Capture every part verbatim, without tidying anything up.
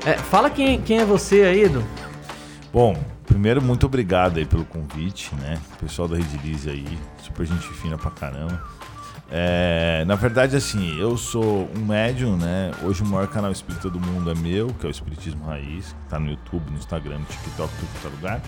É, fala quem, quem é você aí, Edu. Bom, primeiro, muito obrigado aí pelo convite, né? O pessoal da Redilize aí, super gente fina pra caramba. É, na verdade, assim, eu sou um médium, né? Hoje o maior canal espírita do mundo é meu, que é o Espiritismo Raiz, que tá no YouTube, no Instagram, no TikTok, tudo que tá lugar.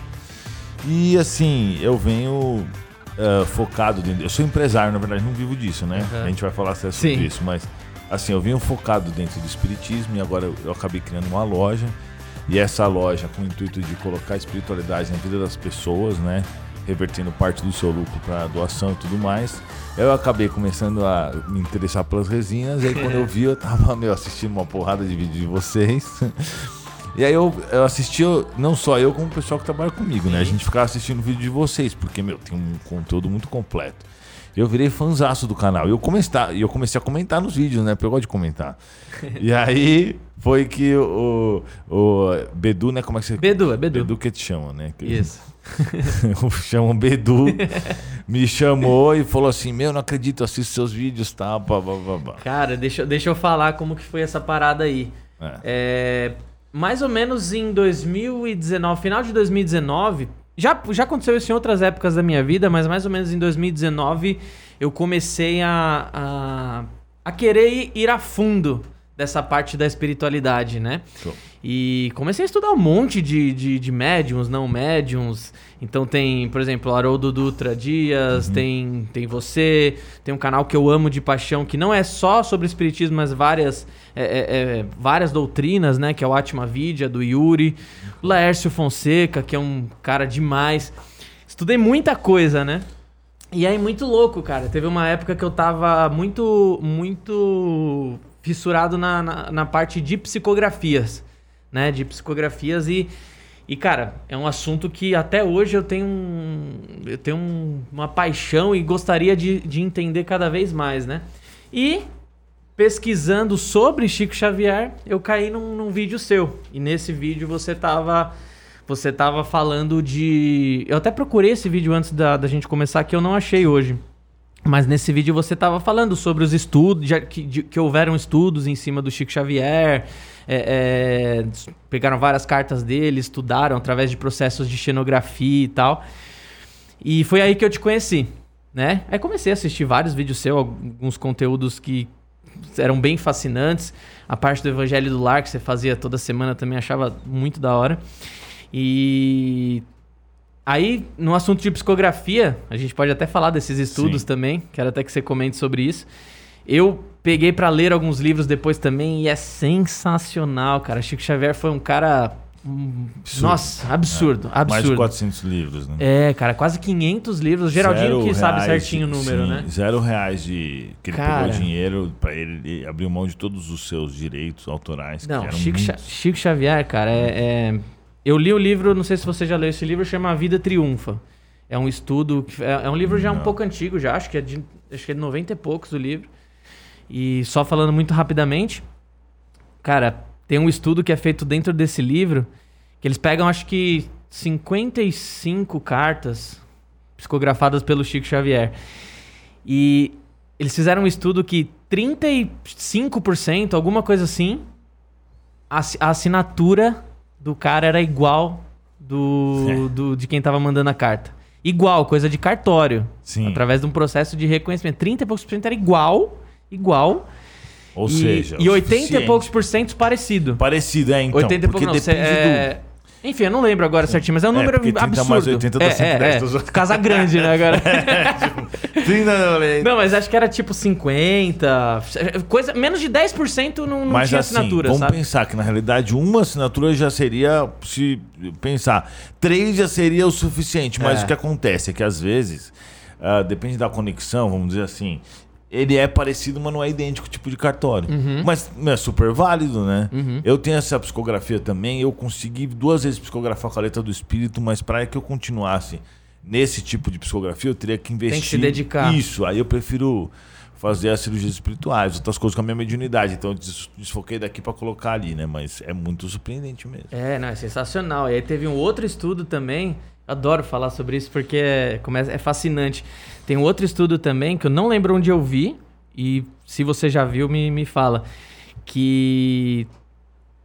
E assim, eu venho uh, focado dentro... Eu sou empresário, na verdade, não vivo disso, né? Uhum. A gente vai falar sobre Sim. isso, mas assim, eu venho focado dentro do espiritismo e agora eu, eu acabei criando uma loja. E essa loja com o intuito de colocar a espiritualidade na vida das pessoas, né? Revertendo parte do seu lucro para doação e tudo mais. Eu acabei começando a me interessar pelas resinas. E aí quando eu vi, eu tava meu, assistindo uma porrada de vídeo de vocês. E aí eu, eu assisti, não só eu, como o pessoal que trabalha comigo, né? A gente ficava assistindo vídeo de vocês, porque, meu, tem um conteúdo muito completo. Eu virei fãzaço do canal. E eu comecei, eu comecei a comentar nos vídeos, né? Porque eu gosto de comentar. E aí foi que o, o Bedu, né? Como é que você... Bedu, é Bedu. Bedu que te chama, né? Que Isso. Chamam Bedu. Me chamou e falou assim, meu, não acredito, eu assisto seus vídeos, tá? Blá, blá, blá, blá. Cara, deixa, deixa eu falar como que foi essa parada aí. É... é mais ou menos em dois mil e dezenove, final de dois mil e dezenove... Já, já aconteceu isso em outras épocas da minha vida, mas mais ou menos em dois mil e dezenove eu comecei a, a, a querer ir a fundo dessa parte da espiritualidade, né? Show. E comecei a estudar um monte de, de, de médiums, não médiums. Então tem, por exemplo, Haroldo Dutra Dias, uhum. tem, tem você, tem um canal que eu amo de paixão, que não é só sobre espiritismo, mas várias, é, é, é, várias doutrinas, né? Que é o Atma Vidya, do Yuri. O Laércio Fonseca, que é um cara demais. Estudei muita coisa, né? E aí, muito louco, cara. Teve uma época que eu tava muito, muito fissurado na, na, na parte de psicografias, né? De psicografias e... E, cara, é um assunto que até hoje eu tenho, um, eu tenho um, uma paixão e gostaria de, de entender cada vez mais, né? E, pesquisando sobre Chico Xavier, eu caí num, num vídeo seu. E nesse vídeo você tava, você tava falando de... Eu até procurei esse vídeo antes da, da gente começar, que eu não achei hoje. Mas nesse vídeo você tava falando sobre os estudos, já que, de, que houveram estudos em cima do Chico Xavier... É, é, pegaram várias cartas dele, estudaram através de processos de xenografia e tal. E foi aí que eu te conheci, né? Aí comecei a assistir vários vídeos seus, alguns conteúdos que eram bem fascinantes. A parte do Evangelho do Lar, que você fazia toda semana, também achava muito da hora. E aí, no assunto de psicografia, a gente pode até falar desses estudos Sim. também. Quero até que você comente sobre isso. Eu peguei pra ler alguns livros depois também e é sensacional, cara. Chico Xavier foi um cara... Absurdo. Nossa, absurdo, é. absurdo. Mais de quatrocentos livros, né? É, cara, quase quinhentos livros. Geraldinho zero que sabe certinho de, o número, sim, né? Zero reais de... Que ele cara, pegou dinheiro pra ele, ele abrir mão de todos os seus direitos autorais. Não, que Chico, muitos... Chico Xavier, cara, é, é... Eu li o livro, não sei se você já leu esse livro, chama A Vida Triunfa. É um estudo... É, é um livro já não. um pouco antigo, já. Acho que é de, acho que é de noventa e poucos o livro. E só falando muito rapidamente, cara, tem um estudo que é feito dentro desse livro, que eles pegam, acho que, cinquenta e cinco cartas psicografadas pelo Chico Xavier. E eles fizeram um estudo que trinta e cinco por cento, alguma coisa assim, a, a assinatura do cara era igual do, é. do, de quem tava mandando a carta. Igual, coisa de cartório. Sim. Através de um processo de reconhecimento. trinta e poucos por cento era igual... Igual. Ou e, seja, e oitenta e poucos por cento parecido. Parecido, é, então. oitenta e poucos, não, cê, é... do... Enfim, eu não lembro agora certinho, mas é um número é, trinta absurdo. Mais oitenta dá é, cento e dez. é, é. Casa grande, né, agora? É, tipo, trinta, não, mas acho que era tipo cinquenta, coisa, menos de dez por cento não, não mas tinha assim, assinatura, vamos sabe? pensar que na realidade uma assinatura já seria, se pensar, três já seria o suficiente, mas é. o que acontece é que às vezes, uh, depende da conexão, vamos dizer assim, ele é parecido, mas não é idêntico tipo de cartório. Uhum. Mas é super válido, né? Uhum. Eu tenho essa psicografia também. Eu consegui duas vezes psicografar com a letra do espírito, mas para que eu continuasse nesse tipo de psicografia, eu teria que investir. Tem que se dedicar. Isso. Aí eu prefiro fazer as cirurgias espirituais, outras coisas com a minha mediunidade. Então eu desfoquei daqui para colocar ali, né? Mas é muito surpreendente mesmo. É, não, é sensacional. E aí teve um outro estudo também. Adoro falar sobre isso porque é, é fascinante. Tem um outro estudo também que eu não lembro onde eu vi, e se você já viu, me, me fala, que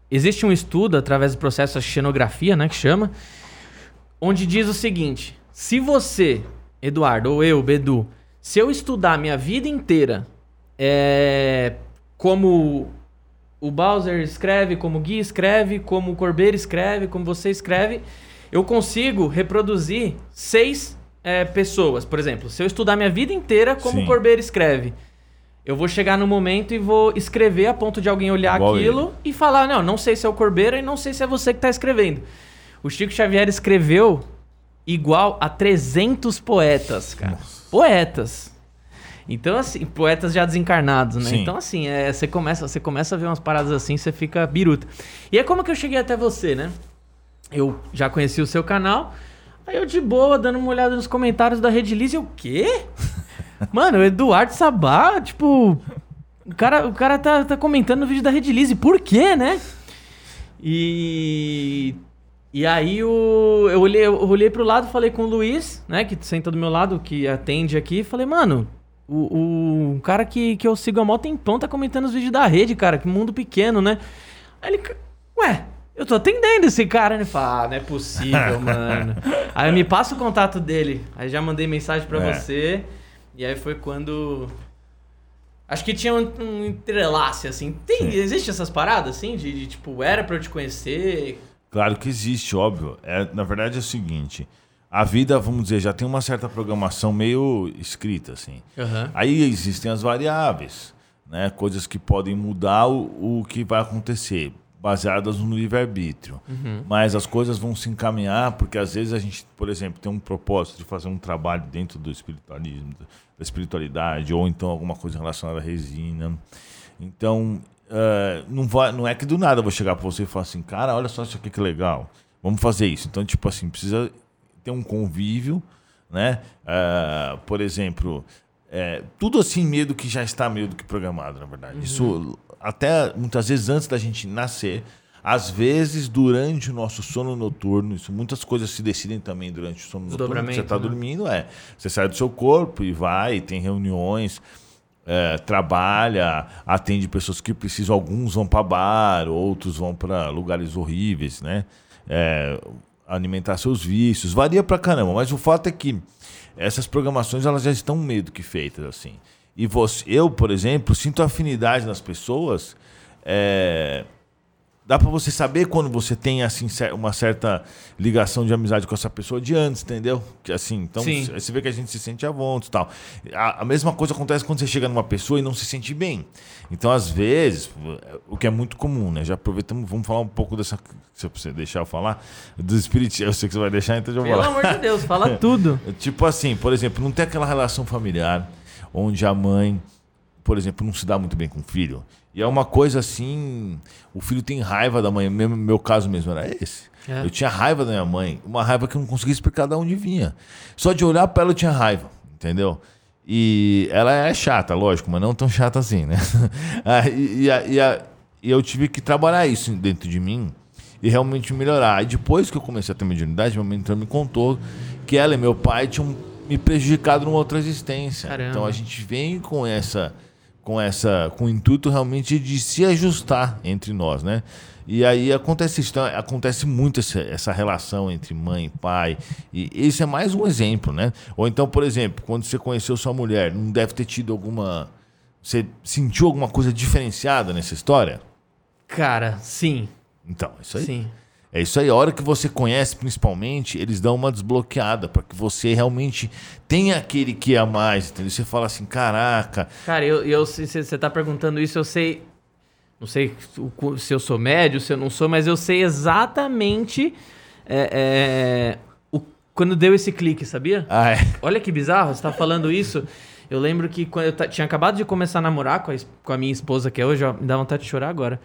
existe um estudo através do processo de xenografia, né, que chama, onde diz o seguinte: se você, Eduardo, ou eu, Bedu, se eu estudar minha vida inteira é, como o Bowser escreve, como o Gui escreve, como o Corbeiro escreve, como você escreve, eu consigo reproduzir seis é, pessoas. Por exemplo, se eu estudar minha vida inteira como Sim. o Corbeiro escreve, eu vou chegar no momento e vou escrever a ponto de alguém olhar Igual aquilo ele. e falar, não, não sei se é o Corbeiro e não sei se é você que está escrevendo. O Chico Xavier escreveu igual a trezentos poetas, cara. Nossa. Poetas. Então, assim, poetas já desencarnados, né? Sim. Então, assim, é, você, começa, você começa a ver umas paradas assim, você fica biruta. E é como que eu cheguei até você, né? Eu já conheci o seu canal, aí eu de boa, dando uma olhada nos comentários da Redilize, o quê? Mano, o Eduardo Sabá, tipo... O cara, o cara tá, tá comentando no vídeo da Redilize, por quê, né? E... E aí o, eu, olhei, eu olhei pro lado, falei com o Luiz, né? Que senta do meu lado, que atende aqui, falei, mano... O, o, o cara que, que eu sigo há mó tempão tá comentando os vídeos da rede, cara. Que mundo pequeno, né? Aí ele... Ué, eu tô atendendo esse cara. Ele fala, ah, não é possível, mano. Aí eu me passa o contato dele. Aí já mandei mensagem pra é. você. E aí foi quando... Acho que tinha um, um entrelace, assim. Tem, existe essas paradas, assim? De, de tipo, era pra eu te conhecer? Claro que existe, óbvio. É, na verdade é o seguinte... A vida, vamos dizer, já tem uma certa programação meio escrita, assim. Uhum. Aí existem as variáveis, né? Coisas que podem mudar o, o que vai acontecer, baseadas no livre-arbítrio. Uhum. Mas as coisas vão se encaminhar, porque às vezes a gente, por exemplo, tem um propósito de fazer um trabalho dentro do espiritualismo, da espiritualidade, ou então alguma coisa relacionada à resina. Então, uh, não, vai, não é que do nada eu vou chegar para você e falar assim, cara, olha só isso aqui que legal, vamos fazer isso. Então, tipo assim, precisa... ter um convívio, né? Uh, por exemplo, é, tudo assim meio do que já está meio do que programado, na verdade. Uhum. Isso até muitas vezes antes da gente nascer, às vezes durante o nosso sono noturno, isso, muitas coisas se decidem também durante o sono noturno. Você está né? dormindo, é. Você sai do seu corpo e vai, tem reuniões, é, trabalha, atende pessoas que precisam, alguns vão para bar, outros vão para lugares horríveis, né? É, alimentar seus vícios, varia pra caramba, mas o fato é que essas programações elas já estão meio do que feitas, assim. E você, eu, por exemplo, sinto afinidade nas pessoas, é, dá pra você saber quando você tem assim, uma certa ligação de amizade com essa pessoa de antes, entendeu? Que, assim, então Sim. você vê que a gente se sente à vontade e tal. A, a mesma coisa acontece quando você chega numa pessoa e não se sente bem. Então, às vezes, o que é muito comum, né? Já aproveitamos, vamos falar um pouco dessa... Se você deixar eu falar, dos espiritismo. Eu sei que você vai deixar, então eu vou falar. Pelo amor de Deus, fala tudo. Tipo assim, por exemplo, não tem aquela relação familiar onde a mãe, por exemplo, não se dá muito bem com o filho. E é uma coisa assim, o filho tem raiva da mãe, meu, meu caso mesmo era esse. É. Eu tinha raiva da minha mãe, uma raiva que eu não conseguia explicar de onde vinha. Só de olhar para ela eu tinha raiva, entendeu? E ela é chata, lógico, mas não tão chata assim, né? e, e, e, e eu tive que trabalhar isso dentro de mim e realmente melhorar. E depois que eu comecei a ter mediunidade, meu mentor me contou que ela e meu pai tinham me prejudicado numa outra existência. Caramba. Então a gente vem com essa... com essa, com o intuito realmente de se ajustar entre nós, né? E aí acontece isso, então, acontece muito essa, essa relação entre mãe e pai, e esse é mais um exemplo, né? Ou então, por exemplo, quando você conheceu sua mulher, não deve ter tido alguma... Você sentiu alguma coisa diferenciada nessa história? Cara, sim. Então, isso aí. Sim. É isso aí, a hora que você conhece, principalmente, eles dão uma desbloqueada para que você realmente tenha aquele que é a mais, entendeu? Você fala assim, caraca... Cara, eu, eu, se você tá perguntando isso, eu sei... Não sei se eu sou médio, se eu não sou, mas eu sei exatamente é, é, o, quando deu esse clique, sabia? Ah, é? Olha que bizarro, você tá falando isso. Eu lembro que quando eu t- tinha acabado de começar a namorar com a, com a minha esposa, que é hoje, ó, me dá vontade de chorar agora.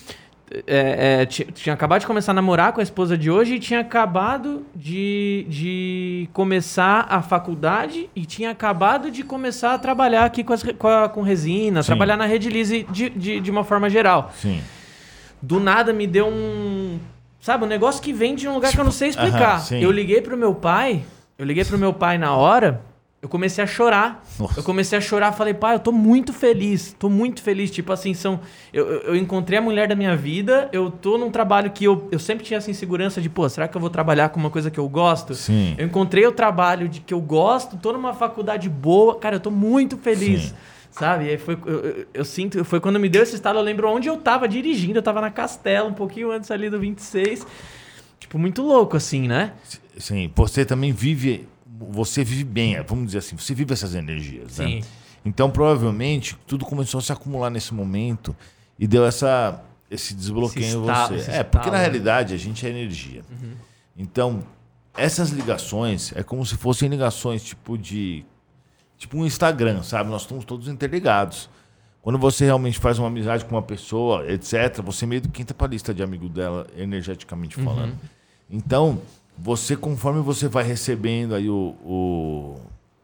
É, é, t- tinha acabado de começar a namorar com a esposa de hoje e tinha acabado de, de começar a faculdade e tinha acabado de começar a trabalhar aqui com, as, com, a, com resina, Sim. trabalhar na Redilize de, de, de uma forma geral. Sim. Do nada me deu um... Sabe, um negócio que vem de um lugar que eu não sei explicar. Aham, eu liguei pro meu pai, eu liguei pro meu pai na hora eu comecei a chorar. Nossa. Eu comecei a chorar, falei, pai, eu tô muito feliz, tô muito feliz. Tipo assim, são, eu, eu encontrei a mulher da minha vida, eu tô num trabalho que eu, eu sempre tinha essa insegurança de, pô, será que eu vou trabalhar com uma coisa que eu gosto? Sim. Eu encontrei o trabalho de que eu gosto, tô numa faculdade boa, cara, eu tô muito feliz. Sim. Sabe? E aí foi, eu, eu, eu sinto, foi quando me deu esse estalo, eu lembro onde eu tava dirigindo, eu tava na Castelo, um pouquinho antes ali do vinte e seis. Tipo, muito louco assim, né? Sim, você também vive... Você vive bem, vamos dizer assim, você vive essas energias, Sim. né? Então, provavelmente, tudo começou a se acumular nesse momento e deu essa, esse desbloqueio esse em você. Esse é, porque na realidade a gente é energia. Uhum. Então, essas ligações é como se fossem ligações tipo de... Tipo um Instagram, sabe? Nós estamos todos interligados. Quando você realmente faz uma amizade com uma pessoa, etcétera, você meio que entra para a lista de amigo dela, energeticamente falando. Uhum. Então... Você, conforme você vai recebendo aí o... o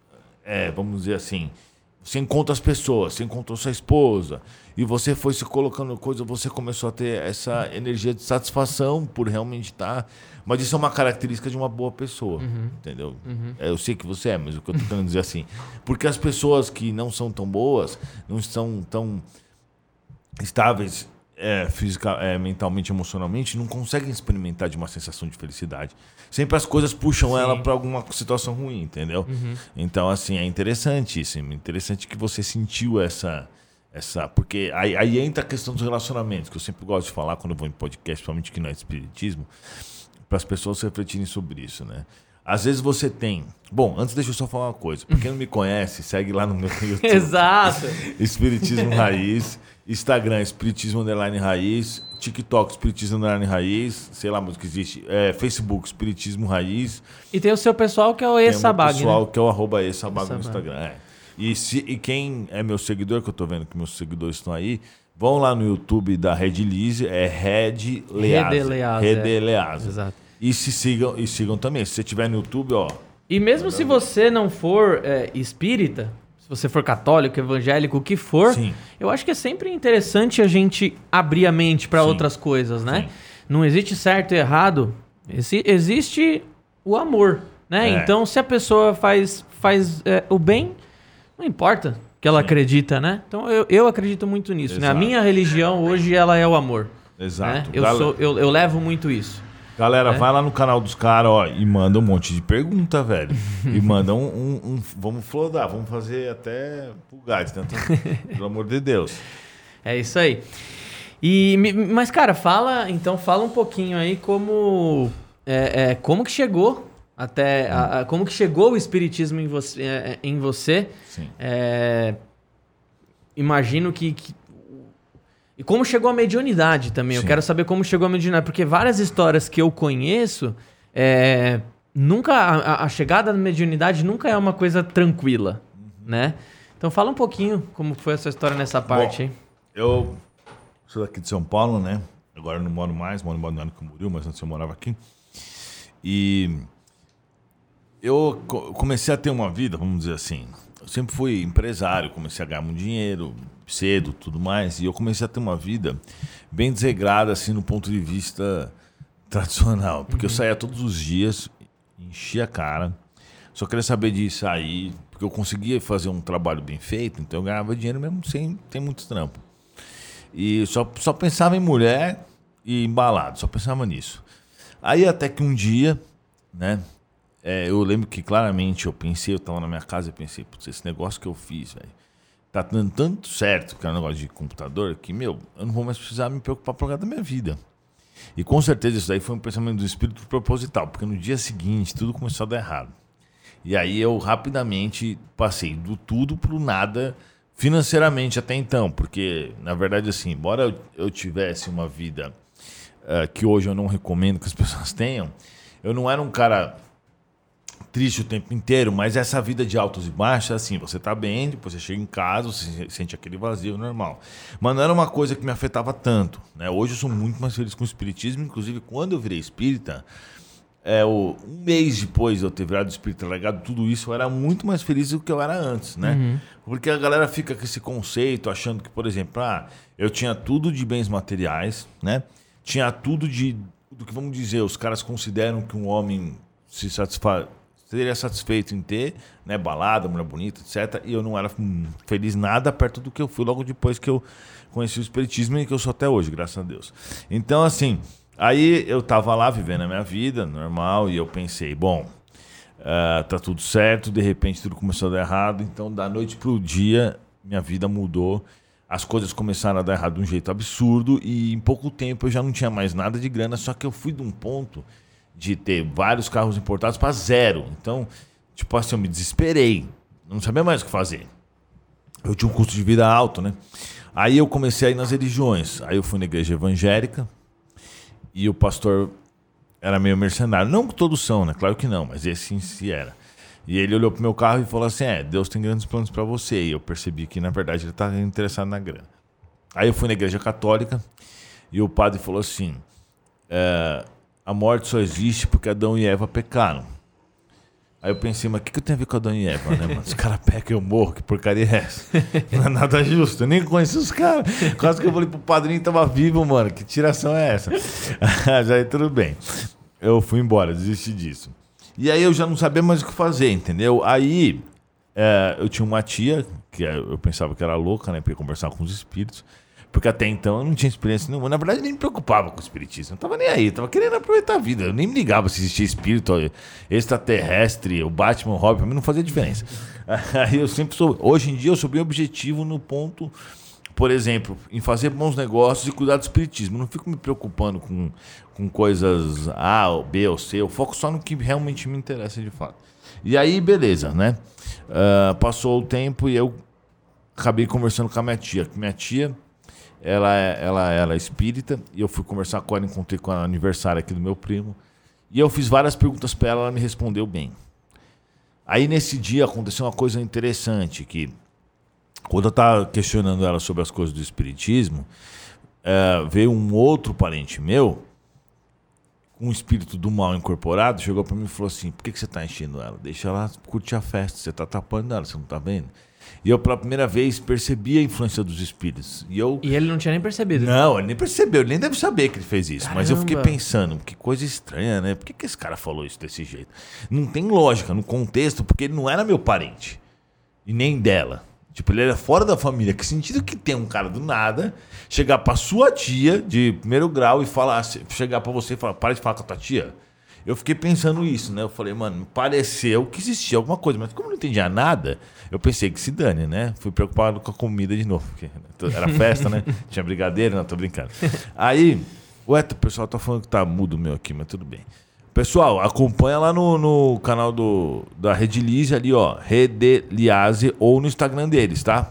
é, vamos dizer assim... Você encontra as pessoas, você encontrou sua esposa... E você foi se colocando coisa... Você começou a ter essa energia de satisfação por realmente estar... Mas isso é uma característica de uma boa pessoa. Uhum. Entendeu? Uhum. É, eu sei que você é, mas o que eu estou querendo dizer assim... Porque as pessoas que não são tão boas... Não estão tão estáveis... É, física, é, mentalmente, emocionalmente, não conseguem experimentar de uma sensação de felicidade. Sempre as coisas puxam Sim. ela para alguma situação ruim, entendeu? Uhum. Então, assim, é interessantíssimo. Interessante que você sentiu essa... essa porque aí, aí entra a questão dos relacionamentos, que eu sempre gosto de falar quando eu vou em podcast, principalmente que não é espiritismo, para as pessoas refletirem sobre isso, né? Às vezes você tem... Bom, antes deixa eu só falar uma coisa. Pra quem não me conhece, segue lá no meu YouTube. Exato. Espiritismo Raiz. Instagram, Espiritismo Underline Raiz. TikTok, Espiritismo Underline Raiz. Sei lá, música existe. É, Facebook, Espiritismo Raiz. E tem o seu pessoal que é o E-Sabag, né? Tem o pessoal que é o arroba E-Sabag no Instagram. É. E, se, e quem é meu seguidor, que eu tô vendo que meus seguidores estão aí, vão lá no YouTube da Red Lise. É Red Lease. Red Lease. Red Lease. Exato. E se sigam, e sigam também. Se você estiver no YouTube, ó... E mesmo se você não for é, espírita, se você for católico, evangélico, o que for, Sim. eu acho que é sempre interessante a gente abrir a mente para outras coisas, né? Sim. Não existe certo e errado, existe o amor, né? É. Então, se a pessoa faz, faz é, o bem, não importa que ela Sim. acredita, né? Então, eu, eu acredito muito nisso, Exato. né? A minha religião hoje, ela é o amor. Exato. Né? Eu, sou, eu, eu levo muito isso. Galera, é. vai lá no canal dos caras, ó, e manda um monte de pergunta, velho. E manda um, um, um... Vamos flodar, vamos fazer até pulgares, tanto, pelo amor de Deus. É isso aí. E, mas, cara, fala, então, fala um pouquinho aí como... É, é, como que chegou até... Hum. A, a, como que chegou o espiritismo em você. É, em você. Sim. É, imagino que... que E como chegou a mediunidade também. Sim. Eu quero saber como chegou a mediunidade. Porque várias histórias que eu conheço, é, nunca a, a chegada da mediunidade nunca é uma coisa tranquila, uhum. né? Então fala um pouquinho como foi essa história nessa parte. Bom, eu sou daqui de São Paulo, né? Agora eu não moro mais, moro em Balneário Camboriú, mas antes eu morava aqui. E eu comecei a ter uma vida, vamos dizer assim... Eu sempre fui empresário, comecei a ganhar muito dinheiro cedo, tudo mais, e eu comecei a ter uma vida bem desregrada, assim, no ponto de vista tradicional. Porque uhum. eu saía todos os dias, enchia a cara, só queria saber de sair, porque eu conseguia fazer um trabalho bem feito, então eu ganhava dinheiro mesmo sem ter muito trampo. E só, só pensava em mulher e embalado, só pensava nisso. Aí até que um dia, né... É, eu lembro que claramente eu pensei, eu tava na minha casa e pensei, putz, esse negócio que eu fiz, velho, tá dando tanto certo, que é um negócio de computador, que, meu, eu não vou mais precisar me preocupar por causa da minha vida. E com certeza isso daí foi um pensamento do espírito proposital, porque no dia seguinte tudo começou a dar errado. E aí eu rapidamente passei do tudo pro nada financeiramente até então, porque, na verdade, assim, embora eu, eu tivesse uma vida uh, que hoje eu não recomendo que as pessoas tenham, eu não era um cara... triste o tempo inteiro, mas essa vida de altos e baixos, assim, você tá bem, depois você chega em casa, você sente aquele vazio normal. Mas não era uma coisa que me afetava tanto, né? Hoje eu sou muito mais feliz com o espiritismo, inclusive quando eu virei espírita, é, o, um mês depois de eu ter virado espírita legado, tudo isso, eu era muito mais feliz do que eu era antes, né? Uhum. Porque a galera fica com esse conceito, achando que, por exemplo, ah, eu tinha tudo de bens materiais, né? Tinha tudo de, do que, vamos dizer, os caras consideram que um homem se satisfaz... seria satisfeito em ter, né, balada, mulher bonita, etcétera. E eu não era hum, feliz nada perto do que eu fui logo depois que eu conheci o espiritismo e que eu sou até hoje, graças a Deus. Então, assim, aí eu tava lá vivendo a minha vida normal e eu pensei, bom, uh, tá tudo certo, de repente tudo começou a dar errado, então da noite pro dia minha vida mudou. As coisas começaram a dar errado de um jeito absurdo e em pouco tempo eu já não tinha mais nada de grana, só que eu fui de um ponto de ter vários carros importados para zero. Então, tipo assim, eu me desesperei. Não sabia mais o que fazer. Eu tinha um custo de vida alto, né? Aí eu comecei a ir nas religiões. Aí eu fui na igreja evangélica e o pastor era meio mercenário. Não que todos são, né? Claro que não, mas esse em si era. E ele olhou pro meu carro e falou assim, é, Deus tem grandes planos para você. E eu percebi que, na verdade, ele estava interessado na grana. Aí eu fui na igreja católica e o padre falou assim, é, a morte só existe porque Adão e Eva pecaram. Aí eu pensei, mas o que, que eu tenho a ver com Adão e Eva, né, mano? Os caras pecam e eu morro, que porcaria é essa? Não é nada justo, eu nem conheço os caras. Quase que eu falei pro padrinho que tava vivo, mano, que tiração é essa? Já aí tudo bem. Eu fui embora, desisti disso. E aí eu já não sabia mais o que fazer, entendeu? Aí é, eu tinha uma tia, que eu pensava que era louca, né? Porque conversava com os espíritos. Porque até então eu não tinha experiência nenhuma. Na verdade, eu nem me preocupava com o espiritismo. Eu não tava nem aí, eu tava querendo aproveitar a vida. Eu nem me ligava se existia espírito extraterrestre, o Batman, o Robin, pra mim não fazia diferença. Aí eu sempre sou. Hoje em dia eu sou bem objetivo no ponto, por exemplo, em fazer bons negócios e cuidar do espiritismo. Eu não fico me preocupando com, com coisas A, ou B ou C. Eu foco só no que realmente me interessa de fato. E aí, beleza, né? Uh, passou o tempo e eu acabei conversando com a minha tia. Minha tia, ela, ela, ela é espírita e eu fui conversar com ela, encontrei com a aniversário aqui do meu primo. E eu fiz várias perguntas para ela, ela me respondeu bem. Aí nesse dia aconteceu uma coisa interessante, que quando eu estava questionando ela sobre as coisas do espiritismo, é, veio um outro parente meu, com um espírito do mal incorporado, chegou para mim e falou assim, por que, que você está enchendo ela? Deixa ela curtir a festa, você está tapando ela, você não está vendo? E eu, pela primeira vez, percebi a influência dos espíritos. E, eu... e ele não tinha nem percebido? Não, ele nem percebeu, ele nem deve saber que ele fez isso. Caramba. Mas eu fiquei pensando, que coisa estranha, né? Por que, que esse cara falou isso desse jeito? Não tem lógica no contexto, porque ele não era meu parente. E nem dela. Tipo, ele era fora da família. Que sentido que tem um cara do nada chegar pra sua tia de primeiro grau e falar, chegar pra você e falar, para de falar com a tua tia? Eu fiquei pensando isso, né? Eu falei, mano, me pareceu que existia alguma coisa, mas como eu não entendia nada, eu pensei que se dane, né? Fui preocupado com a comida de novo, porque era festa, né? Tinha brigadeiro, não, tô brincando. Aí, ué, o pessoal tá falando que tá mudo meu aqui, mas tudo bem. Pessoal, acompanha lá no, no canal do, da Redilize ali, ó, Redilize, ou no Instagram deles, tá?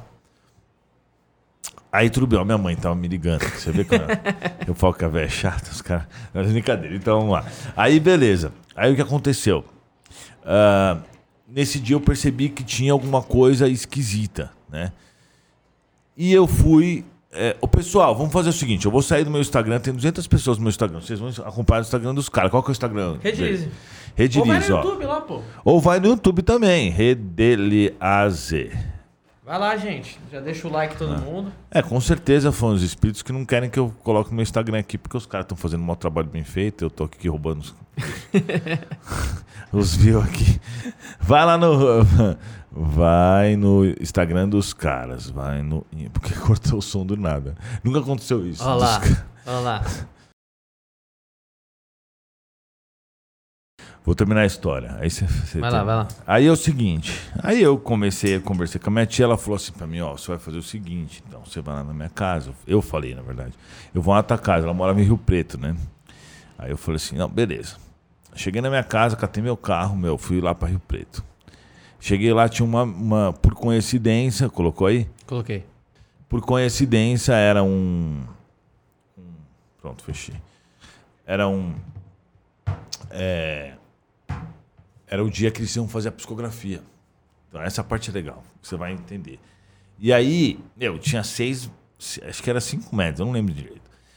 Aí tudo bem, ó, minha mãe tava me ligando. Você vê que eu, eu falo que a velha é chata, os caras. Não é brincadeira, então vamos lá. Aí beleza. Aí o que aconteceu? Uh, nesse dia eu percebi que tinha alguma coisa esquisita, né? E eu fui. É, ô pessoal, vamos fazer o seguinte: eu vou sair do meu Instagram, tem duzentas pessoas no meu Instagram. Vocês vão acompanhar o Instagram dos caras. Qual que é o Instagram? Redilize. Redilize, ó. Ou vai no YouTube lá, pô. Ou vai no YouTube também, Redilize. Vai lá, gente. Já deixa o like todo ah. mundo. É, com certeza foram os espíritos que não querem que eu coloque no meu Instagram aqui, porque os caras estão fazendo um mau trabalho bem feito, eu tô aqui roubando os, os views aqui. Vai lá no... Vai no Instagram dos caras, vai no... Porque cortou o som do nada. Nunca aconteceu isso. Olha lá, olha lá. Vou terminar a história. Aí você, você vai tem... lá, vai lá. Aí é o seguinte. Aí eu comecei a conversar com a minha tia. Ela falou assim pra mim, ó, você vai fazer o seguinte. Então, você vai lá na minha casa. Eu falei, na verdade. Eu vou lá na tua casa. Ela morava em Rio Preto, né? Aí eu falei assim, não, beleza. Cheguei na minha casa, catei meu carro, meu, fui lá pra Rio Preto. Cheguei lá, tinha uma, uma... Por coincidência... Colocou aí? Coloquei. Por coincidência, era um... um pronto, fechei. Era um... É... Era o dia que eles iam fazer a psicografia. Então essa parte é legal, você vai entender. E aí, eu tinha seis, acho que era cinco metros, eu não lembro direito.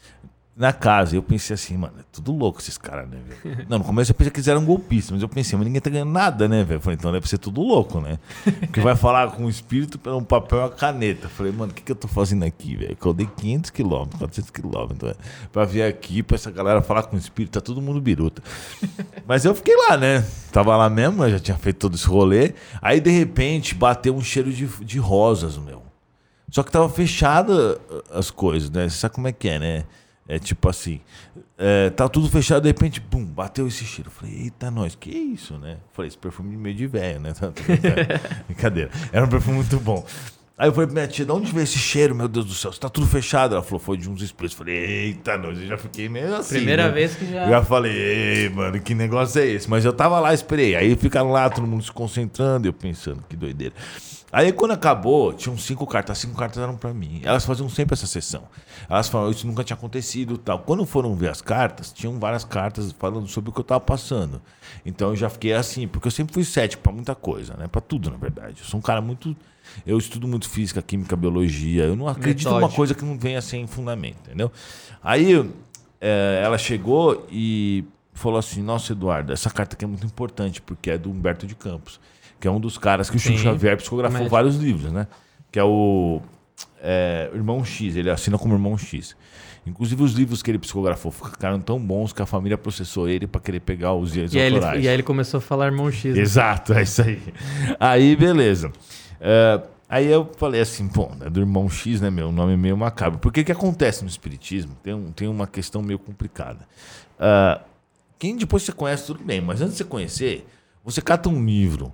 na casa. Eu pensei assim, mano, é tudo louco esses caras, né, velho? Não, no começo eu pensei que eles eram golpistas, mas eu pensei, mas ninguém tá ganhando nada, né, velho? Falei, então deve ser tudo louco, né? Porque vai falar com o espírito pelo um papel e uma caneta. Falei, mano, o que, que eu tô fazendo aqui, velho? Que eu dei quinhentos quilômetros, quatrocentos quilômetros, véio, pra vir aqui, pra essa galera falar com o espírito, tá todo mundo biruta. Mas eu fiquei lá, né? Tava lá mesmo, eu já tinha feito todo esse rolê. Aí, de repente, bateu um cheiro de, de rosas, meu. Só que tava fechada as coisas, né? Você sabe como é que é, né? É tipo assim, é, tá tudo fechado, de repente, pum, bateu esse cheiro. Eu falei, eita, nós, que isso, né? Eu falei, esse perfume meio de velho, né? Brincadeira. Era um perfume muito bom. Aí eu falei pra minha tia, de onde veio esse cheiro, meu Deus do céu? Você tá tudo fechado. Ela falou, foi de uns espíritos. Eu falei, eita, nós, eu já fiquei meio assim. Primeira né? vez que já... Já falei, ei, mano, que negócio é esse? Mas eu tava lá, esperei. Aí ficaram lá, todo mundo se concentrando, eu pensando, que doideira. Aí quando acabou, tinham cinco cartas, as cinco cartas eram pra mim. Elas faziam sempre essa sessão. Elas falaram, isso nunca tinha acontecido e tal. Quando foram ver as cartas, tinham várias cartas falando sobre o que eu tava passando. Então eu já fiquei assim, porque eu sempre fui cético pra muita coisa, né? Pra tudo, na verdade. Eu sou um cara muito... Eu estudo muito física, química, biologia. Eu não acredito em uma coisa que não venha sem fundamento, entendeu? Aí é, ela chegou e falou assim, nossa, Eduardo, essa carta aqui é muito importante, porque é do Humberto de Campos, que é um dos caras que o Chico Xavier psicografou médico. Vários livros, né? Que é o é, Irmão X, ele assina como Irmão X. Inclusive os livros que ele psicografou ficaram tão bons que a família processou ele para querer pegar os direitos e autorais. Aí ele, e aí ele começou a falar Irmão X. Né? Exato, é isso aí. Aí, beleza. Uh, aí eu falei assim, pô, é do Irmão X, né, meu? O nome é meio macabro. Porque o que acontece no espiritismo? Tem, um, tem uma questão meio complicada. Uh, quem depois você conhece, tudo bem. Mas antes de você conhecer, você cata um livro.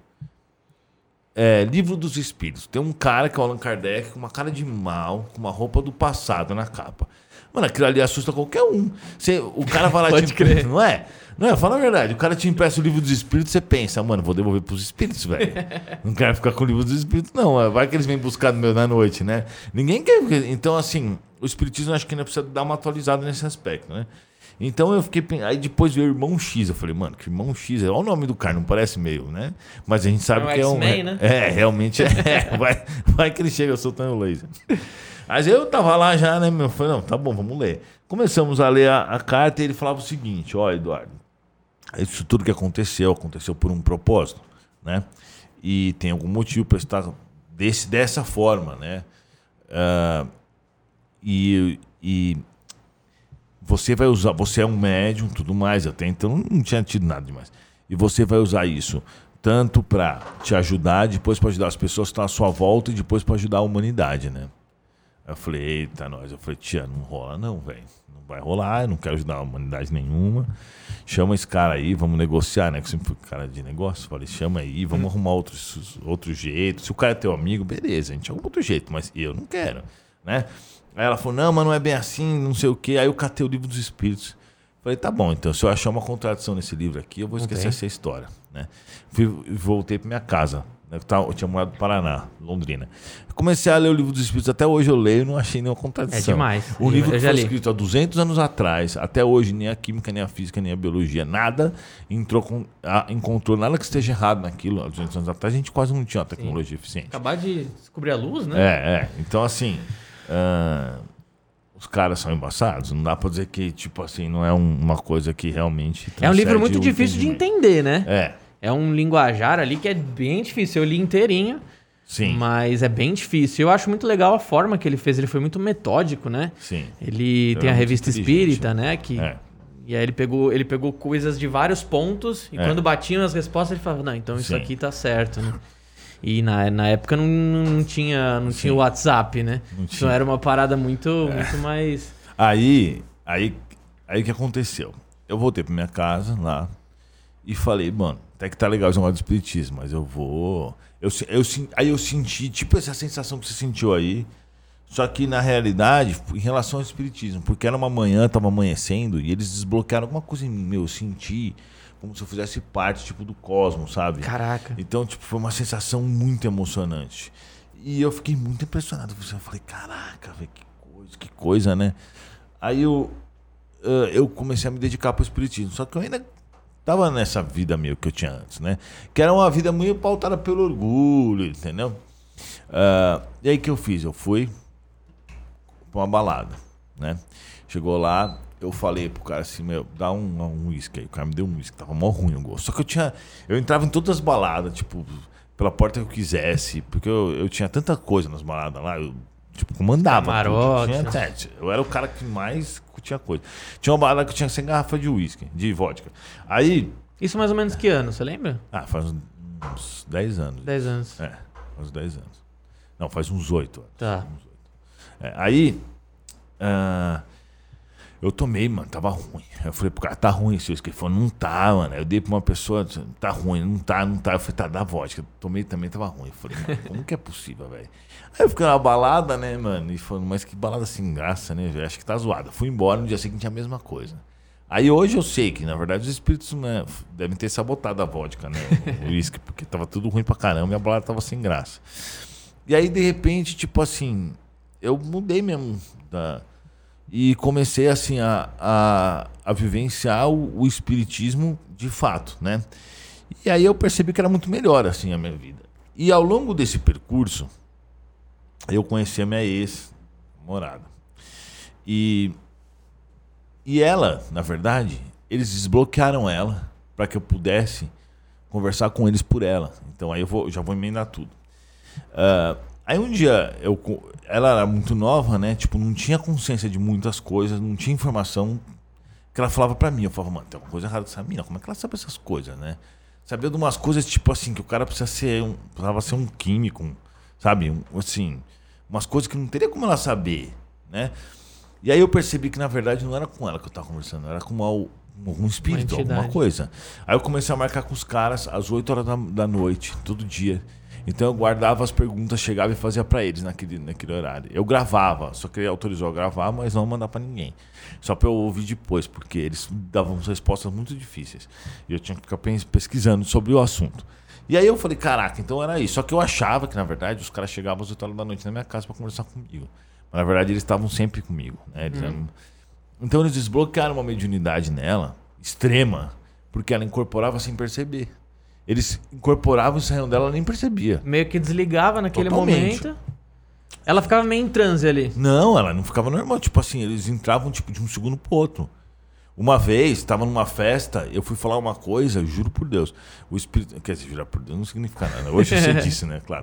É, livro dos Espíritos. Tem um cara que é o Allan Kardec com uma cara de mal, com uma roupa do passado na capa. Mano, aquilo ali assusta qualquer um. Você, o cara vai lá Pode te crer. Não é? Não é? Fala a verdade. O cara te empresta o livro dos Espíritos, você pensa, mano, vou devolver pros Espíritos, velho. Não quero ficar com o livro dos Espíritos, não. Vai que eles vêm buscar no meu na noite, né? Ninguém quer. Então, assim, o Espiritismo acho que ainda precisa dar uma atualizada nesse aspecto, né? Então eu fiquei. Aí depois veio o Irmão X. Eu falei, mano, que Irmão X? Olha o nome do cara, não parece meio, né? Mas a gente sabe é que é um. X-Men, né? É, realmente é. Vai, vai que ele chega soltando o laser. Mas eu tava lá já, né, meu? Eu falei, não, tá bom, vamos ler. Começamos a ler a, a carta e ele falava o seguinte: ó, Eduardo, isso tudo que aconteceu, aconteceu por um propósito, né? E tem algum motivo para estar desse, dessa forma, né? Uh, e. e Você vai usar, você é um médium, tudo mais, até então não tinha tido nada demais. E você vai usar isso tanto para te ajudar, depois para ajudar as pessoas que estão à sua volta e depois para ajudar a humanidade, né? Eu falei, eita, nós. Eu falei, tia, não rola não, velho. Não vai rolar, eu não quero ajudar a humanidade nenhuma. Chama esse cara aí, vamos negociar, né? Que eu sempre fui cara de negócio. Eu falei, chama aí, vamos hum. arrumar outros, outro jeito. Se o cara é teu amigo, beleza, a gente arruma outro jeito, mas eu não quero, né? Aí ela falou, não, mas não é bem assim, não sei o quê. Aí eu catei o livro dos Espíritos. Falei, tá bom, então se eu achar uma contradição nesse livro aqui, eu vou esquecer okay. essa história, né? Fui, voltei pra minha casa, né? Eu tinha morado no Paraná, Londrina. Comecei a ler o livro dos Espíritos, até hoje eu leio e não achei nenhuma contradição. É demais. O livro que foi li. escrito há duzentos anos atrás, até hoje, nem a química, nem a física, nem a biologia, nada entrou com, a, encontrou nada que esteja errado naquilo. Há duzentos anos atrás a gente quase não tinha uma tecnologia Sim. eficiente. Acabar de descobrir a luz, né? É, é. Então, assim... Uh, os caras são embaçados. Não dá pra dizer que, tipo assim, não é um, uma coisa que realmente... É um livro muito difícil de entender, né? É. É um linguajar ali que é bem difícil. Eu li inteirinho, Sim. mas é bem difícil. Eu acho muito legal a forma que ele fez. Ele foi muito metódico, né? Sim. Ele Eu tem a revista Espírita, né? Que... É. E aí ele pegou, ele pegou coisas de vários pontos e é. quando batiam as respostas ele falava, não, então isso Sim. aqui tá certo, né? E na, na época não, não tinha não tinha o WhatsApp, né? Não tinha. Então era uma parada muito, é. muito mais... Aí, aí, aí o que aconteceu? Eu voltei pra minha casa lá e falei, mano, até que tá legal o negócio do espiritismo, mas eu vou... Eu, eu, aí eu senti, tipo essa sensação que você sentiu aí, só que na realidade, em relação ao espiritismo, porque era uma manhã, tava amanhecendo e eles desbloquearam alguma coisa em mim, meu, eu senti... como se eu fizesse parte, tipo, do cosmos, sabe? Caraca. Então, tipo, foi uma sensação muito emocionante. E eu fiquei muito impressionado. Eu falei, caraca, velho, que coisa, que coisa, né? Aí eu, eu comecei a me dedicar pro espiritismo. Só que eu ainda tava nessa vida meio que eu tinha antes, né? Que era uma vida meio pautada pelo orgulho, entendeu? Uh, e aí o que eu fiz? Eu fui pra uma balada, né? Chegou lá, eu falei pro cara assim, meu, dá um uísque um aí. O cara me deu um uísque, tava mó ruim o gosto. Só que eu tinha. Eu entrava em todas as baladas, tipo, pela porta que eu quisesse, porque eu, eu tinha tanta coisa nas baladas lá, eu tipo, comandava. Camarote, tudo. Tinha, eu era o cara que mais tinha coisa. Tinha uma balada que eu tinha cem garrafas de uísque, de vodka. Aí. Isso mais ou menos que ano, você lembra? Ah, faz uns dez anos. dez anos. É, faz uns dez anos. Não, faz uns oito anos. Tá. Uns oito. É, aí. Uh, eu tomei, mano, tava ruim. Eu falei pro cara, tá ruim esse uísque. Ele falou, não tá, mano. Eu dei pra uma pessoa, tá ruim, não tá, não tá. Eu falei, tá, dá vodka. Eu tomei também, tava ruim. Eu falei, mano, como que é possível, velho? Aí eu fiquei na balada, né, mano? E falando, mas que balada sem graça, né, velho? Acho que tá zoada. Fui embora, no dia seguinte a mesma coisa. Aí hoje eu sei que, na verdade, os espíritos, né, devem ter sabotado a vodka, né? O uísque, porque tava tudo ruim pra caramba e a balada tava sem graça. E aí, de repente, tipo assim, eu mudei mesmo da... E comecei, assim, a, a, a vivenciar o, o espiritismo de fato, né? E aí eu percebi que era muito melhor, assim, a minha vida. E ao longo desse percurso, eu conheci a minha ex-namorada. E, e ela, na verdade, eles desbloquearam ela para que eu pudesse conversar com eles por ela. Então aí eu vou, já vou emendar tudo. Uh, aí um dia, eu, ela era muito nova, né? Tipo, não tinha consciência de muitas coisas, não tinha informação que ela falava pra mim. Eu falava, mano, tem uma coisa errada dessa mina, como é que ela sabe essas coisas, né? Sabia de umas coisas, tipo assim, que o cara precisa ser um, precisava ser um químico, sabe? Um, assim, umas coisas que não teria como ela saber, né? E aí eu percebi que, na verdade, não era com ela que eu tava conversando, era com uma, um espírito, alguma coisa. Aí eu comecei a marcar com os caras às oito horas da, da noite, todo dia. Então eu guardava as perguntas, chegava e fazia pra eles naquele, naquele horário. Eu gravava, só que ele autorizou a gravar, mas não mandar pra ninguém. Só pra eu ouvir depois, porque eles davam respostas muito difíceis. E eu tinha que ficar pesquisando sobre o assunto. E aí eu falei, caraca, então era isso. Só que eu achava que, na verdade, os caras chegavam às oito horas da noite na minha casa pra conversar comigo. Mas, na verdade, eles estavam sempre comigo, né? Eles eram... hum. Então eles desbloquearam uma mediunidade nela, extrema, porque ela incorporava sem perceber. Eles incorporavam e saíam dela, ela nem percebia. Meio que desligava naquele Totalmente. momento. Ela ficava meio em transe ali. Não, ela não ficava normal. Tipo assim, eles entravam tipo, de um segundo pro outro. Uma vez, estava numa festa, eu fui falar uma coisa, juro por Deus. O espírito... Quer dizer, jurar por Deus não significa nada. Hoje eu sei disso, né? Claro.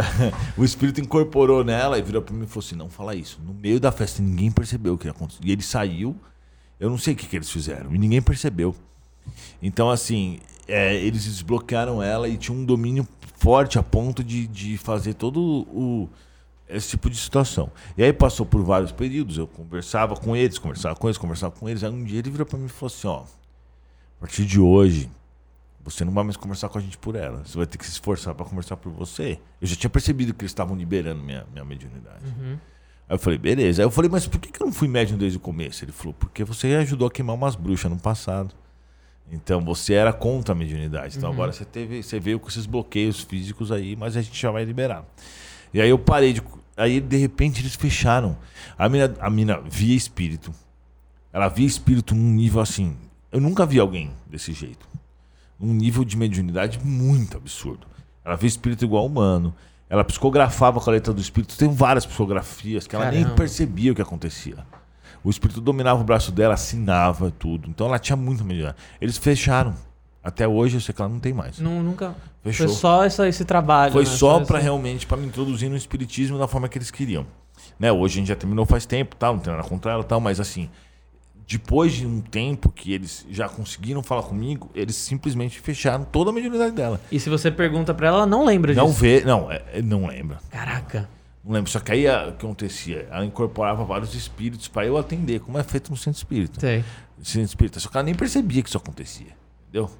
O espírito incorporou nela e virou pra mim e falou assim, não fala isso. No meio da festa, ninguém percebeu o que aconteceu. E ele saiu, eu não sei o que, que eles fizeram. E ninguém percebeu. Então, assim... É, eles desbloquearam ela e tinha um domínio forte a ponto de, de fazer todo o, esse tipo de situação. E aí passou por vários períodos, eu conversava com eles, conversava com eles, conversava com eles. Aí um dia ele virou pra mim e falou assim, ó, a partir de hoje, você não vai mais conversar com a gente por ela. Você vai ter que se esforçar pra conversar por você. Eu já tinha percebido que eles estavam liberando minha, minha mediunidade. Uhum. Aí eu falei, beleza. Aí eu falei, mas por que eu não fui médium desde o começo? Ele falou, porque você ajudou a queimar umas bruxas no passado. Então você era contra a mediunidade. Então uhum. agora você teve, você veio com esses bloqueios físicos aí, mas a gente já vai liberar. E aí eu parei de. Aí de repente eles fecharam. A mina, a mina via espírito. Ela via espírito num nível assim. Eu nunca vi alguém desse jeito. Um nível de mediunidade muito absurdo. Ela via espírito igual humano. Ela psicografava com a letra do espírito. Tem várias psicografias que ela Caramba. nem percebia o que acontecia. O espírito dominava o braço dela, assinava tudo. Então ela tinha muito melhor. Eles fecharam. Até hoje eu sei que ela não tem mais. Não, nunca. Fechou. Foi só essa, esse trabalho. Foi né? só só para esse... realmente para me introduzir no espiritismo da forma que eles queriam. Né? Hoje a gente já terminou faz tempo, tal, não tem nada contra ela, tal, mas assim, depois de um tempo que eles já conseguiram falar comigo, eles simplesmente fecharam toda a mediunidade dela. E se você pergunta para ela, ela não lembra disso? Não vê, não, é, não lembra. Caraca. Não lembro, só que aí o que acontecia? Ela incorporava vários espíritos para eu atender, como é feito no centro espírita. Sei. Centro espírita. Só que ela nem percebia que isso acontecia. Entendeu?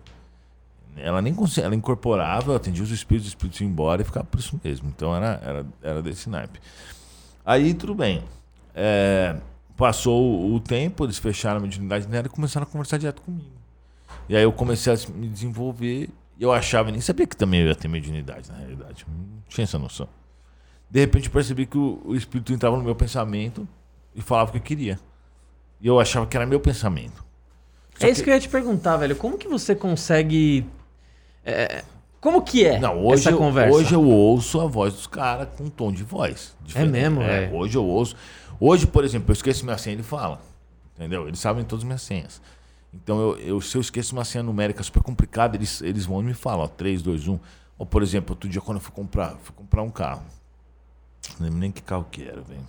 Ela nem conseguia, ela incorporava, eu atendia os espíritos, os espíritos iam embora e ficava por isso mesmo. Então era, era, era desse naipe. Aí tudo bem. É, passou o tempo, eles fecharam a mediunidade dela e começaram a conversar direto comigo. E aí eu comecei a me desenvolver. E eu achava, nem sabia que também eu ia ter mediunidade, na realidade. Não tinha essa noção. De repente eu percebi que o, o espírito entrava no meu pensamento e falava o que eu queria. E eu achava que era meu pensamento. Só é isso que... que eu ia te perguntar, velho. Como que você consegue... É... Como que é Não, hoje essa eu, conversa? Hoje eu ouço a voz dos caras com um tom de voz diferente. É mesmo, é, velho? Hoje eu ouço... Hoje, por exemplo, eu esqueço minha senha, ele fala. entendeu? Eles sabem todas as minhas senhas. Então, eu, eu, se eu esqueço uma senha numérica super complicada, eles, eles vão e me falam, ó, três, dois, um. Ou, por exemplo, outro dia quando eu fui comprar, fui comprar um carro. Não lembro nem que carro que era, velho.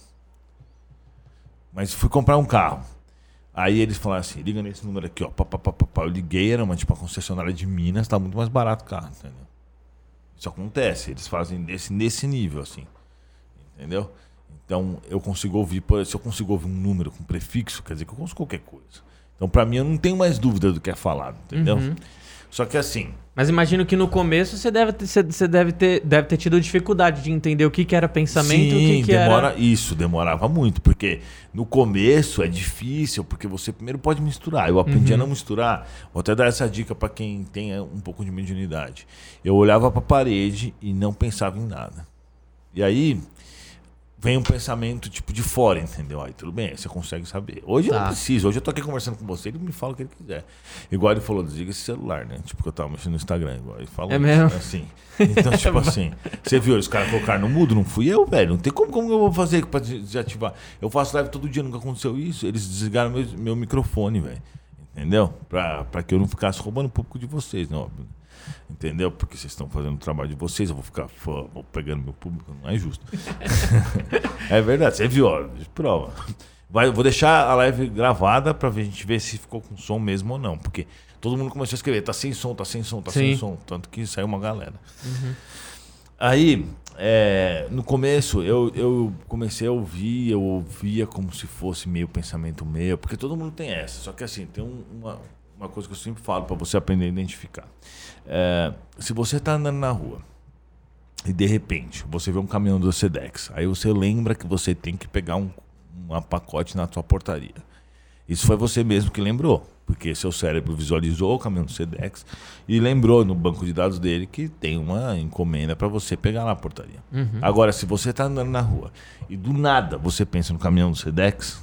Mas fui comprar um carro. Aí eles falaram assim, liga nesse número aqui, ó. Pá, pá, pá, pá, pá. Eu liguei, era uma, tipo, uma concessionária de Minas, tá muito mais barato o carro, entendeu? Isso acontece, eles fazem nesse, nesse nível, assim. Entendeu? Então, eu consigo ouvir, se eu consigo ouvir um número com prefixo, quer dizer que eu consigo qualquer coisa. Então, pra mim, eu não tenho mais dúvida do que é falado, entendeu? Uhum. Só que assim... Mas imagino que no começo você deve ter, você deve ter, deve ter tido dificuldade de entender o que, que era pensamento e o que, que demora, era... Isso, demorava muito, porque no começo é difícil, porque você primeiro pode misturar. Eu aprendi uhum. a não misturar. Vou até dar essa dica pra quem tem um pouco de mediunidade. Eu olhava pra parede e não pensava em nada. E aí... vem um pensamento tipo de fora, entendeu? Aí tudo bem, aí você consegue saber. Hoje tá. eu não preciso, hoje eu tô aqui conversando com você, ele me fala o que ele quiser. Igual ele falou, desliga esse celular, né? Tipo, que eu tava mexendo no Instagram, igual ele falou. É mesmo? Assim. Então, tipo assim, você viu, os caras colocaram no mudo, não fui eu, velho. Não tem como, como eu vou fazer pra desativar. Eu faço live todo dia, nunca aconteceu isso. Eles desligaram meu, meu microfone, velho. Entendeu? Pra, pra que eu não ficasse roubando o público de vocês, né? Óbvio. Entendeu? Porque vocês estão fazendo o trabalho de vocês, eu vou ficar fã, vou pegando meu público, não é justo. É verdade, você viu, ó, prova. Vai, vou deixar a live gravada pra a gente ver se ficou com som mesmo ou não. Porque todo mundo começou a escrever, tá sem som, tá sem som, tá Sim. sem som. Tanto que saiu uma galera. Uhum. Aí, é, no começo, eu, eu comecei a ouvir, eu ouvia como se fosse meio pensamento meu, porque todo mundo tem essa. Só que assim, tem um, uma, uma coisa que eu sempre falo pra você aprender a identificar. É, se você tá andando na rua e de repente você vê um caminhão do Sedex, aí você lembra que você tem que pegar um, um pacote na sua portaria. Isso foi você mesmo que lembrou, porque seu cérebro visualizou o caminhão do Sedex e lembrou no banco de dados dele que tem uma encomenda para você pegar na portaria. Uhum. Agora, se você tá andando na rua e do nada você pensa no caminhão do Sedex,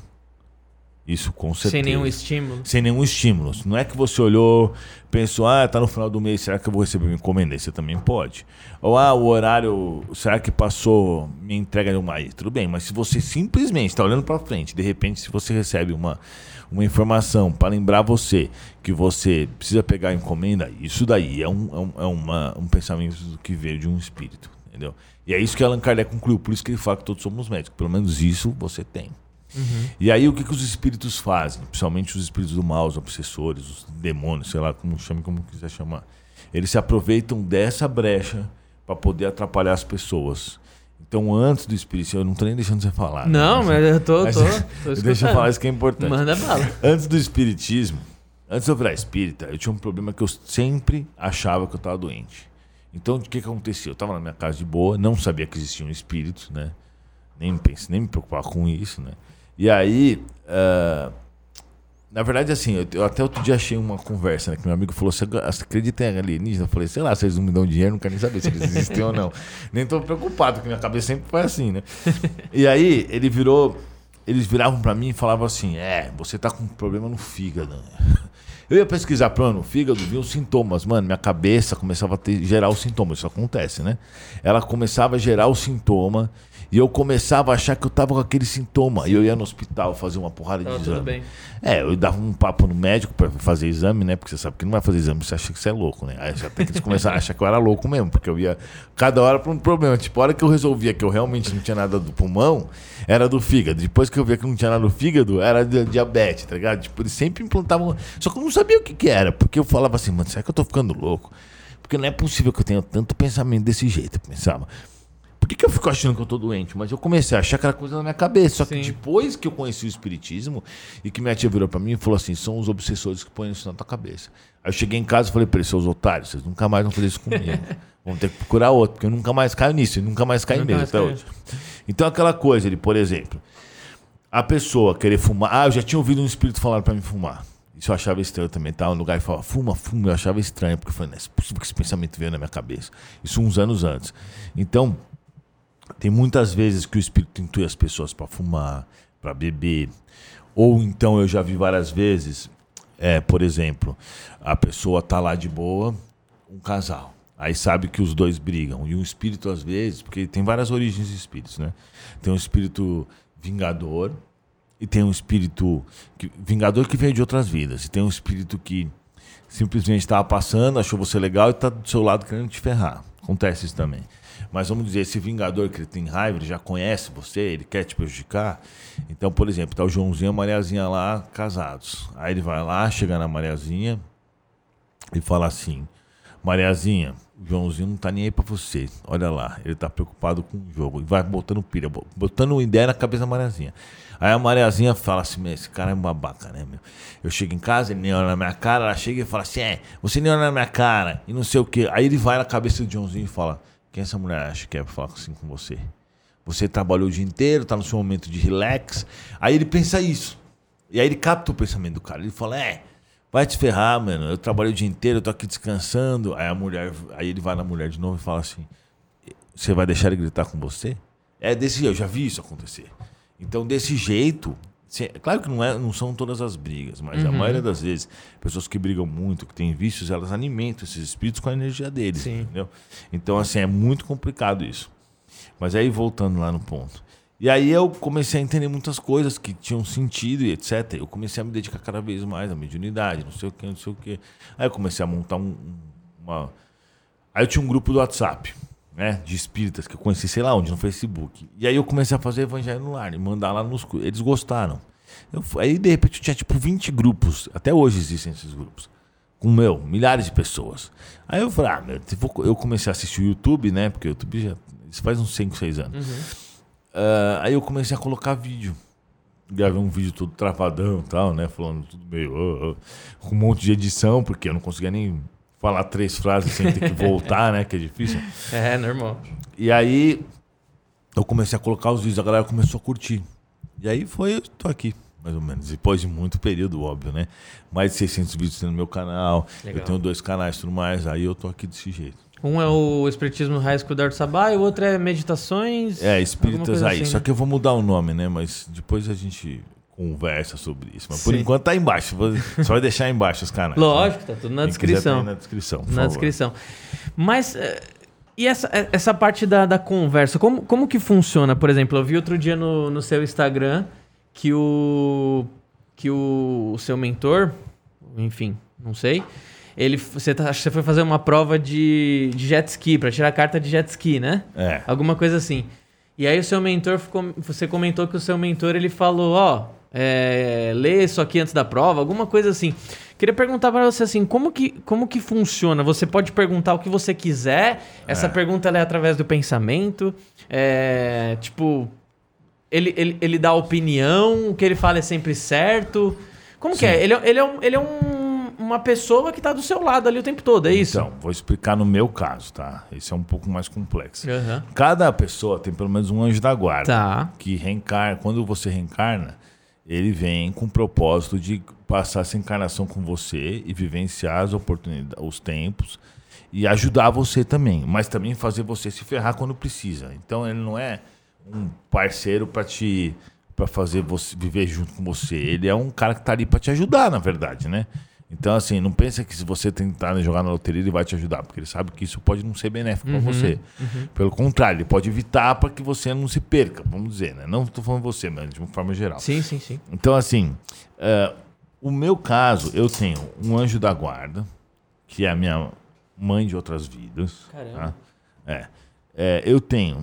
isso com certeza. Sem nenhum estímulo. Sem nenhum estímulo. Não é que você olhou, pensou, ah, tá no final do mês, será que eu vou receber uma encomenda? Aí você também pode. Ou, ah, o horário, será que passou minha entrega de uma aí? Tudo bem, mas se você simplesmente está olhando para frente, de repente, se você recebe uma, uma informação para lembrar você que você precisa pegar a encomenda, isso daí é um, é um, é uma, um pensamento que veio de um espírito, entendeu? E é isso que Allan Kardec concluiu, por isso que ele fala que todos somos médicos. Pelo menos isso você tem. Uhum. E aí o que, que os espíritos fazem? Principalmente os espíritos do mal, os obsessores, os demônios, sei lá, como chame, como quiser chamar. Eles se aproveitam dessa brecha para poder atrapalhar as pessoas. Então antes do espiritismo, eu não tô nem deixando você falar. Não, né? mas eu tô, mas, tô, tô deixa eu falar isso que é importante. Manda bala. Antes do espiritismo, antes de eu virar espírita, eu tinha um problema que eu sempre achava que eu estava doente. Então o que, que acontecia? Eu estava na minha casa de boa, não sabia que existiam espíritos, né? Nem pensei, nem me preocupar com isso, né? E aí, uh, na verdade, assim, eu, eu até outro dia achei uma conversa, né? Que meu amigo falou, você, você acredita em alienígena? Eu falei, sei lá, se eles não me dão dinheiro, não quero nem saber se eles existem ou não. Nem tô preocupado, porque minha cabeça sempre foi assim, né? E aí, ele virou, eles viravam pra mim e falavam assim, é, você tá com um problema no fígado. Eu ia pesquisar problema no fígado, vi os sintomas, mano, minha cabeça começava a ter, gerar os sintomas, isso acontece, né? Ela começava a gerar o sintoma e eu começava a achar que eu tava com aquele sintoma. E eu ia no hospital fazer uma porrada de ah, exame. Tudo bem. É, eu dava um papo no médico pra fazer exame, né? Porque você sabe que não vai fazer exame, você acha que você é louco, né? Aí até que eles começaram a achar que eu era louco mesmo, porque eu ia cada hora pra um problema. Tipo, a hora que eu resolvia que eu realmente não tinha nada do pulmão, era do fígado. Depois que eu via que não tinha nada do fígado, era de diabetes, tá ligado? Tipo, eles sempre implantavam... Só que eu não sabia o que que era, porque eu falava assim, mano, será que eu tô ficando louco? Porque não é possível que eu tenha tanto pensamento desse jeito, eu pensava... Por que, que eu fico achando que eu tô doente? Mas eu comecei a achar aquela coisa na minha cabeça. Só que Sim. depois que eu conheci o espiritismo e que minha tia virou pra mim e falou assim, são os obsessores que põem isso na tua cabeça. Aí eu cheguei em casa e falei pra eles, seus otários, vocês nunca mais vão fazer isso comigo. Vão ter que procurar outro, porque eu nunca mais caio nisso. E nunca mais caio mesmo até hoje. Então aquela coisa, ele, por exemplo, a pessoa querer fumar... Ah, eu já tinha ouvido um espírito falar pra mim fumar. Isso eu achava estranho também. Tava no lugar e falava, fuma, fuma. Eu achava estranho, porque eu falei, não é possível que esse pensamento veio na minha cabeça. Isso uns anos antes. Então... Tem muitas vezes que o espírito intui as pessoas para fumar, para beber. Ou então eu já vi várias vezes, é, por exemplo, a pessoa tá lá de boa, um casal. Aí sabe que os dois brigam. E um espírito, às vezes, porque tem várias origens de espíritos, né? Tem um espírito vingador, e tem um espírito que, vingador que veio de outras vidas. E tem um espírito que simplesmente estava passando, achou você legal e está do seu lado querendo te ferrar. Acontece isso também. Mas vamos dizer, esse vingador que ele tem raiva, ele já conhece você, ele quer te prejudicar. Então, por exemplo, tá o Joãozinho e a Mariazinha lá, casados. Aí ele vai lá, chega na Mariazinha e fala assim: Mariazinha, o Joãozinho não tá nem aí pra você. Olha lá, ele tá preocupado com o jogo. E vai botando pilha, botando uma ideia na cabeça da Mariazinha. Aí a Mariazinha fala assim: esse cara é um babaca, né, meu? Eu chego em casa, ele nem olha na minha cara, ela chega e fala assim: é, você nem olha na minha cara, e não sei o quê. Aí ele vai na cabeça do Joãozinho e fala: quem essa mulher acha que é pra falar assim com você? Você trabalhou o dia inteiro, tá no seu momento de relax. Aí ele pensa isso. E aí ele capta o pensamento do cara. Ele fala: é, vai te ferrar, mano. Eu trabalhei o dia inteiro, eu tô aqui descansando. Aí a mulher, aí ele vai na mulher de novo e fala assim: você vai deixar ele gritar com você? É desse jeito, eu já vi isso acontecer. Então, desse jeito, claro que não, é, não são todas as brigas, mas uhum. a maioria das vezes, pessoas que brigam muito, que têm vícios, elas alimentam esses espíritos com a energia deles, Sim. entendeu? Então, assim, é muito complicado isso. Mas aí, voltando lá no ponto. E aí eu comecei a entender muitas coisas que tinham sentido e etcétera. Eu comecei a me dedicar cada vez mais à mediunidade, não sei o que, não sei o que. Aí eu comecei a montar um, uma... Aí eu tinha um grupo do WhatsApp, né, de espíritas que eu conheci, sei lá onde, no Facebook. E aí eu comecei a fazer evangelho no lar e mandar lá nos... Eles gostaram. Eu, aí, de repente, eu tinha tipo vinte grupos. Até hoje existem esses grupos. Com, meu, milhares de pessoas. Aí eu falei, ah, meu, eu comecei a assistir o YouTube, né? Porque o YouTube já... Isso faz uns cinco, seis anos. Uhum. Uh, aí eu comecei a colocar vídeo. Gravei um vídeo todo travadão e tal, né? Falando tudo meio... Uh, uh, com um monte de edição, porque eu não conseguia nem... falar três frases sem ter que voltar, né? Que é difícil. É, normal. E aí, eu comecei a colocar os vídeos, a galera começou a curtir. E aí foi, eu tô aqui, mais ou menos. Depois de muito período, óbvio, né? Mais de seiscentos vídeos no meu canal. Legal. Eu tenho dois canais e tudo mais. Aí eu tô aqui desse jeito. Um é o Espiritismo Raiz com o Eduardo Sabá e o outro é Meditações... É, Espíritas aí. Assim, Só né? que eu vou mudar o nome, né? Mas depois a gente... conversa sobre isso. Mas Sim. por enquanto tá embaixo. Você vai deixar aí embaixo os canais. Lógico, né? tá tudo na Quem descrição. Tá aí na descrição. Na favor. descrição. Mas e essa, essa parte da, da conversa? Como, como que funciona? Por exemplo, eu vi outro dia no, no seu Instagram que o que o, o seu mentor, enfim, não sei, ele você, tá, você foi fazer uma prova de, de jet ski, para tirar a carta de jet ski, né? É. Alguma coisa assim. E aí o seu mentor, ficou, você comentou que o seu mentor, ele falou, ó, é, lê isso aqui antes da prova, alguma coisa assim. Queria perguntar para você assim, como que, como que funciona? Você pode perguntar o que você quiser, essa é. pergunta ela é através do pensamento, é, tipo, ele, ele, ele dá opinião, o que ele fala é sempre certo. Como Sim. que é? Ele, ele é, um, ele é um, uma pessoa que está do seu lado ali o tempo todo, é isso? Então, vou explicar no meu caso, tá? Esse é um pouco mais complexo. Uhum. Cada pessoa tem pelo menos um anjo da guarda. Tá. Que reencarna. Quando você reencarna, ele vem com o propósito de passar essa encarnação com você e vivenciar as oportunidades, os tempos e ajudar você também, mas também fazer você se ferrar quando precisa. Então ele não é um parceiro para te para fazer você viver junto com você. Ele é um cara que tá ali para te ajudar, na verdade, né? Então, assim, não pensa que se você tentar jogar na loteria, ele vai te ajudar, porque ele sabe que isso pode não ser benéfico uhum, para você. Uhum. Pelo contrário, ele pode evitar para que você não se perca, vamos dizer, né? Não estou falando você, mas de uma forma geral. Sim, sim, sim. Então, assim, uh, o meu caso, eu tenho um anjo da guarda, que é a minha mãe de outras vidas. Caramba. Tá? É. É, eu tenho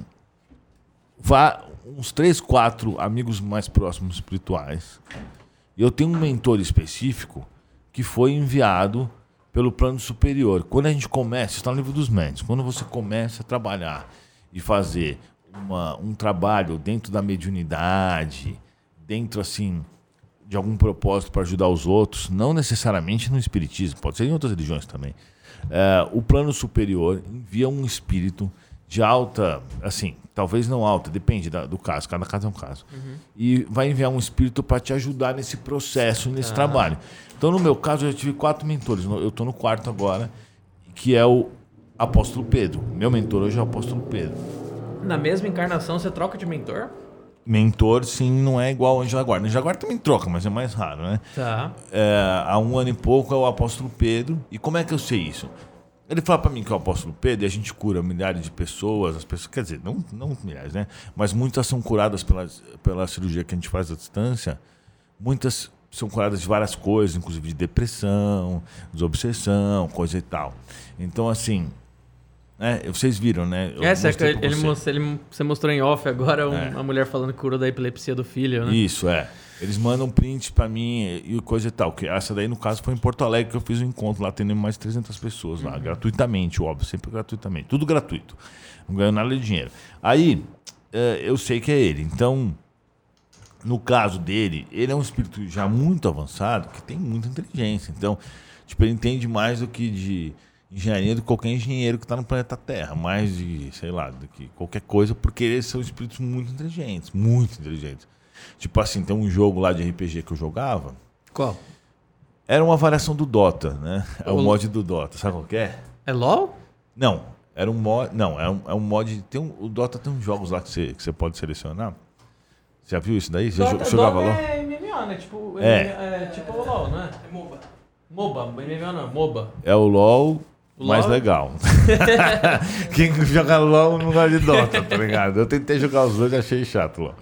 vá, uns três, quatro amigos mais próximos espirituais. E eu tenho um mentor específico que foi enviado pelo plano superior. Quando a gente começa, isso está no livro dos médiuns, quando você começa a trabalhar e fazer uma, um trabalho dentro da mediunidade, dentro assim de algum propósito para ajudar os outros, não necessariamente no espiritismo, pode ser em outras religiões também, é, o plano superior envia um espírito de alta, assim, talvez não alta, depende da, do caso, cada caso é um caso. Uhum. E vai enviar um espírito para te ajudar nesse processo, nesse ah. trabalho. Então, no meu caso, eu já tive quatro mentores. Eu estou no quarto agora, que é o Apóstolo Pedro. Meu mentor hoje é o Apóstolo Pedro. Na mesma encarnação, você troca de mentor? Mentor, sim, não é igual ao Anjo da Guarda. O Anjo da Guarda também troca, mas é mais raro, né? Tá. É, há um ano e pouco é o Apóstolo Pedro. E como é que eu sei isso? Ele fala para mim que é o apóstolo Pedro e a gente cura milhares de pessoas, as pessoas, quer dizer, não, não milhares, né? Mas muitas são curadas pela, pela cirurgia que a gente faz à distância. Muitas são curadas de várias coisas, inclusive de depressão, desobsessão, coisa e tal. Então, assim, né, vocês viram, né? Eu Essa é que ele, você. Mostrou, ele você mostrou em off agora um, é. uma mulher falando que curou da epilepsia do filho, né? Isso, é. Eles mandam print pra mim e coisa e tal. Que essa daí, no caso, foi em Porto Alegre que eu fiz um encontro lá, tendo mais de trezentas pessoas lá, uhum. gratuitamente, óbvio, sempre gratuitamente. Tudo gratuito. Não ganho nada de dinheiro. Aí, é, eu sei que é ele. Então, no caso dele, ele é um espírito já muito avançado, que tem muita inteligência. Então, tipo, ele entende mais do que de engenharia do que qualquer engenheiro que está no planeta Terra. Mais de, sei lá, do que qualquer coisa, porque eles são espíritos muito inteligentes, muito inteligentes. Tipo assim, tem um jogo lá de R P G que eu jogava. Qual? Era uma variação do Dota, né? É o, o mod do Dota. Sabe qual que é? É LoL? Não. Era um mod... Não, é um, é um mod... Tem um, o Dota tem uns jogos lá que você, que você pode selecionar. Você já viu isso daí? Você Dota, jogava LoL? É M M O, né? Tipo, é. é tipo o LoL, né? É MOBA. MOBA, M M O não, MOBA. É o LoL... O mais LOL? Legal. Quem joga LoL não gosta de Dota, tá ligado? Eu tentei jogar os dois e achei chato LoL.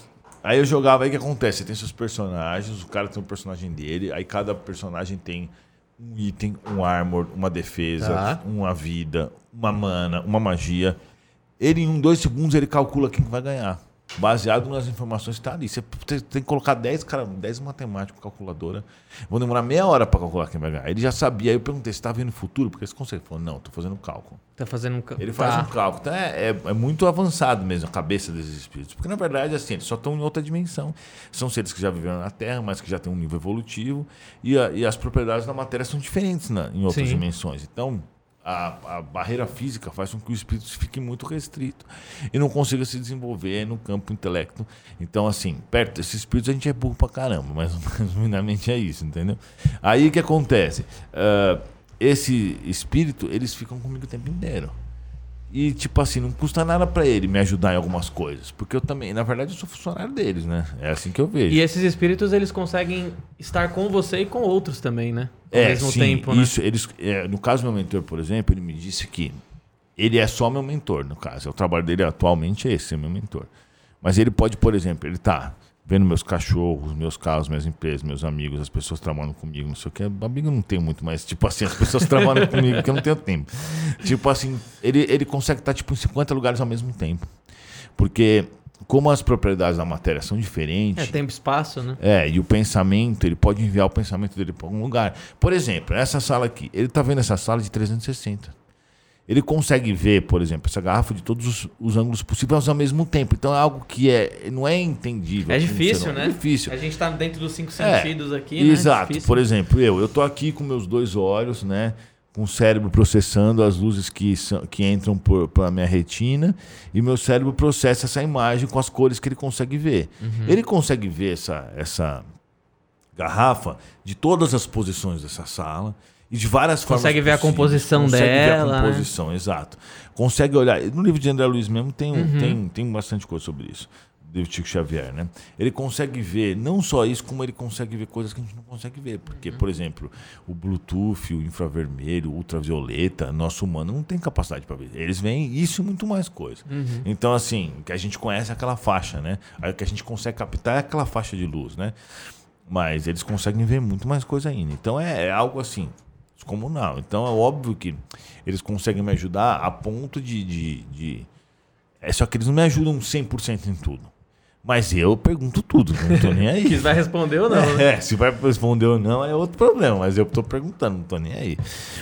Aí eu jogava, aí o que acontece? Você tem seus personagens, o cara tem um personagem dele, aí cada personagem tem um item, um armor, uma defesa, tá. uma vida, uma mana, uma magia. Ele, em um, dois segundos, ele calcula quem vai ganhar. Baseado nas informações que estão ali. Você tem que colocar dez, cara, dez matemáticos calculadora. Vão demorar meia hora para calcular quem vai ganhar. Ele já sabia. Aí eu perguntei, você está vendo o futuro? Porque você consegue. Ele falou, não, estou fazendo cálculo. Tá fazendo um cálculo. Ele faz tá. um cálculo. Então é, é, é muito avançado mesmo a cabeça desses espíritos. Porque na verdade, assim, eles só estão em outra dimensão. São seres que já viveram na Terra, mas que já têm um nível evolutivo. E, a, e as propriedades da matéria são diferentes na, em outras Sim. dimensões. Então... A, a barreira física faz com que o espírito fique muito restrito e não consiga se desenvolver no campo intelecto. Então, assim, perto desses espíritos a gente é burro pra caramba, mas resumidamente é isso, entendeu? Aí o que acontece? Uh, esse espírito, eles ficam comigo o tempo inteiro. E, tipo assim, não custa nada pra ele me ajudar em algumas coisas. Porque eu também, na verdade, eu sou funcionário deles, né? É assim que eu vejo. E esses espíritos, eles conseguem estar com você e com outros também, né? Ao é, mesmo sim, tempo, isso, né? Eles, é, no caso do meu mentor, por exemplo, ele me disse que ele é só meu mentor, no caso. O trabalho dele atualmente é esse, ser meu mentor. Mas ele pode, por exemplo, ele tá vendo meus cachorros, meus carros, minhas empresas, meus amigos, as pessoas trabalhando comigo, não sei o que. Amigo eu não tenho muito, mas tipo assim, as pessoas trabalham comigo que eu não tenho tempo. Tipo assim, ele, ele consegue estar tipo, em cinquenta lugares ao mesmo tempo. Porque como as propriedades da matéria são diferentes... É, tempo e espaço, né? É, e o pensamento, ele pode enviar o pensamento dele para algum lugar. Por exemplo, essa sala aqui, ele está vendo essa sala de trezentos e sessenta. Ele consegue ver, por exemplo, essa garrafa de todos os, os ângulos possíveis ao mesmo tempo. Então é algo que é, não é entendível. É difícil, né? É difícil. A gente está dentro dos cinco sentidos é, aqui, né? Exato. Por exemplo, eu eu estou aqui com meus dois olhos, né? Com o cérebro processando as luzes que, são, que entram por, pela minha retina, e meu cérebro processa essa imagem com as cores que ele consegue ver. Uhum. Ele consegue ver essa, essa garrafa de todas as posições dessa sala e de várias formas. Consegue ver a composição consegue dela. Consegue ver a composição, né? Exato. Consegue olhar. No livro de André Luiz mesmo tem, uhum. tem, tem bastante coisa sobre isso. Do Chico Xavier, né? Ele consegue ver não só isso, como ele consegue ver coisas que a gente não consegue ver. Porque, uhum. por exemplo, o Bluetooth, o infravermelho, o ultravioleta, nosso humano não tem capacidade para ver. Eles veem isso e muito mais coisa. Uhum. Então, assim, o que a gente conhece é aquela faixa, né? O que a gente consegue captar é aquela faixa de luz, né? Mas eles conseguem ver muito mais coisa ainda. Então, é, é algo assim, descomunal. Então, é óbvio que eles conseguem me ajudar a ponto de... de, de... É só que eles não me ajudam cem por cento em tudo. Mas eu pergunto tudo, não tô nem aí. Que vai responder ou não, né? É, se vai responder ou não é outro problema, mas eu tô perguntando, não tô nem aí.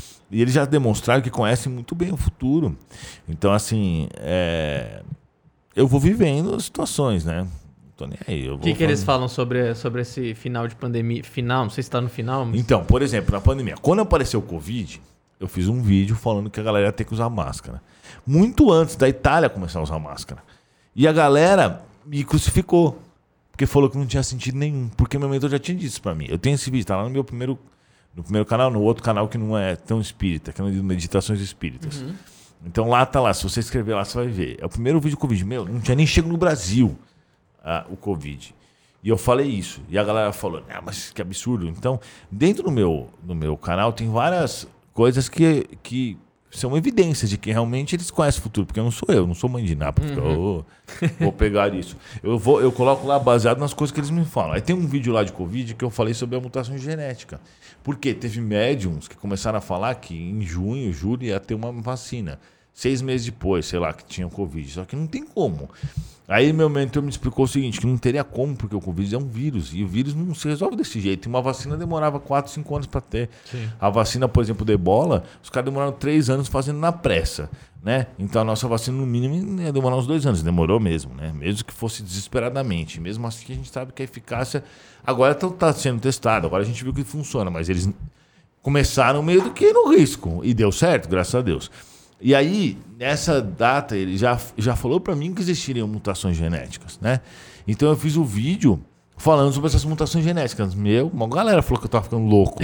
E eles já demonstraram que conhecem muito bem o futuro. Então, assim, é... eu vou vivendo situações, né? Não tô nem aí. O que, que eles falam sobre, sobre esse final de pandemia? Final, não sei se tá no final. Mas... Então, por exemplo, na pandemia, quando apareceu o Covid, eu fiz um vídeo falando que a galera ia ter que usar máscara. Muito antes da Itália começar a usar máscara. E a galera... me crucificou, porque falou que não tinha sentido nenhum, porque meu mentor já tinha dito isso pra mim. Eu tenho esse vídeo, tá lá no meu primeiro, no primeiro canal, no outro canal que não é tão espírita, que é no Meditações Espíritas. Uhum. Então lá tá lá, se você escrever lá, você vai ver. É o primeiro vídeo do Covid, meu, não tinha nem chego no Brasil ah, o Covid. E eu falei isso, e a galera falou, ah, mas que absurdo. Então, dentro do meu, do meu canal tem várias coisas que, que são evidências de que realmente eles conhecem o futuro, porque eu não sou eu, não sou mãe de nada, porque uhum. eu vou pegar isso. Eu, vou, eu coloco lá baseado nas coisas que eles me falam. Aí tem um vídeo lá de Covid que eu falei sobre a mutação genética. Porque teve médiums que começaram a falar que em junho, julho ia ter uma vacina. Seis meses depois, sei lá, que tinha o Covid. Só que não tem como. Aí meu mentor me explicou o seguinte, que não teria como, porque o Covid é um vírus. E o vírus não se resolve desse jeito. E uma vacina demorava quatro, cinco anos para ter. Sim. A vacina, por exemplo, do Ebola, os caras demoraram três anos fazendo na pressa. Né? Então a nossa vacina, no mínimo, ia demorar uns dois anos. Demorou mesmo, né? Mesmo que fosse desesperadamente. Mesmo assim, a gente sabe que a eficácia agora está sendo testada. Agora a gente viu que funciona. Mas eles começaram meio do que no risco. E deu certo, graças a Deus. E aí, nessa data, ele já, já falou para mim que existiriam mutações genéticas, né? Então eu fiz o um vídeo falando sobre essas mutações genéticas. Meu, uma galera falou que eu tava ficando louco.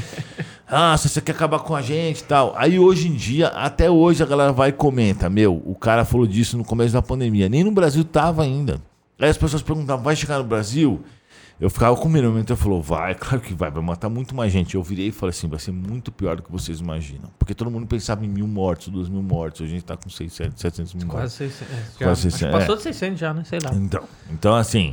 Ah, se você quer acabar com a gente e tal. Aí hoje em dia, até hoje a galera vai e comenta. Meu, o cara falou disso no começo da pandemia. Nem no Brasil tava ainda. Aí as pessoas perguntavam, vai chegar no Brasil? Eu ficava com medo, então ele falou, vai, claro que vai, vai matar muito mais gente. Eu virei e falei assim, vai ser muito pior do que vocês imaginam. Porque todo mundo pensava em mil mortos, duas mil mortos. Hoje a gente tá com seiscentos, setecentos mil mortos. Quase seiscentos. É, Quase seiscentos. Passou de seiscentos já, né? Sei lá. Então, então assim,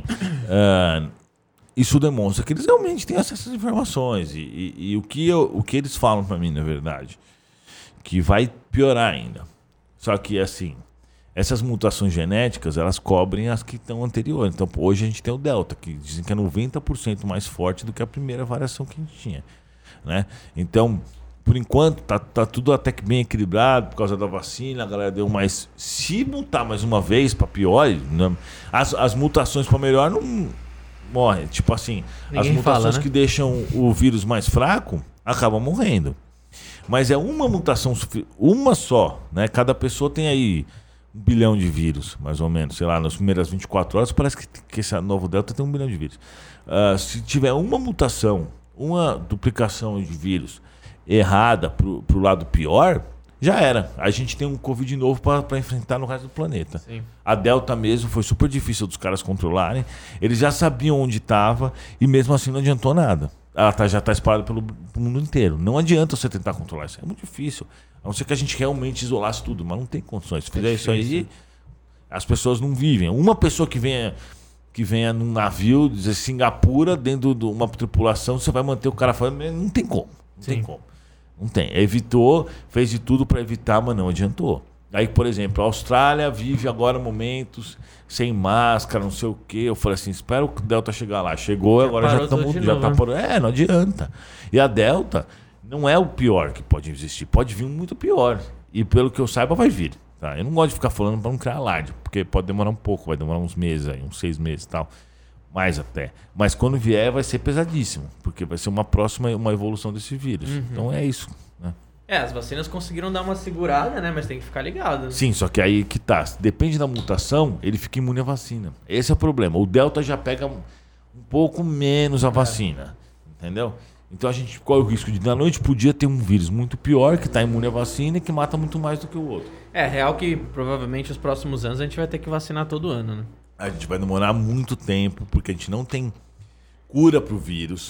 uh, isso demonstra que eles realmente têm acesso às informações. E, e, e o, que eu, o que eles falam pra mim, na verdade, que vai piorar ainda. Só que, assim, essas mutações genéticas, elas cobrem as que estão anteriores. Então, hoje a gente tem o Delta, que dizem que é noventa por cento mais forte do que a primeira variação que a gente tinha. Né? Então, por enquanto, tá, tá tudo até que bem equilibrado por causa da vacina. A galera deu mais... Se mutar mais uma vez para pior, né? as, as mutações para melhor não morrem. Tipo assim, Ninguém as mutações fala, né? que deixam o vírus mais fraco acabam morrendo. Mas é uma mutação, uma só. Né? Cada pessoa tem aí um bilhão de vírus, mais ou menos. Sei lá, nas primeiras vinte e quatro horas, parece que, que esse novo Delta tem um bilhão de vírus. Uh, se tiver uma mutação, uma duplicação de vírus errada pro, pro lado pior, já era. A gente tem um Covid novo para enfrentar no resto do planeta. Sim. A Delta mesmo foi super difícil dos caras controlarem. Eles já sabiam onde estava e mesmo assim não adiantou nada. Ela tá, já está espalhada pelo, pelo mundo inteiro. Não adianta você tentar controlar isso. É muito difícil. A não ser que a gente realmente isolasse tudo, mas não tem condições. Se fizer é isso aí, as pessoas não vivem. Uma pessoa que venha, que venha num navio, dizer Singapura, dentro de uma tripulação, você vai manter o cara falando, não tem como. Não Sim. tem como. Não tem. Evitou, fez de tudo para evitar, mas não adiantou. Aí, por exemplo, a Austrália vive agora momentos sem máscara, não sei o quê. Eu falei assim, espera o Delta chegar lá. Chegou, já agora já estamos... Já tá por... É, não adianta. E a Delta não é o pior que pode existir. Pode vir um muito pior. E pelo que eu saiba, vai vir. Tá? Eu não gosto de ficar falando para não criar alarde, porque pode demorar um pouco, vai demorar uns meses, aí, uns seis meses e tal. Mais até. Mas quando vier, vai ser pesadíssimo, porque vai ser uma próxima uma evolução desse vírus. Uhum. Então é isso. Né? É, as vacinas conseguiram dar uma segurada, né? Mas tem que ficar ligado. Sim, só que aí que tá. Depende da mutação, ele fica imune à vacina. Esse é o problema. O Delta já pega um pouco menos a vacina. É. Entendeu? Então a gente corre o risco de, da noite pro dia, ter um vírus muito pior, que tá imune à vacina e que mata muito mais do que o outro. É, real que provavelmente os próximos anos a gente vai ter que vacinar todo ano, né? A gente vai demorar muito tempo, porque a gente não tem cura pro vírus.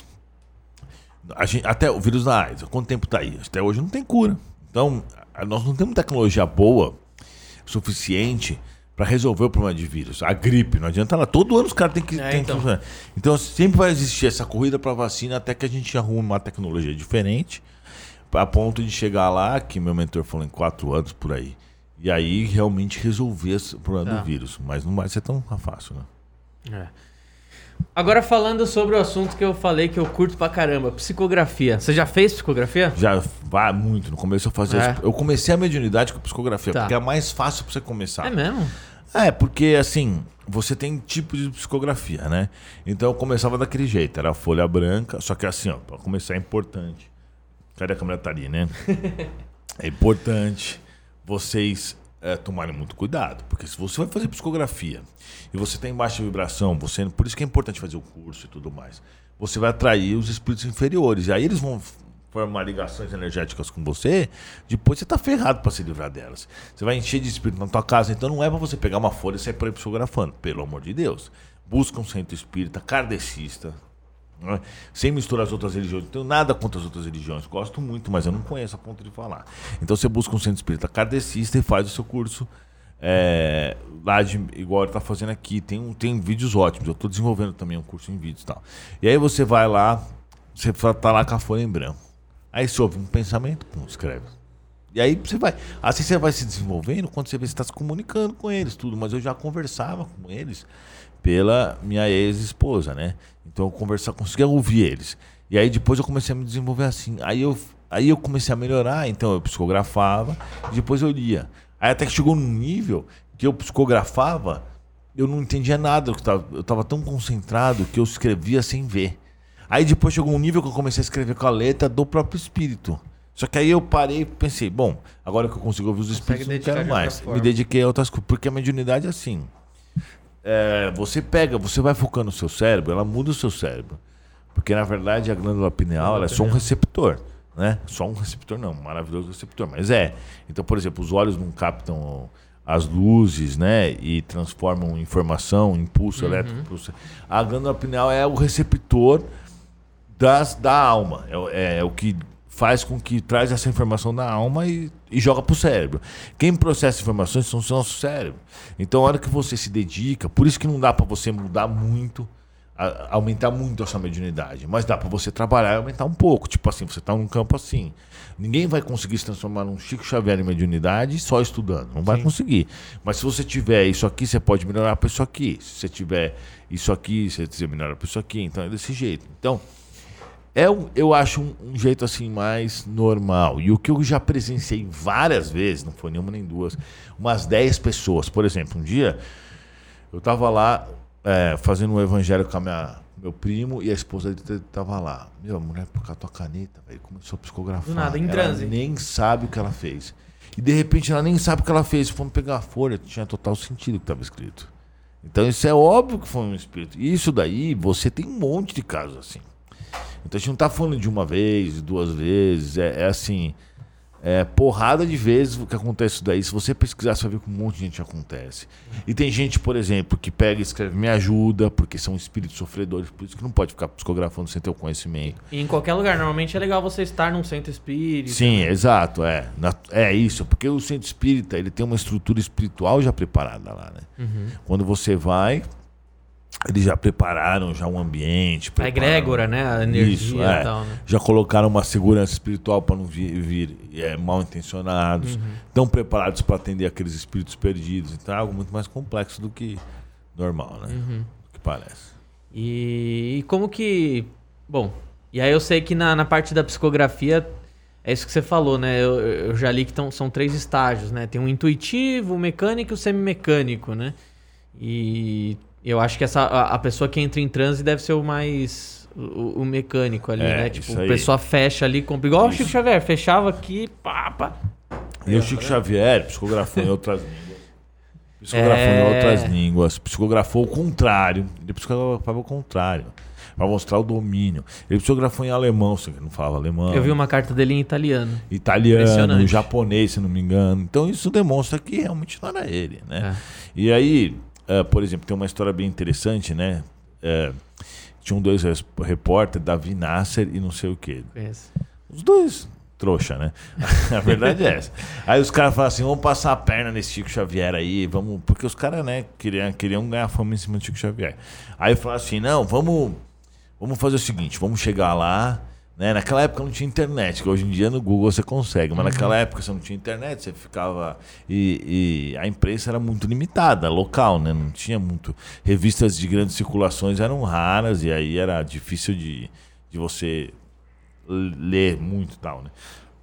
A gente, até o vírus da AIDS, quanto tempo tá aí? Até hoje não tem cura. Então, nós não temos tecnologia boa o suficiente para resolver o problema de vírus. A gripe, não adianta lá. Todo ano os caras têm que... É, tem então. que... então, sempre vai existir essa corrida para vacina até que a gente arrume uma tecnologia diferente, a ponto de chegar lá, que meu mentor falou em quatro anos por aí. E aí realmente resolver o problema tá. do vírus. Mas não vai ser tão fácil, né? É. Agora falando sobre o assunto que eu falei que eu curto pra caramba, psicografia. Você já fez psicografia? Já, vai muito. No começo eu fazia... É. Eu comecei a mediunidade com psicografia, tá. porque é mais fácil pra você começar. É mesmo? É, porque assim, você tem tipos de psicografia, né? Então eu começava daquele jeito, era folha branca, só que assim, ó, pra começar é importante. Cadê a câmera? Tá ali, né? É importante vocês é, tomarem muito cuidado, porque se você vai fazer psicografia e você tem baixa vibração, você, por isso que é importante fazer o curso e tudo mais, você vai atrair os espíritos inferiores, e aí eles vão formar ligações energéticas com você, depois você tá ferrado para se livrar delas. Você vai encher de espírito na tua casa, então não é para você pegar uma folha e sair por aí psicografando, pelo amor de Deus. Busca um centro espírita, kardecista, né? Sem misturar as outras religiões. Não tenho nada contra as outras religiões. Gosto muito, mas eu não conheço a ponto de falar. Então você busca um centro espírita kardecista e faz o seu curso é, lá de, igual ele está fazendo aqui. Tem, um, tem vídeos ótimos. Eu estou desenvolvendo também um curso em vídeos e tal. E aí você vai lá, você está lá com a folha em branco. Aí você ouve um pensamento, pum, escreve. E aí você vai, assim você vai se desenvolvendo, quando você vê, você está se comunicando com eles, tudo. Mas eu já conversava com eles pela minha ex-esposa, né? Então eu conversava, conseguia ouvir eles. E aí depois eu comecei a me desenvolver assim. Aí eu, aí eu comecei a melhorar, então eu psicografava, e depois eu lia. Aí até que chegou num nível que eu psicografava, eu não entendia nada, eu estava eu estava tão concentrado que eu escrevia sem ver. Aí depois chegou um nível que eu comecei a escrever com a letra do próprio espírito. Só que aí eu parei e pensei, bom, agora que eu consigo ouvir os espíritos, não quero mais. Me dediquei a outras coisas, porque a mediunidade é assim. É, você pega, você vai focando no seu cérebro, ela muda o seu cérebro. Porque na verdade a glândula pineal ela é só um receptor, né? Só um receptor não, um maravilhoso receptor, mas é. Então, por exemplo, os olhos não captam as luzes, né? E transformam informação, impulso uhum. elétrico. Impulso. A glândula pineal é o receptor das, da alma, é, é o que faz com que traz essa informação da alma e, e joga para o cérebro. Quem processa informações são o nosso cérebro. Então, a hora que você se dedica, por isso que não dá para você mudar muito, a, aumentar muito a sua mediunidade, mas dá para você trabalhar e aumentar um pouco. Tipo assim, você está num campo assim. Ninguém vai conseguir se transformar num Chico Xavier em mediunidade só estudando. Não vai Sim. conseguir. Mas se você tiver isso aqui, você pode melhorar para isso aqui. Se você tiver isso aqui, você melhora para isso aqui. Então, é desse jeito. Então, É um, eu acho um, um jeito assim mais normal. E o que eu já presenciei várias vezes, não foi nenhuma nem duas, umas dez pessoas. Por exemplo, um dia eu estava lá é, fazendo um evangelho com a minha, meu primo e a esposa dele estava lá. Meu, a mulher por a tua caneta, velho, começou a psicografar. Do nada, em ela transe. Nem sabe o que ela fez. E de repente ela nem sabe o que ela fez. Fomos pegar a folha, tinha total sentido o que estava escrito. Então isso é óbvio que foi um espírito. E isso daí, você tem um monte de casos assim. Então a gente não tá falando de uma vez, duas vezes, é, é assim, é porrada de vezes o que acontece isso daí. Se você pesquisar, você vai ver que um monte de gente acontece. E tem gente, por exemplo, que pega e escreve me ajuda, porque são espíritos sofredores, por isso que não pode ficar psicografando sem ter o conhecimento. E em qualquer lugar, normalmente é legal você estar num centro espírita. Sim, né? Exato, é. É isso, porque o centro espírita, ele tem uma estrutura espiritual já preparada lá, né? Uhum. Quando você vai... Eles já prepararam já um ambiente. A egrégora, né? A energia isso, e é. tal, né? Já colocaram uma segurança espiritual para não vir, vir é, mal intencionados. Uhum. Estão preparados para atender aqueles espíritos perdidos. Então é algo muito mais complexo do que normal, né? Uhum. Do que parece. E, e como que... Bom, e aí eu sei que na, na parte da psicografia... É isso que você falou, né? Eu, eu já li que tão, são três estágios, né? Tem o intuitivo, o mecânico e o semimecânico, né? E... Eu acho que essa, a, a pessoa que entra em transe deve ser o mais... O, o mecânico ali, é, né? Tipo, a pessoa fecha ali... Compra, igual isso. O Chico Xavier, fechava aqui, pá, pá. E é, o Chico né? Xavier psicografou em outras línguas. Psicografou é... em outras línguas. Psicografou o contrário. Ele psicografava o contrário. Para mostrar o domínio. Ele psicografou em alemão, você não falava alemão. Eu vi uma carta dele em italiano. Italiano, japonês, se não me engano. Então isso demonstra que realmente não era ele, né? É. E aí... Uh, por exemplo, tem uma história bem interessante, né? Uh, tinham dois repórteres, Davi Nasser e não sei o quê. Conheço. Os dois trouxa, né? A verdade é essa. Aí os caras falam assim, vamos passar a perna nesse Chico Xavier aí, vamos... Porque os caras, né, queriam, queriam ganhar fama em cima do Chico Xavier. Aí falaram assim, não, vamos, vamos fazer o seguinte, vamos chegar lá... Né? Naquela época não tinha internet, que hoje em dia no Google você consegue, mas uhum. naquela época você não tinha internet, você ficava... E, e a imprensa era muito limitada, local, né? Não tinha muito... Revistas de grandes circulações eram raras e aí era difícil de, de você ler muito e tal, né?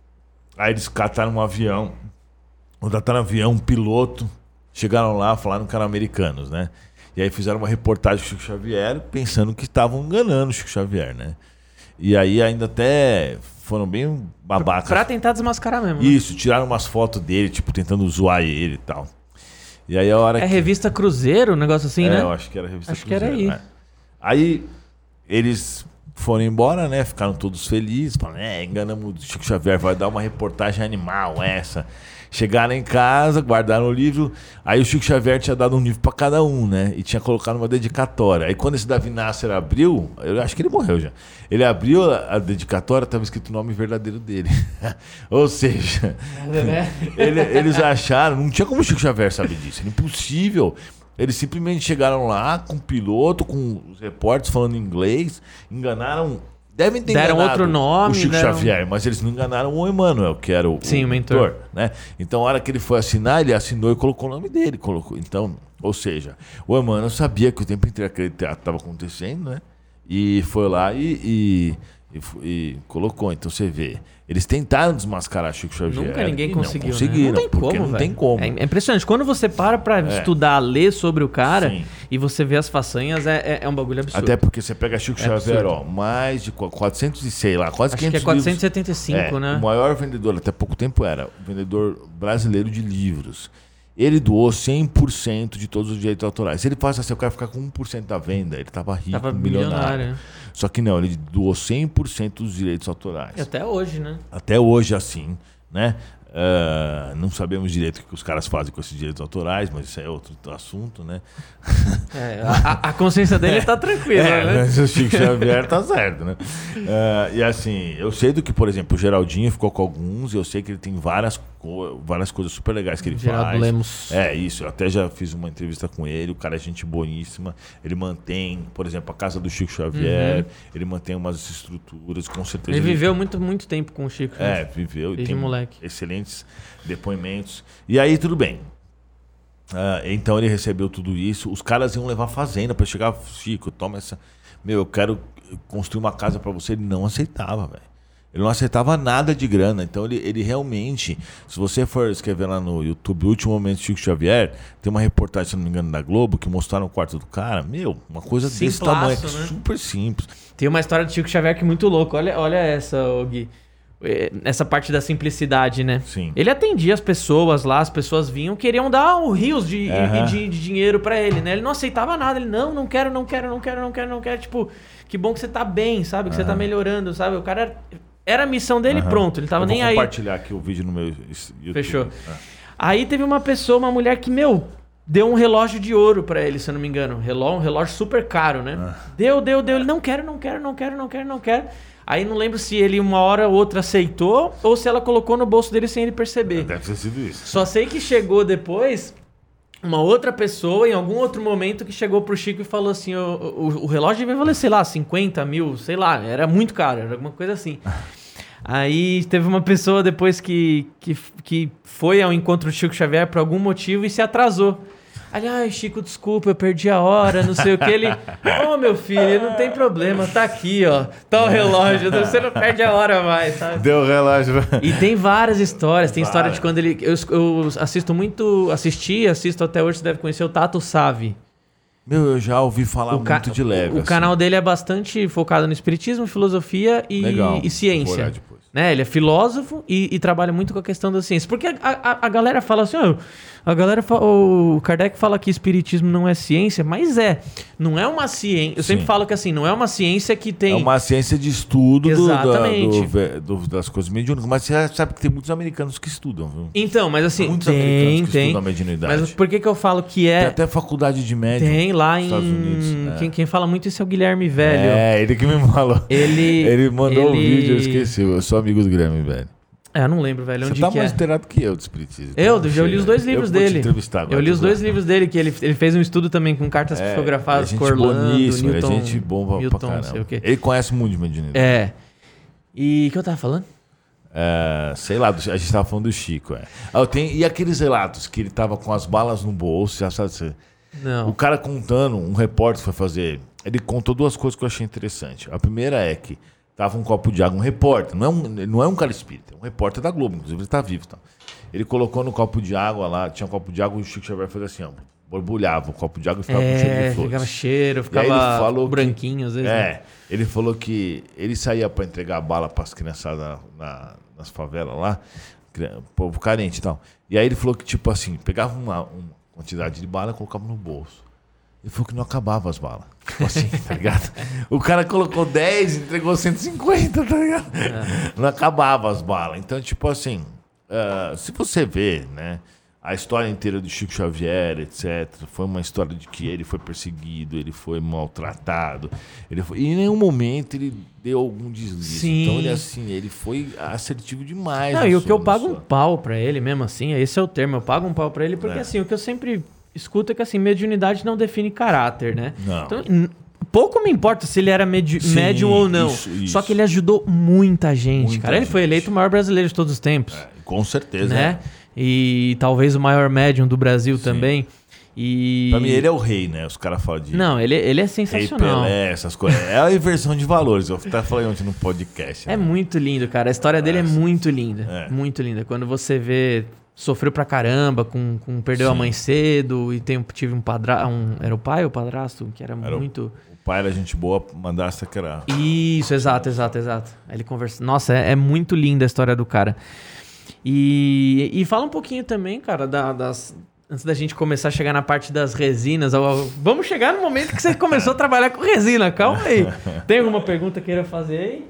Aí eles cataram um avião, contrataram um avião, um piloto, chegaram lá, falaram que eram americanos, né? E aí fizeram uma reportagem do Chico Xavier, pensando que estavam enganando o Chico Xavier, né? E aí ainda até foram bem babacas. Pra tentar desmascarar mesmo. Isso, né? Tiraram umas fotos dele, tipo, tentando zoar ele e tal. E aí a hora É que... revista Cruzeiro, um negócio assim, é, né? eu acho que era revista acho Cruzeiro. Acho que era aí. Né? Aí eles foram embora, né? Ficaram todos felizes. Falaram, é, enganamos o Chico Xavier, vai dar uma reportagem animal essa. Chegaram em casa, guardaram o livro. Aí o Chico Xavier tinha dado um livro pra cada um, né? E tinha colocado uma dedicatória. Aí quando esse Davi Nasser abriu, eu acho que ele morreu já. Ele abriu a, a dedicatória, estava escrito o nome verdadeiro dele. Ou seja, ele, eles acharam, não tinha como o Chico Xavier saber disso, era impossível. Eles simplesmente chegaram lá com o piloto, com os repórteres falando inglês, enganaram. Devem ter deram enganado outro nome, o Chico deram... Xavier, mas eles não enganaram o Emmanuel, que era o, Sim, o o mentor. mentor, né? Então, a hora que ele foi assinar, ele assinou e colocou o nome dele. Colocou. Então, ou seja, o Emmanuel sabia que o tempo inteiro aquele teatro estava acontecendo, né? E foi lá e, e, e, e colocou. Então, você vê, eles tentaram desmascarar Chico Xavier. Nunca ninguém conseguiu, não conseguiram, né? Não tem como, não véio. tem como. É impressionante. Quando você para pra é. estudar, ler sobre o cara, sim, e você vê as façanhas, é, é, é um bagulho absurdo. Até porque você pega Chico é Xavier, absurdo. ó, mais de quatrocentos e sei lá, quase Acho quinhentos que é quatrocentos e setenta e cinco, livros. né? É, o maior vendedor, até pouco tempo era, o vendedor brasileiro de livros. Ele doou cem por cento de todos os direitos autorais. Se ele faz assim, eu quero ficar com um por cento da venda, ele tava rico, tava milionário. milionário. Só que não, ele doou cem por cento dos direitos autorais. E até hoje, né? Até hoje, assim, né? Uh, não sabemos direito o que os caras fazem com esses direitos autorais, mas isso é outro assunto, né? É, a, a consciência dele é, tá tranquila, é, né? Mas o Chico Xavier tá certo, né? Uh, e assim, eu sei do que, por exemplo, o Geraldinho ficou com alguns, eu sei que ele tem várias, co- várias coisas super legais que ele Geraldo faz. Lemos. É, isso. Eu até já fiz uma entrevista com ele, o cara é gente boníssima. Ele mantém, por exemplo, a casa do Chico Xavier, uhum. ele mantém umas estruturas, com certeza. Ele viveu muito, muito tempo com o Chico. É, viveu. Desde moleque. Excelentes depoimentos. E aí, tudo bem. Uh, então ele recebeu tudo isso. Os caras iam levar fazenda para chegar. Chico, toma essa. Meu, eu quero construir uma casa para você. Ele não aceitava, velho. Ele não aceitava nada de grana. Então ele, ele realmente. Se você for escrever lá no YouTube, o último momento de Chico Xavier, tem uma reportagem, se não me engano, da Globo, que mostraram o quarto do cara. Meu, uma coisa Simplaço, desse tamanho. Né? Super simples. Tem uma história do Chico Xavier que é muito louca. Olha, olha essa, Gui. Essa parte da simplicidade, né? Sim. Ele atendia as pessoas lá, as pessoas vinham, queriam dar um rios de, uhum. de, de dinheiro pra ele, né? Ele não aceitava nada, ele, não, não quero, não quero, não quero, não quero, não quero. Tipo, que bom que você tá bem, sabe? Que uhum. você tá melhorando, sabe? O cara, era, era a missão dele, uhum. pronto, ele tava Eu vou nem aí. Vou compartilhar aqui o vídeo no meu YouTube. Fechou. É. Aí teve uma pessoa, uma mulher que, meu, deu um relógio de ouro pra ele, se eu não me engano. Relógio, um relógio super caro, né? Uhum. Deu, deu, deu. Ele, não quero, não quero, não quero, não quero, não quero. Aí não lembro se ele uma hora ou outra aceitou ou se ela colocou no bolso dele sem ele perceber. Deve ter sido isso. Só sei que chegou depois uma outra pessoa, em algum outro momento, que chegou pro Chico e falou assim, o, o, o relógio devia valer, sei lá, cinquenta mil, sei lá, era muito caro, era alguma coisa assim. Aí teve uma pessoa depois que, que, que foi ao encontro do Chico Xavier por algum motivo e se atrasou. Ali, ai, Chico, desculpa, eu perdi a hora, não sei o que. Ele, ô, oh, meu filho, não tem problema, tá aqui, ó. Tá o relógio, você não perde a hora mais, sabe? Deu o relógio. E tem várias histórias. Tem história de quando ele... Eu, eu assisto muito, assisti, assisto até hoje, você deve conhecer o Tato Savi. Meu, eu já ouvi falar o muito de leve. O assim. canal dele é bastante focado no espiritismo, filosofia e, e ciência. Né? Ele é filósofo e, e trabalha muito com a questão da ciência. Porque a, a, a galera fala assim... Oh, a galera fala, o Kardec fala que espiritismo não é ciência, mas é. Não é uma ciência... Eu Sim. sempre falo que assim, não é uma ciência que tem... É uma ciência de estudo Exatamente. Do, do, do, das coisas mediúnicas. Mas você sabe que tem muitos americanos que estudam, viu? Então, mas assim... Muitos tem, americanos que tem. estudam a mediunidade. Mas por que que eu falo que é... Tem até faculdade de médium. Tem lá nos em... Estados Unidos. É. Quem, quem fala muito isso é o Guilherme Velho. É, ele que me falou. Ele... Ele mandou o ele... um vídeo, eu esqueci. Eu sou amigo do Guilherme Velho. É, eu não lembro, velho. Onde Você tá que mais é? inteirado que eu do espiritismo. Eu, então, eu li os dois livros eu vou dele. Te entrevistar agora, eu li os dois lá. livros dele, que ele, ele fez um estudo também com cartas é, psicografadas com Orlando, Newton... Ele é gente boa Newton, pra caramba. sei o quê. Ele conhece muito de mediunidade. É. E o que eu tava falando? É, sei lá, a gente tava falando do Chico. É. Ah, tenho, e aqueles relatos que ele tava com as balas no bolso, já sabe? Não. O cara contando, um repórter foi fazer... Ele contou duas coisas que eu achei interessante. A primeira é que tava um copo de água, um repórter, não é um, não é um cara espírita, é um repórter da Globo, inclusive ele tá vivo. Tá? Ele colocou no copo de água lá, tinha um copo de água e o Chico Xavier fazia assim, ó, borbulhava o copo de água e ficava é, com cheiro de flores. ficava cheiro, ficava branquinho que, às vezes. É, né? Ele falou que ele saía para entregar bala para as criançadas na, nas favelas lá, povo carente e tal. E aí ele falou que, tipo assim, pegava uma, uma quantidade de bala e colocava no bolso. Ele falou que não acabava as balas. Tipo assim, tá ligado? O cara colocou dez, entregou cento e cinquenta, tá ligado? É. Não acabava as balas. Então, tipo assim, uh, se você vê, né, a história inteira do Chico Xavier, etcétera, foi uma história de que ele foi perseguido, ele foi maltratado. Ele foi... E em nenhum momento ele deu algum deslize. Sim. Então, ele, assim, ele foi assertivo demais. Não, e o que eu pago um pau pra ele mesmo, assim, esse é o termo, eu pago um pau pra ele, porque, é. assim, o que eu sempre... escuta que assim, mediunidade não define caráter, né? Não. Então, pouco me importa se ele era medi- Sim, médium ou não. Isso, isso. Só que ele ajudou muita gente, muita cara. Ele gente. foi eleito o maior brasileiro de todos os tempos. É, com certeza. Né? É. E talvez o maior médium do Brasil Sim. também. E... Pra mim, ele é o rei, né? Os caras falam de... Não, ele, ele é sensacional. Rei Pelé, essas coisas. É a inversão de valores. Eu até falei ontem no podcast. É né? muito lindo, cara. A história dele é muito linda. É. Muito linda. Quando você vê... Sofreu pra caramba, com, com perdeu Sim. a mãe cedo e tem, tive um padrasto. Um, era o pai ou o padrasto? Que era, era muito. O, o pai era gente boa, mandasse que era. Isso, exato, exato, exato. Aí ele conversa. Nossa, é, é muito linda a história do cara. E, e fala um pouquinho também, cara, da, das. Antes da gente começar a chegar na parte das resinas. Vamos chegar no momento que você começou a trabalhar com resina. Calma aí. Tem alguma pergunta que queira fazer aí?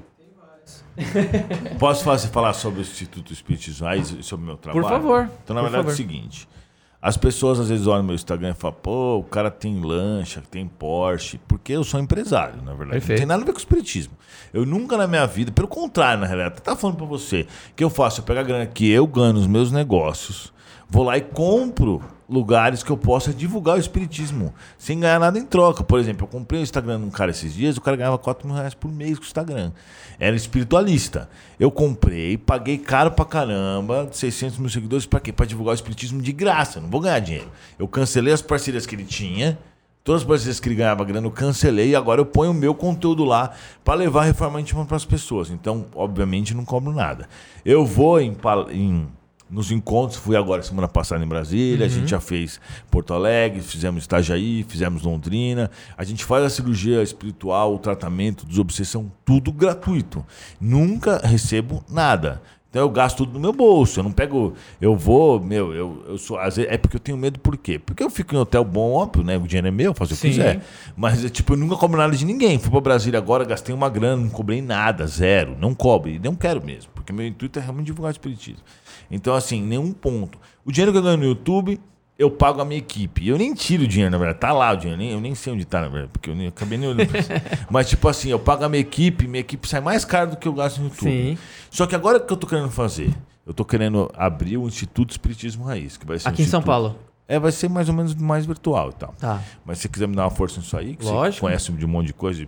Posso fazer, falar sobre o Instituto Espiritismo Raiz e sobre o meu trabalho? Por favor. Então, na verdade, favor. é o seguinte. As pessoas às vezes olham no meu Instagram e falam, pô, o cara tem lancha, tem Porsche. Porque eu sou empresário, na verdade. Perfeito. Não tem nada a ver com o espiritismo. Eu nunca na minha vida, pelo contrário, na realidade, eu tava falando pra você, que eu faço, eu pego a grana que eu ganho nos meus negócios, vou lá e compro lugares que eu possa divulgar o espiritismo sem ganhar nada em troca. Por exemplo, eu comprei o Instagram de um cara esses dias, o cara ganhava quatro mil reais por mês com o Instagram. Era espiritualista. Eu comprei, paguei caro pra caramba, seiscentos mil seguidores, pra quê? Pra divulgar o espiritismo de graça, não vou ganhar dinheiro. Eu cancelei as parcerias que ele tinha, todas as parcerias que ele ganhava grana eu cancelei e agora eu ponho o meu conteúdo lá pra levar a reforma íntima pras pessoas. Então, obviamente, não cobro nada. Eu vou em... em nos encontros, fui agora semana passada em Brasília, uhum. a gente já fez Porto Alegre, fizemos Itajaí, fizemos Londrina. A gente faz a cirurgia espiritual, o tratamento, desobsessão, tudo gratuito. Nunca recebo nada. Então eu gasto tudo no meu bolso. Eu não pego, eu vou, meu, eu, eu sou. Às vezes, é porque eu tenho medo, por quê? Porque eu fico em hotel bom, óbvio, né? O dinheiro é meu, faço o que quiser. Mas, tipo, eu nunca cobro nada de ninguém. Fui pra Brasília agora, gastei uma grana, não cobrei nada, zero. Não cobro, e não quero mesmo, porque meu intuito é realmente divulgar o espiritismo. Então, assim, nenhum ponto. O dinheiro que eu ganho no YouTube, eu pago a minha equipe. Eu nem tiro o dinheiro, na verdade. Tá lá o dinheiro. Eu nem sei onde tá, na verdade, porque eu nem, acabei nem olhando pra isso. Mas, tipo assim, eu pago a minha equipe, minha equipe sai mais caro do que eu gasto no YouTube. Sim. Só que agora o que eu tô querendo fazer? Eu tô querendo abrir o Instituto Espiritismo Raiz. Que vai ser Aqui um em São Paulo? É, vai ser mais ou menos mais virtual e tal. Tá. Mas se você quiser me dar uma força nisso aí, que Lógico. Você conhece de um monte de coisa...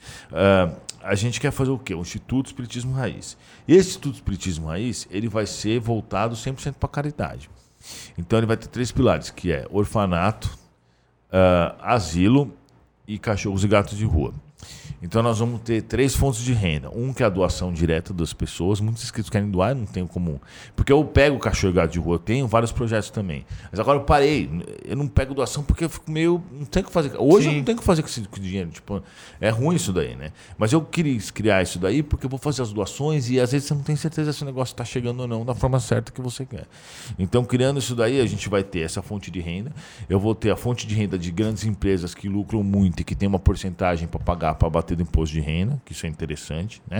Uh, a gente quer fazer o quê? O Instituto Espiritismo Raiz. E esse Instituto Espiritismo Raiz, ele vai ser voltado cem por cento para caridade. Então ele vai ter três pilares, que é orfanato, uh, asilo e cachorros e gatos de rua. Então nós vamos ter três fontes de renda. Um que é a doação direta das pessoas. Muitos inscritos querem doar, eu não tenho como... Porque eu pego o cachorro e gato de rua, eu tenho vários projetos também. Mas agora eu parei, eu não pego doação porque eu fico meio... Não tenho o que fazer. Hoje Sim. eu não tenho o que fazer com esse dinheiro. Tipo, é ruim isso daí, né? Mas eu queria criar isso daí porque eu vou fazer as doações e às vezes você não tem certeza se o negócio está chegando ou não da forma certa que você quer. Então, criando isso daí, a gente vai ter essa fonte de renda. Eu vou ter a fonte de renda de grandes empresas que lucram muito e que tem uma porcentagem para pagar, para bater do imposto de renda, que isso é interessante, né?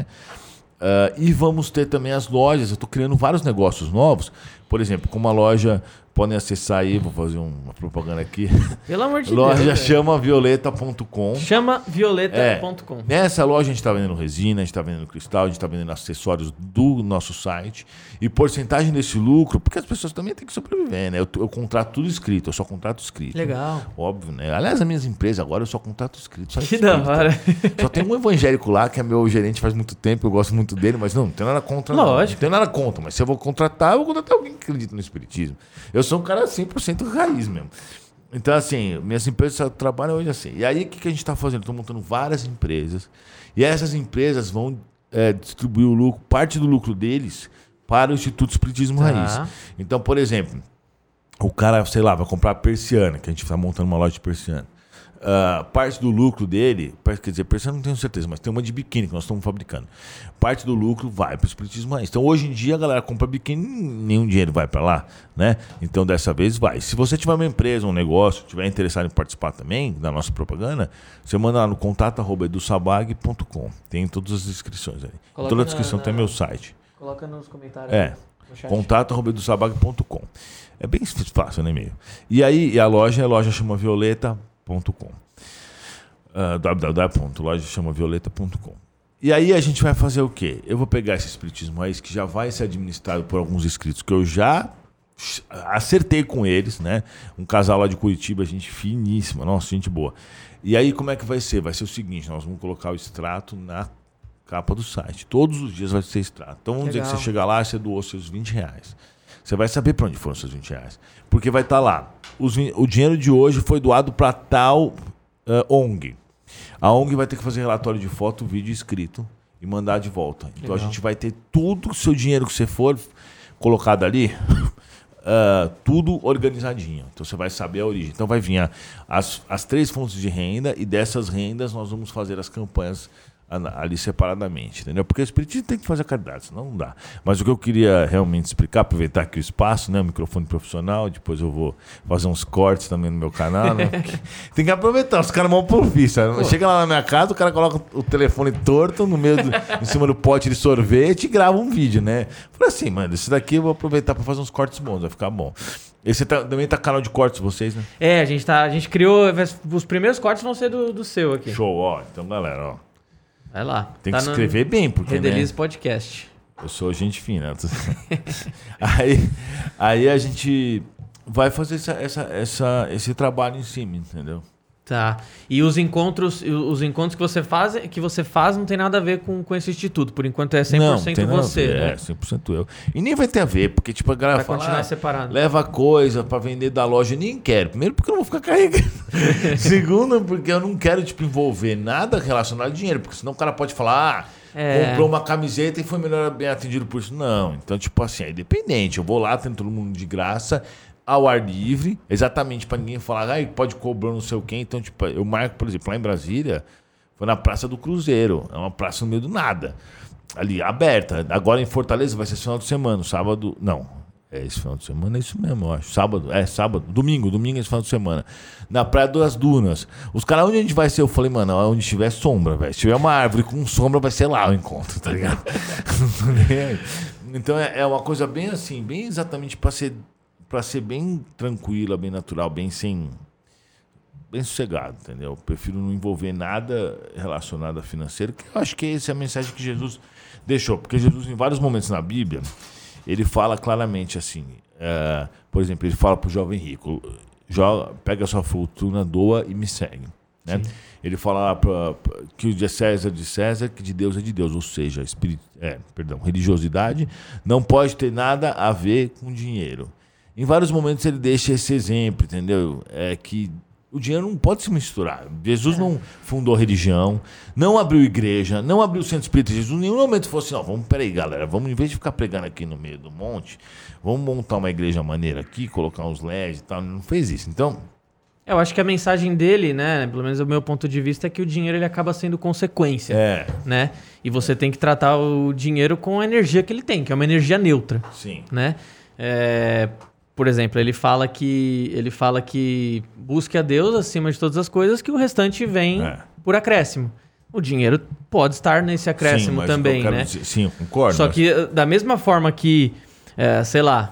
Uh, e vamos ter também as lojas. Eu estou criando vários negócios novos. Por exemplo, como a loja, podem acessar aí, vou fazer uma propaganda aqui. Pelo amor de loja Deus. Loja chama violeta ponto com. chama violeta ponto com. É, nessa loja a gente está vendendo resina, a gente está vendendo cristal, a gente está vendendo acessórios do nosso site. E porcentagem desse lucro, porque as pessoas também têm que sobreviver, né? Eu, eu contrato tudo escrito, eu só contrato escrito. Legal. Óbvio, né? Aliás, as minhas empresas agora eu só contrato escrito. Só que escrito. da hora. Só tem um evangélico lá, que é meu gerente faz muito tempo, eu gosto muito dele, mas não, não tenho nada contra. Lógico. Não, não tenho nada contra, mas se eu vou contratar, eu vou contratar alguém que acredita no espiritismo. Eu sou um cara cem por cento raiz mesmo. Então, assim, minhas empresas só trabalham hoje assim. E aí, o que, que a gente está fazendo? Estou montando várias empresas. E essas empresas vão é, distribuir o lucro, parte do lucro deles, para o Instituto Espiritismo tá. Raiz. Então, por exemplo, o cara, sei lá, vai comprar persiana, que a gente está montando uma loja de persiana. Uh, parte do lucro dele, quer dizer, eu não tenho certeza, mas tem uma de biquíni que nós estamos fabricando. Parte do lucro vai para o espiritismo raiz. Então hoje em dia a galera compra biquíni, nenhum dinheiro vai para lá, né? Então dessa vez vai. Se você tiver uma empresa, um negócio, tiver interessado em participar também da nossa propaganda, você manda lá no contato arroba edusabag ponto com. Tem todas as inscrições aí. Coloca toda a descrição na, tem na... meu site. Coloca nos comentários. É. contato arroba edusabag ponto com. É bem fácil, né, e-mail. E aí e a loja, a loja chama violeta ponto com. Uh, w w w ponto loja chama violeta ponto com. E aí a gente vai fazer o quê? Eu vou pegar esse espiritismo raiz que já vai ser administrado por alguns inscritos que eu já acertei com eles, né? Um casal lá de Curitiba, gente finíssima, nossa, gente boa. E aí como é que vai ser? Vai ser o seguinte, nós vamos colocar o extrato na capa do site. Todos os dias vai ser extrato. Então vamos Legal. dizer que você chega lá e você doou seus vinte reais. Você vai saber para onde foram seus vinte reais. Porque vai estar lá. Os, o dinheiro de hoje foi doado para tal uh, O N G. A O N G vai ter que fazer relatório de foto, vídeo escrito e mandar de volta. Então Legal. a gente vai ter tudo o seu dinheiro que você for colocado ali, uh, tudo organizadinho. Então você vai saber a origem. Então vai vir a, as, as três fontes de renda e dessas rendas nós vamos fazer as campanhas ali separadamente, entendeu? Porque o espiritismo tem que fazer a caridade, senão não dá. Mas o que eu queria realmente explicar, aproveitar aqui o espaço, né, o microfone profissional, depois eu vou fazer uns cortes também no meu canal, né? Tem que aproveitar, os caras mal por vista. Chega lá na minha casa, o cara coloca o telefone torto no meio do, em cima do pote de sorvete e grava um vídeo, né? Falei assim, mano, esse daqui eu vou aproveitar para fazer uns cortes bons, vai ficar bom. Esse tá, também tá canal de cortes vocês, né? É, a gente tá, a gente criou, os primeiros cortes vão ser do, do seu aqui. Show, ó. Então, galera, ó. Vai lá. Tem tá que escrever bem, porque, Redelize né? Podcast. Eu sou gente fina. aí, aí a gente vai fazer essa, essa, essa, esse trabalho em cima, entendeu? Tá. E os encontros, os encontros que você faz, que você faz não tem nada a ver com, com esse instituto. Por enquanto é cem por cento não, você. Né? É, cem por cento eu. E nem vai ter a ver, porque tipo, a galera vai fala, continuar ah, separado. Leva coisa pra vender da loja. Eu nem quero. Primeiro, porque eu não vou ficar carregando. Segundo, porque eu não quero tipo, envolver nada relacionado a dinheiro. Porque senão o cara pode falar, ah, é. comprou uma camiseta e foi melhor bem atendido por isso. Não. Então, tipo assim, é independente. Eu vou lá, tem todo mundo de graça, ao ar livre, exatamente para ninguém falar, ah, pode cobrar não sei o quê. Então, tipo, eu marco, por exemplo, lá em Brasília, foi na Praça do Cruzeiro. É uma praça no meio do nada. Ali, aberta. Agora em Fortaleza vai ser esse final de semana, sábado. Não, é esse final de semana, é isso mesmo, eu acho. Sábado, é sábado, domingo, domingo é esse final de semana. Na Praia das Dunas. Os caras, onde a gente vai ser? Eu falei, mano, onde tiver sombra, velho. Se tiver uma árvore com sombra, vai ser lá o encontro, tá ligado? Então é, é uma coisa bem assim, bem exatamente para ser. Para ser bem tranquila, bem natural, bem sem... bem sossegado, entendeu? Eu prefiro não envolver nada relacionado a financeiro, que eu acho que essa é a mensagem que Jesus deixou. Porque Jesus, em vários momentos na Bíblia, ele fala claramente assim... Uh, por exemplo, ele fala para o jovem rico, pega a sua fortuna, doa e me segue. Né? Ele fala pra, pra, que o de César é de César, que de Deus é de Deus. Ou seja, espirit... é, perdão, religiosidade não pode ter nada a ver com dinheiro. Em vários momentos ele deixa esse exemplo, entendeu? É que o dinheiro não pode se misturar. Jesus não fundou religião, não abriu igreja, não abriu centro espírita. Jesus em nenhum momento falou assim, não, vamos, peraí, galera, vamos, em vez de ficar pregando aqui no meio do monte, vamos montar uma igreja maneira aqui, colocar uns L E Ds e tal. Ele não fez isso. Então... Eu acho que a mensagem dele, né, pelo menos o meu ponto de vista, é que o dinheiro ele acaba sendo consequência, é. né? E você tem que tratar o dinheiro com a energia que ele tem, que é uma energia neutra. Sim. Né? É... Por exemplo, ele fala que ele fala que busque a Deus acima de todas as coisas, que o restante vem é. por acréscimo. O dinheiro pode estar nesse acréscimo sim, também, né? Dizer, sim, eu concordo. Só mas... que da mesma forma que, é, sei lá,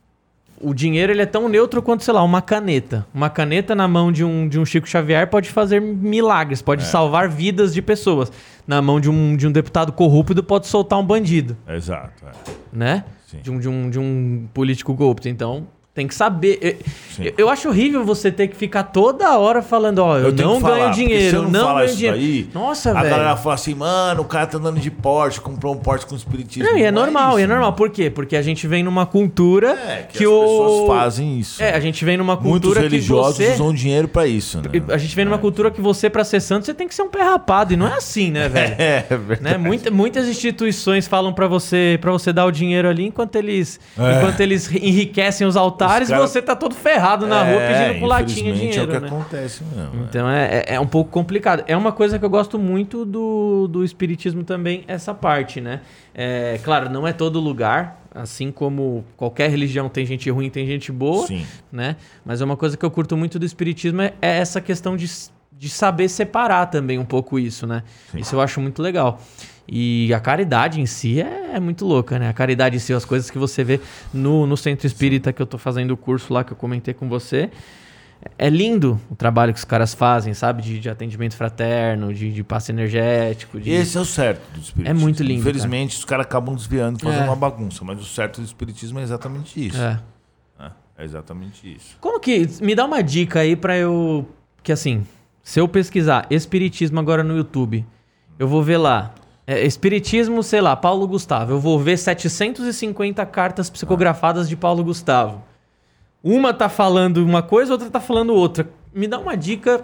o dinheiro ele é tão neutro quanto, sei lá, uma caneta. Uma caneta na mão de um, de um Chico Xavier pode fazer milagres, pode é. salvar vidas de pessoas. Na mão de um, de um deputado corrupto pode soltar um bandido. Exato. É. Né? De um, de, um, de um político corrupto. Então, tem que saber. Eu, eu acho horrível você ter que ficar toda hora falando, ó, eu, eu não ganho falar, dinheiro, eu não, não ganho dinheiro. Daí, Nossa, a velho. A galera fala assim, mano, o cara tá andando de Porsche, comprou um Porsche com espiritismo. Não, e é não normal, é isso, e é normal. Por quê? Porque a gente vem numa cultura é, que, que as o... pessoas fazem isso. É, a gente vem numa cultura Muitos religiosos que você... usam dinheiro pra isso, né? A gente vem numa é. cultura que você, pra ser santo, você tem que ser um pé rapado. E não é assim, né, velho? É, é verdade. Né? Muita, muitas instituições falam pra você, pra você dar o dinheiro ali enquanto eles, é. enquanto eles enriquecem os altares Antares cara... você tá todo ferrado na é, rua pedindo pro latinha dinheiro. É o que né? acontece mesmo. Então é. É, é um pouco complicado. É uma coisa que eu gosto muito do, do espiritismo também, essa parte, né? É, claro, não é todo lugar, assim como qualquer religião tem gente ruim, tem gente boa, Sim. né? Mas é uma coisa que eu curto muito do espiritismo é, é essa questão de, de saber separar também um pouco isso, né? Sim. Isso eu acho muito legal. E a caridade em si é, é muito louca, né? A caridade em si, as coisas que você vê no, no Centro Espírita, que eu tô fazendo o curso lá, que eu comentei com você. É lindo o trabalho que os caras fazem, sabe? De, de atendimento fraterno, de, de passe energético. De... Esse é o certo do espiritismo. É muito lindo. Infelizmente, cara. os caras acabam desviando e fazendo é. uma bagunça. Mas o certo do espiritismo é exatamente isso. É. É, é exatamente isso. Como que... Me dá uma dica aí pra eu... Que assim, se eu pesquisar espiritismo agora no YouTube, eu vou ver lá... É, espiritismo, sei lá, Paulo Gustavo. Eu vou ver setecentas e cinquenta cartas psicografadas ah. de Paulo Gustavo. Uma tá falando uma coisa, outra tá falando outra. Me dá uma dica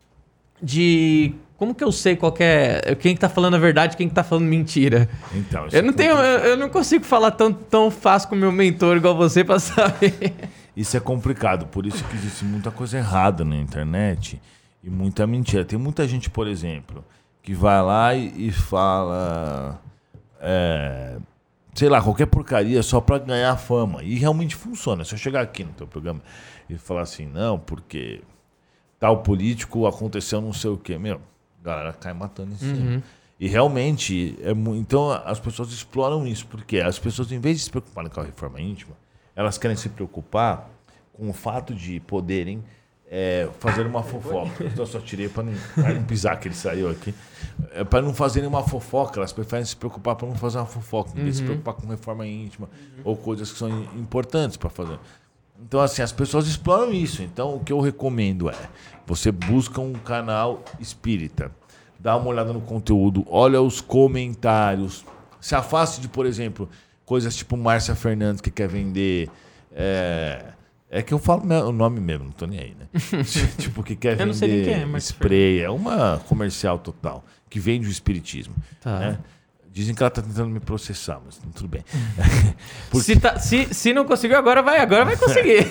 de como que eu sei qual que é, quem que tá falando a verdade e quem que tá falando mentira. Então, eu não é tenho, eu, eu não consigo falar tão, tão fácil com o meu mentor igual você pra saber. Isso é complicado, por isso que existe muita coisa errada na internet e muita mentira. Tem muita gente, por exemplo, que vai lá e, e fala... É, sei lá, qualquer porcaria só pra ganhar fama. E realmente funciona. Se eu chegar aqui no teu programa e falar assim, não, porque tal político aconteceu não sei o quê. Meu, a galera cai matando em cima. Uhum. E realmente, é mu- então as pessoas exploram isso. Porque as pessoas, em vez de se preocuparem com a reforma íntima, elas querem se preocupar com o fato de poderem é, fazer uma fofoca. Então eu só tirei para não, não pisar que ele saiu aqui. É, para não fazerem uma fofoca, elas preferem se preocupar para não fazer uma fofoca, em vez de se preocupar com reforma íntima uhum. ou coisas que são importantes para fazer. Então, assim, as pessoas exploram isso. Então, o que eu recomendo é, você busca um canal espírita, dá uma olhada no conteúdo, olha os comentários, se afaste de, por exemplo, coisas tipo Márcia Fernandes que quer vender... É, é que eu falo o nome mesmo, não tô nem aí, né? Tipo, que quer vender sei quem é, spray, é uma comercial total, que vende o espiritismo. Tá. Né? Dizem que ela tá tentando me processar, mas tudo bem. Porque... se, tá, se, se não conseguiu agora, vai agora vai conseguir.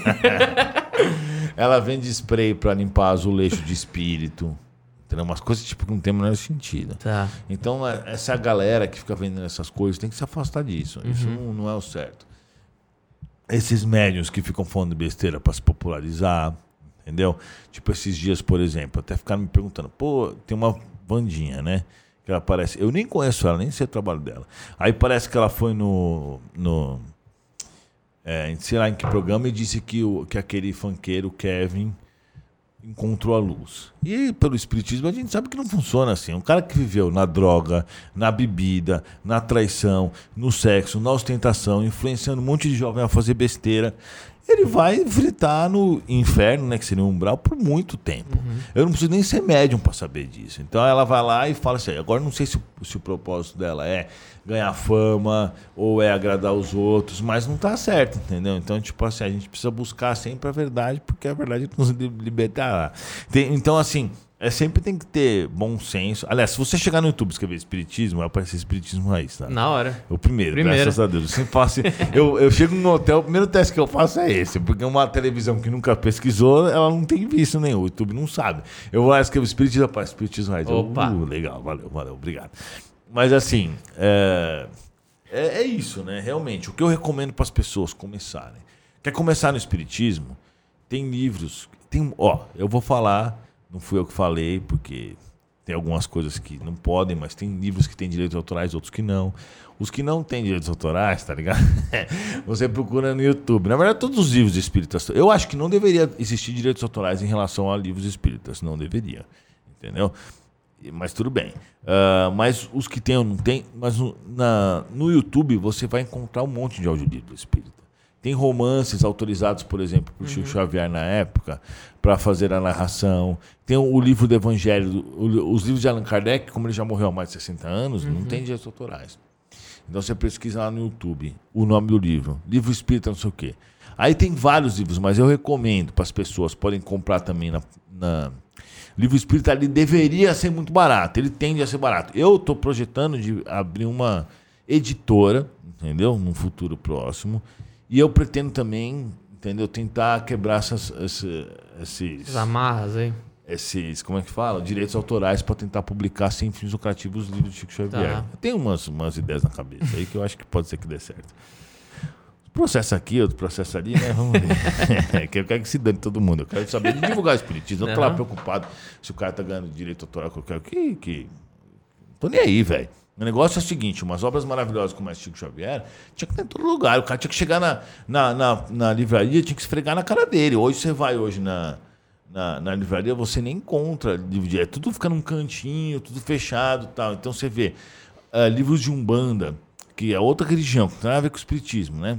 Ela vende spray para limpar azulejo de espírito. Entendeu? Umas coisas tipo que não tem o menor sentido. Tá. Então, essa galera que fica vendendo essas coisas tem que se afastar disso. Uhum. Isso não, não é o certo. Esses médiuns que ficam falando besteira para se popularizar, entendeu? Tipo, esses dias, por exemplo, até ficaram me perguntando, pô, tem uma Vandinha, né? Que ela aparece. Eu nem conheço ela, nem sei o trabalho dela. Aí parece que ela foi no. no é, sei lá em que programa e disse que, o, que aquele funkeiro, Kevin, encontrou a luz. E pelo espiritismo a gente sabe que não funciona assim. Um cara que viveu na droga, na bebida, na traição, no sexo, na ostentação, influenciando um monte de jovem a fazer besteira, ele vai fritar no inferno, né, que seria um umbral, por muito tempo. Uhum. Eu não preciso nem ser médium para saber disso. Então ela vai lá e fala assim, agora não sei se, se o propósito dela é ganhar fama ou é agradar os outros, mas não tá certo, entendeu? Então, tipo assim, a gente precisa buscar sempre a verdade, porque a verdade nos libertará. Tem, então, assim, é, sempre tem que ter bom senso. Aliás, se você chegar no YouTube e escrever espiritismo, vai aparecer espiritismo raiz, tá? Na hora. O primeiro, primeiro. Graças a Deus. Eu, sempre faço, eu, eu chego no hotel, o primeiro teste que eu faço é esse, porque uma televisão que nunca pesquisou, ela não tem visto nenhum, o YouTube não sabe. Eu vou lá e escrevo espiritismo, rapaz, espiritismo raiz. Opa. Eu, uh, legal, valeu, valeu, obrigado. Mas assim, é, é, é isso, né? Realmente, o que eu recomendo para as pessoas começarem. Quer começar no espiritismo? Tem livros, tem, ó, eu vou falar, não fui eu que falei, porque tem algumas coisas que não podem, mas tem livros que têm direitos autorais, outros que não. Os que não têm direitos autorais, tá ligado? Você procura no YouTube. Na verdade, todos os livros espíritas, eu acho que não deveria existir direitos autorais em relação a livros espíritas, não deveria, entendeu? Mas tudo bem. Uh, mas os que tem ou não tem, mas no, na, no YouTube você vai encontrar um monte de audiolivro espírita. Tem romances autorizados, por exemplo, por uhum. Chico Xavier na época, para fazer a narração. Tem o, o livro do Evangelho, o, os livros de Allan Kardec, como ele já morreu há mais de sessenta anos, uhum. não tem direitos autorais. Então você pesquisa lá no YouTube o nome do livro, livro espírita não sei o quê. Aí tem vários livros, mas eu recomendo para as pessoas, podem comprar também na... na o livro espírita ele deveria ser muito barato, ele tende a ser barato. Eu estou projetando de abrir uma editora, entendeu? Num futuro próximo. E eu pretendo também, entendeu? Tentar quebrar essas, esses... esses amarras aí. Esses, como é que fala? Direitos autorais para tentar publicar sem fins lucrativos os livros de Chico Xavier. Tá. Eu tenho umas, umas ideias na cabeça aí que eu acho que pode ser que dê certo. Processo aqui, outro processo ali, né? Vamos ver. Que eu quero que se dane todo mundo. Eu quero saber de divulgar o espiritismo. Eu não tô lá preocupado se o cara tá ganhando direito autoral que eu quero. Que, que... Tô nem aí, velho. O negócio é o seguinte, umas obras maravilhosas como a Chico Xavier, tinha que ter em todo lugar. O cara tinha que chegar na, na, na, na livraria, tinha que esfregar na cara dele. Hoje você vai hoje na, na, na livraria, você nem encontra livro de... É tudo fica num cantinho, tudo fechado e tal. Então você vê uh, livros de Umbanda, que é outra religião, que não tem nada a ver com o espiritismo, né?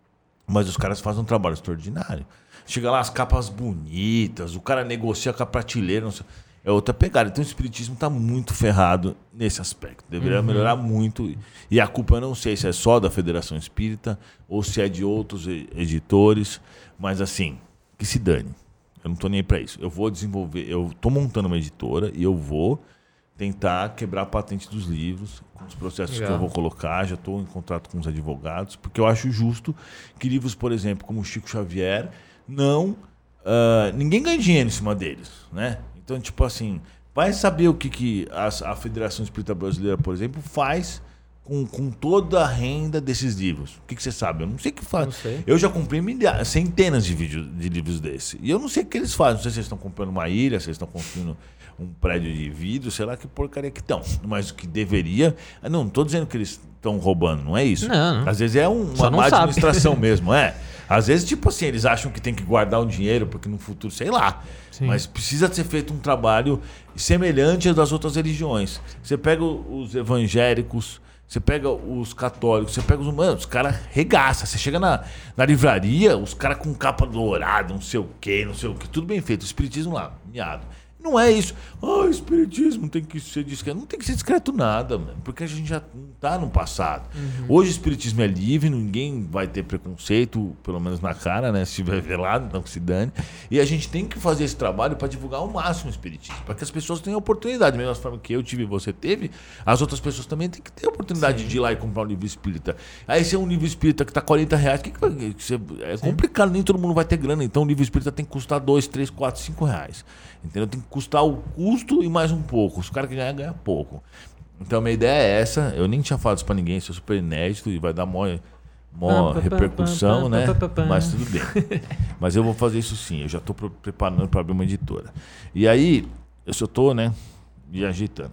Mas os caras fazem um trabalho extraordinário. Chega lá, as capas bonitas, o cara negocia com a prateleira, não sei... É outra pegada. Então o espiritismo está muito ferrado nesse aspecto. Deveria uhum. melhorar muito. E a culpa eu não sei se é só da Federação Espírita ou se é de outros editores. Mas assim, que se dane. Eu não estou nem aí para isso. Eu vou desenvolver... Eu estou montando uma editora e eu vou tentar quebrar a patente dos livros com os processos Legal. que eu vou colocar. Já estou em contato com os advogados. Porque eu acho justo que livros, por exemplo, como Chico Xavier, não... Uh, ninguém ganha dinheiro em cima deles, né? Então, tipo assim, vai saber o que, que a, a Federação Espírita Brasileira, por exemplo, faz com, com toda a renda desses livros. O que, que você sabe? Eu não sei o que faz. Não sei. Eu já comprei milhares, centenas de, vídeos, de livros desses. E eu não sei o que eles fazem. Não sei se eles estão comprando uma ilha, se eles estão construindo um prédio de vidro, sei lá que porcaria que estão. Mas o que deveria... Não, não estou dizendo que eles estão roubando, não é isso. Não, não. Às vezes é um, uma má administração mesmo, é. Às vezes, tipo assim, eles acham que tem que guardar o dinheiro porque no futuro, sei lá. Sim. Mas precisa ser feito um trabalho semelhante ao das outras religiões. Você pega os evangélicos, você pega os católicos, você pega os humanos, os caras regaçam. Você chega na, na livraria, os caras com capa dourada, não sei o quê, não sei o quê, tudo bem feito. O espiritismo lá, miado. Não é isso. Ah, oh, o espiritismo tem que ser discreto. Não tem que ser discreto nada, mano, porque a gente já não está no passado. Uhum. Hoje o espiritismo é livre, ninguém vai ter preconceito, pelo menos na cara, né? Se tiver velado, então que se dane. E a gente tem que fazer esse trabalho para divulgar ao máximo o espiritismo, para que as pessoas tenham oportunidade. Da mesma forma que eu tive e você teve, as outras pessoas também têm que ter a oportunidade Sim. de ir lá e comprar um livro espírita. Aí se é um livro espírita que está quarenta reais, que que vai, que você, é Sim. complicado, nem todo mundo vai ter grana. Então o livro espírita tem que custar dois, três, quatro, cinco reais. Entendeu? Tem que custar o custo e mais um pouco. Os caras que ganham, ganham pouco. Então a minha ideia é essa. Eu nem tinha falado isso pra ninguém, isso é super inédito e vai dar maior, maior repercussão, né? Mas tudo bem. Mas eu vou fazer isso sim. Eu já estou preparando para abrir uma editora. E aí, eu só estou, né, me ajeitando.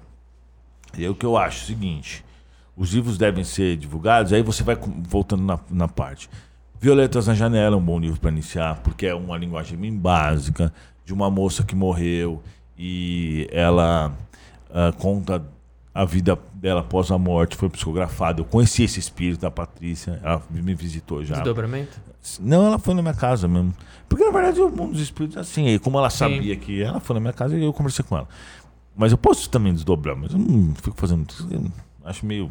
E aí o que eu acho é o seguinte: os livros devem ser divulgados, aí você vai voltando na, na parte. Violetas na Janela é um bom livro para iniciar, porque é uma linguagem bem básica, de uma moça que morreu e ela uh, conta a vida dela após a morte, foi psicografada. Eu conheci esse espírito da Patrícia, ela me visitou já. Desdobramento? Não, ela foi na minha casa mesmo. Porque na verdade o mundo dos espíritos é assim, como ela sabia Sim. que ela foi na minha casa e eu conversei com ela. Mas eu posso também desdobrar, mas eu não fico fazendo isso. Eu acho meio...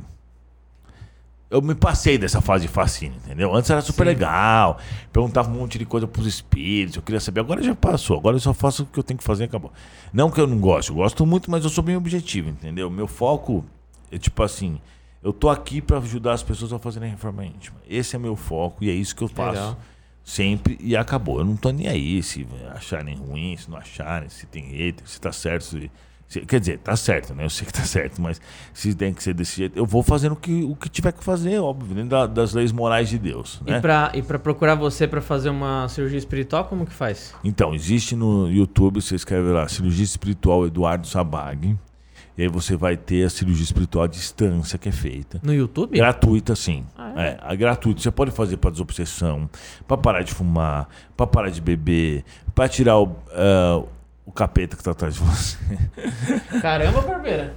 Eu me passei dessa fase de fascínio, entendeu? Antes era super Sim. legal, perguntava um monte de coisa pros espíritos, eu queria saber. Agora já passou, agora eu só faço o que eu tenho que fazer e acabou. Não que eu não gosto, eu gosto muito, mas eu sou bem objetivo, entendeu? Meu foco é tipo assim, eu tô aqui para ajudar as pessoas a fazerem reforma íntima. Esse é meu foco e é isso que eu faço legal. sempre e acabou. Eu não tô nem aí se acharem ruim, se não acharem, se tem hater, se tá certo, se... Quer dizer, tá certo, né? Eu sei que tá certo, mas se tem que ser desse jeito, eu vou fazendo o que, o que tiver que fazer, óbvio, dentro da, das leis morais de Deus. Né? E pra, e pra procurar você pra fazer uma cirurgia espiritual, como que faz? Então, existe no YouTube, você escreve lá, cirurgia espiritual Eduardo Sabag, e aí você vai ter a cirurgia espiritual à distância que é feita. No YouTube? Gratuita, sim. Ah, é? É, é gratuito. Você pode fazer pra desobsessão, pra parar de fumar, pra parar de beber, pra tirar o... Uh, o capeta que tá atrás de você. Caramba, barbeira.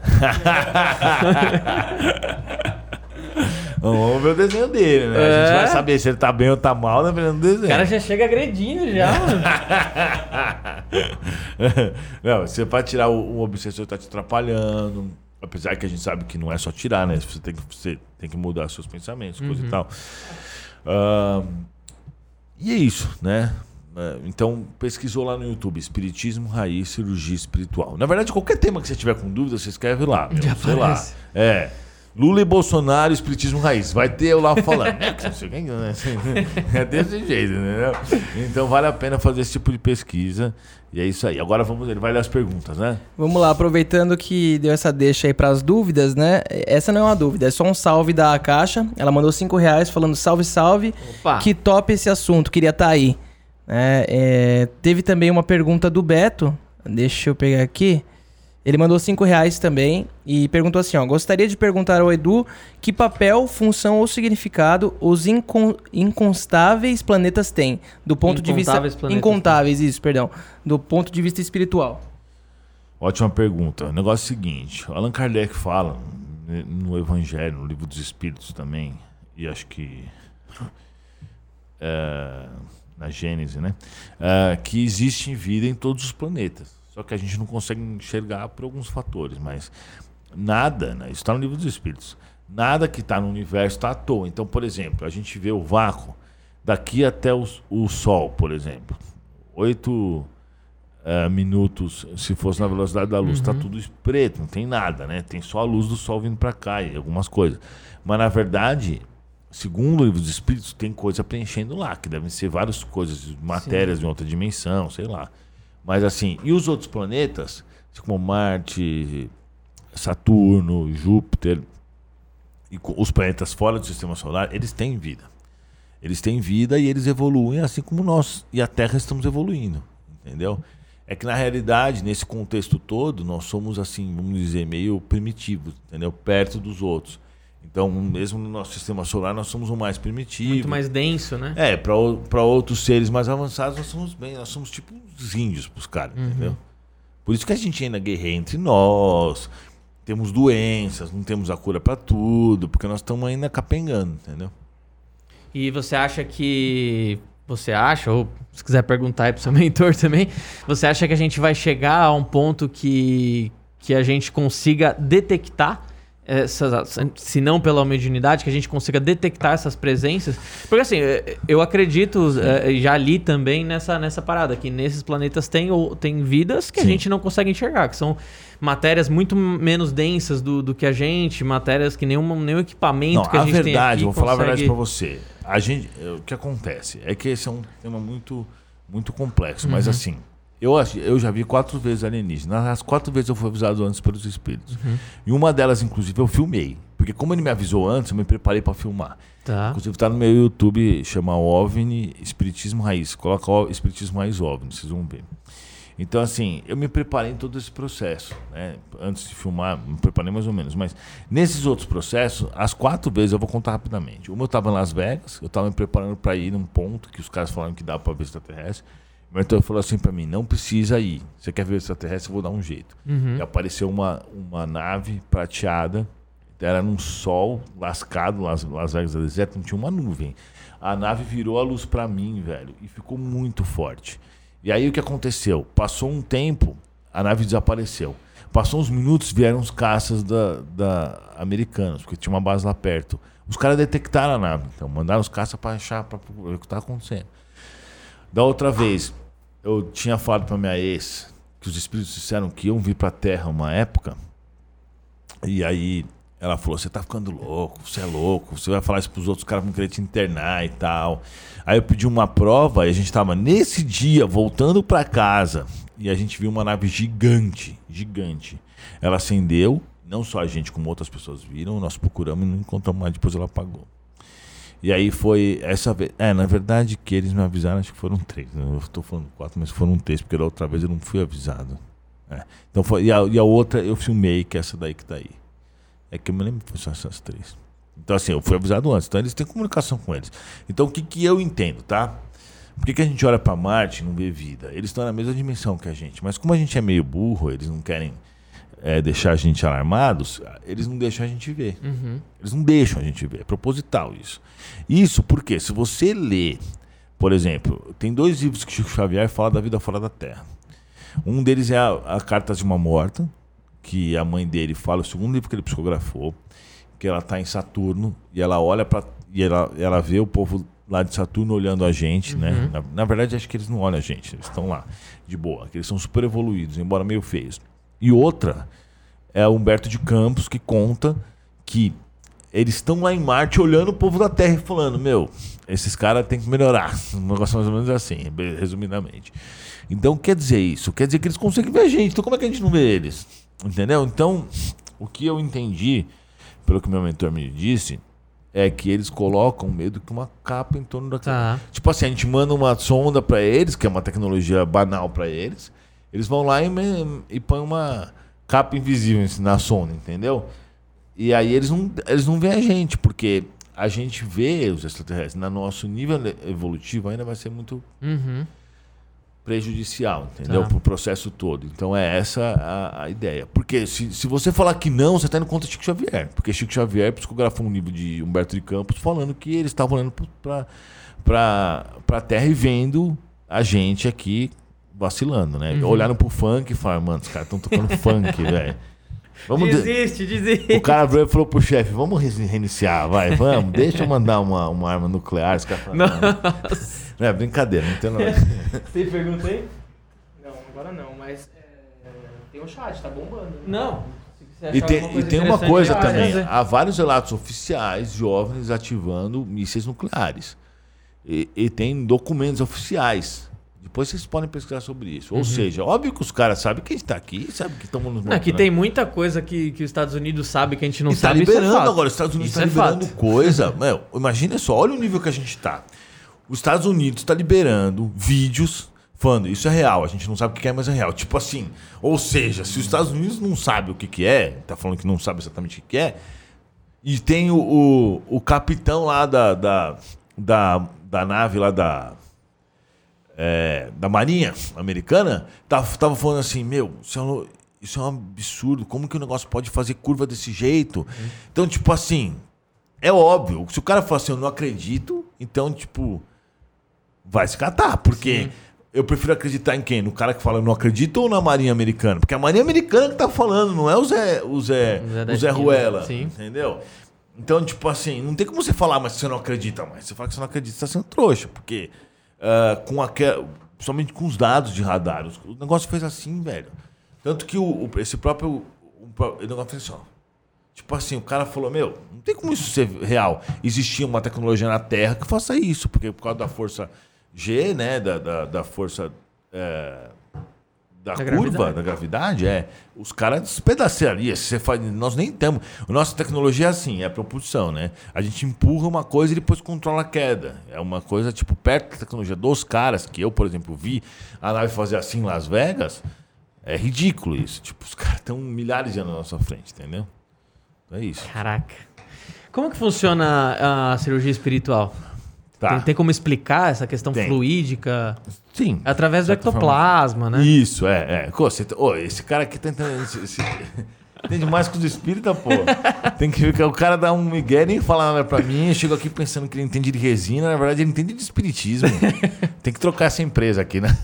Vamos ver o desenho dele, né? É. A gente vai saber se ele tá bem ou tá mal, dependendo do desenho. O cara já chega agredindo já, mano. Não, você vai tirar o, o obsessor que tá te atrapalhando. Apesar que a gente sabe que não é só tirar, né? Você tem que, você tem que mudar seus pensamentos, coisa uhum. e tal. Uh, e é isso, né? Então, pesquisou lá no YouTube, Espiritismo, Raiz, Cirurgia Espiritual. Na verdade, qualquer tema que você tiver com dúvida, você escreve lá. Meu, Já sei lá. É. Lula e Bolsonaro, espiritismo raiz. Vai ter eu lá falando. É desse jeito, entendeu? Então vale a pena fazer esse tipo de pesquisa. E é isso aí. Agora vamos, ele vai ler as perguntas, né? Vamos lá, aproveitando que deu essa deixa aí pras dúvidas, né? Essa não é uma dúvida, é só um salve da Caixa. Ela mandou cinco reais falando salve, salve. Opa. Que top esse assunto, queria estar aí. É, é, teve também uma pergunta do Beto. Deixa eu pegar aqui. Ele mandou cinco reais também e perguntou assim, ó, gostaria de perguntar ao Edu que papel, função ou significado os incon inconstáveis planetas têm, do ponto de vista... Incontáveis, isso, perdão. Do ponto de vista espiritual. Ótima pergunta. O negócio é o seguinte, Allan Kardec fala no Evangelho, no Livro dos Espíritos também, e acho que é, na Gênese, né, é, que existe vida em todos os planetas. Só que a gente não consegue enxergar por alguns fatores, mas nada, né? Isso está no Livro dos Espíritos, nada que está no universo está à toa. Então, por exemplo, a gente vê o vácuo daqui até o, o Sol, por exemplo, oito uh, minutos, se fosse na velocidade da luz, está uhum. tudo preto, não tem nada, né? Tem só a luz do Sol vindo para cá e algumas coisas. Mas, na verdade, segundo o Livro dos Espíritos, tem coisa preenchendo lá, que devem ser várias coisas, matérias Sim. de outra dimensão, sei lá. Mas assim, e os outros planetas, como Marte, Saturno, Júpiter, e os planetas fora do Sistema Solar, eles têm vida. Eles têm vida e eles evoluem assim como nós e a Terra estamos evoluindo, entendeu? É que na realidade, nesse contexto todo, nós somos assim, vamos dizer, meio primitivos, entendeu? Perto dos outros. Então, mesmo no nosso Sistema Solar, nós somos o mais primitivo. Muito mais denso, né? É, para outros seres mais avançados, nós somos bem, nós somos tipo os índios pros caras, uhum. entendeu? Por isso que a gente ainda guerreia entre nós, temos doenças, não temos a cura para tudo, porque nós estamos ainda capengando, entendeu? E você acha que... Você acha, ou se quiser perguntar aí pro seu mentor também, você acha que a gente vai chegar a um ponto que, que a gente consiga detectar essas, se não pela mediunidade, que a gente consiga detectar essas presenças? Porque assim, eu acredito, Sim. já li também nessa, nessa parada, que nesses planetas tem, tem vidas que Sim. a gente não consegue enxergar, que são matérias muito menos densas do, do que a gente, matérias que nenhum, nenhum equipamento não, que a, a gente verdade, tem aqui vou consegue... falar a verdade pra você. A gente, o que acontece é que esse é um tema muito, muito complexo, uhum. mas assim... Eu, eu já vi quatro vezes alienígenas. As quatro vezes eu fui avisado antes pelos espíritos. Uhum. E uma delas, inclusive, eu filmei. Porque como ele me avisou antes, eu me preparei para filmar. Tá. Inclusive, tá no meu YouTube, chama OVNI Espiritismo Raiz. Coloca o Espiritismo Raiz OVNI, vocês vão ver. Então, assim, eu me preparei em todo esse processo, né? Antes de filmar, me preparei mais ou menos. Mas nesses outros processos, as quatro vezes, eu vou contar rapidamente. Uma eu estava em Las Vegas, eu estava me preparando para ir num ponto que os caras falaram que dá para ver extraterrestre. O mentor falou assim pra mim, não precisa ir. Você quer ver o extraterrestre, eu vou dar um jeito. Uhum. E apareceu uma, uma nave prateada, era num sol lascado, Las, Las Vegas do deserto, não tinha uma nuvem. A nave virou a luz pra mim, velho, e ficou muito forte. E aí o que aconteceu? Passou um tempo, a nave desapareceu. Passou uns minutos, vieram os caças da, da americanos, porque tinha uma base lá perto. Os caras detectaram a nave, então mandaram os caças pra achar, pra ver o que tá acontecendo. Da outra vez, eu tinha falado pra minha ex que os espíritos disseram que iam vir pra Terra uma época. E aí ela falou, você tá ficando louco, você é louco, você vai falar isso pros outros, caras vão querer te internar e tal. Aí eu pedi uma prova e a gente tava nesse dia voltando pra casa e a gente viu uma nave gigante, gigante. Ela acendeu, não só a gente como outras pessoas viram, nós procuramos e não encontramos mais, depois ela apagou. E aí foi essa vez. É, na verdade que eles me avisaram, acho que foram três. Eu estou falando quatro, mas foram três, porque da outra vez eu não fui avisado. É. Então foi, e, a, e a outra eu filmei, que é essa daí que tá aí. É que eu me lembro que foi só essas três. Então assim, eu fui avisado antes. Então eles têm comunicação com eles. Então o que, que eu entendo, tá? Por que, que a gente olha pra Marte e não vê vida? Eles estão na mesma dimensão que a gente. Mas como a gente é meio burro, eles não querem é, deixar a gente alarmados, eles não deixam a gente ver. Uhum. Eles não deixam a gente ver. É proposital isso. Isso porque se você lê, por exemplo, tem dois livros que Chico Xavier fala da vida fora da Terra. Um deles é a, a Cartas de uma Morta, que a mãe dele fala, o segundo livro que ele psicografou, que ela está em Saturno e ela olha para e ela, ela vê o povo lá de Saturno olhando a gente, uhum. né? Na, na verdade, acho que eles não olham a gente, eles estão lá de boa, que eles são super evoluídos, embora meio feios. E outra é o Humberto de Campos, que conta que eles estão lá em Marte olhando o povo da Terra e falando, meu, esses caras têm que melhorar. Um negócio mais ou menos assim, resumidamente. Então, quer dizer isso? Quer dizer que eles conseguem ver a gente. Então, como é que a gente não vê eles? Entendeu? Então, o que eu entendi, pelo que meu mentor me disse, é que eles colocam meio que uma capa em torno da Terra. Tá. Tipo assim, a gente manda uma sonda para eles, que é uma tecnologia banal para eles. Eles vão lá e, e põem uma capa invisível na sonda, entendeu? E aí eles não, eles não veem a gente, porque a gente vê os extraterrestres. No nosso nível evolutivo ainda vai ser muito uhum. prejudicial, entendeu? Tá. Pro processo todo. Então é essa a, a ideia. Porque se, se você falar que não, você está indo contra Chico Xavier. Porque Chico Xavier psicografou um livro de Humberto de Campos falando que eles estavam olhando para a Terra e vendo a gente aqui vacilando, né? Uhum. Olharam pro funk e falaram, mano, os caras estão tocando funk, velho. Vamos desiste, de... desiste. O cara falou pro chefe, vamos reiniciar, vai, vamos, deixa eu mandar uma, uma arma nuclear. Os caras falaram, não. Não é brincadeira, não tem nada. Tem pergunta aí? Não, agora não, mas é, tem um chat, tá bombando. Não. E tem, e tem uma coisa ah, também, é. Há vários relatos oficiais de OVNIs ativando mísseis nucleares. E, e tem documentos oficiais. Depois vocês podem pesquisar sobre isso. Ou uhum. seja, óbvio que os caras sabem que a gente está aqui, sabem que estamos nos mostrando. Aqui tem muita coisa que, que os Estados Unidos sabe que a gente não e sabe. Está liberando é agora, os Estados Unidos está é liberando fato. coisa. Meu, imagina só, olha o nível que a gente está. Os Estados Unidos está liberando vídeos falando, isso é real, a gente não sabe o que é, mas é real. Tipo assim, ou seja, se os Estados Unidos não sabe o que, que é, está falando que não sabe exatamente o que é, e tem o, o, o capitão lá da, da, da, da nave lá da... É, da Marinha Americana, tava, tava falando assim, meu, isso é, um, isso é um absurdo, como que o negócio pode fazer curva desse jeito? Uhum. Então, tipo assim, é óbvio, se o cara falar assim, eu não acredito, então, tipo, vai se catar, porque Sim. eu prefiro acreditar em quem? No cara que fala, eu não acredito, ou na Marinha Americana? Porque a Marinha Americana que tá falando, não é o Zé, o Zé, o Zé, o Zé Ruela, Sim. entendeu? Então, tipo assim, não tem como você falar, mas você não acredita mais. Você fala que você não acredita, você tá sendo trouxa, porque... Uh, com aquel, somente com os dados de radar. O negócio fez assim, velho. Tanto que o, o, esse próprio... O, o negócio fez assim, ó. Tipo assim, o cara falou, meu, não tem como isso ser real. Existia uma tecnologia na Terra que faça isso, porque por causa da força G, né, da, da, da força... É, da, da curva, gravidade. da gravidade, é. Os caras despedaçariam. Você faz, nós nem temos. A nossa tecnologia é assim, é a propulsão, né? A gente empurra uma coisa e depois controla a queda. É uma coisa, tipo, perto da tecnologia dos caras, que eu, por exemplo, vi a nave fazer assim em Las Vegas. É ridículo isso. Tipo, os caras estão milhares de anos na nossa frente, entendeu? É isso. Caraca. Como que funciona a cirurgia espiritual? Tá. Tem, tem como explicar essa questão tem. fluídica? Sim. Através do ectoplasma, né? Isso, é. é. Você, oh, esse cara aqui tá entendendo... Entende mais que os espíritas, pô. Tem que ver que o cara dá um migué, nem fala nada pra mim. Eu chego aqui pensando que ele entende de resina. Na verdade, ele entende de espiritismo. Tem que trocar essa empresa aqui, né?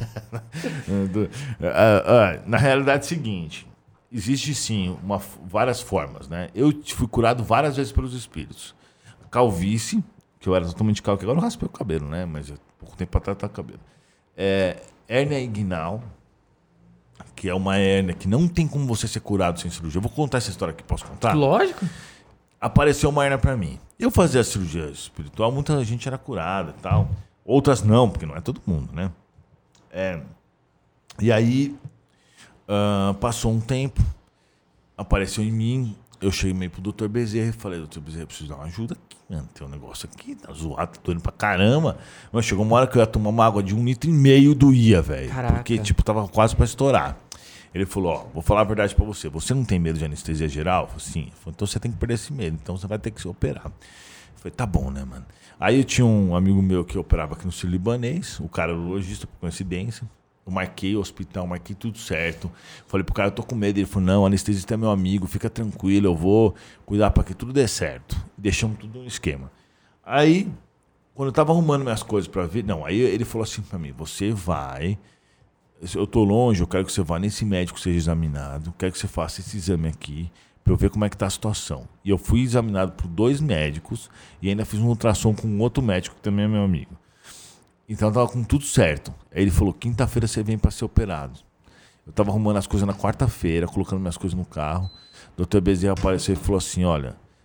Na realidade é o seguinte. Existe, sim, uma, várias formas, né? Eu fui curado várias vezes pelos espíritos. Calvície, que eu era totalmente calvo, que agora eu raspei o cabelo, né? Mas há pouco tempo atrás tá o cabelo. É, hérnia inguinal, que é uma hérnia que não tem como você ser curado sem cirurgia. Eu vou contar essa história aqui, posso contar? Lógico. Apareceu uma hérnia pra mim. Eu fazia a cirurgia espiritual, muita gente era curada e tal. Outras não, porque não é todo mundo, né? É, e aí, uh, passou um tempo, apareceu em mim, eu cheguei meio pro doutor Bezerra e falei, doutor Bezerra, eu preciso dar uma ajuda aqui, mano. Tem um negócio aqui, tá zoado, tá doendo pra caramba. Mas chegou uma hora que eu ia tomar uma água de um litro e meio, doía, velho. Porque, tipo, tava quase pra estourar. Ele falou, ó, vou falar a verdade pra você. Você não tem medo de anestesia geral? Eu falei, sim. Ele falou, então você tem que perder esse medo. Então você vai ter que se operar. Eu falei, tá bom, né, mano? Aí eu tinha um amigo meu que operava aqui no Sírio Libanês. O cara era urologista, por coincidência. Eu marquei o hospital, marquei tudo certo. Falei pro cara, eu tô com medo. Ele falou, não, o anestesista é meu amigo, fica tranquilo, eu vou cuidar pra que tudo dê certo. Deixamos tudo no esquema. Aí, quando eu tava arrumando minhas coisas pra ver... Não, aí ele falou assim pra mim, você vai... Eu tô longe, eu quero que você vá nesse médico, seja examinado. Quero que você faça esse exame aqui, pra eu ver como é que tá a situação. E eu fui examinado por dois médicos e ainda fiz um ultrassom com um outro médico que também é meu amigo. Então eu tava com tudo certo. Aí ele falou, quinta-feira você vem para ser operado. Eu tava arrumando as coisas na quarta-feira, colocando minhas coisas no carro. O doutor Bezerra apareceu e falou assim, olha,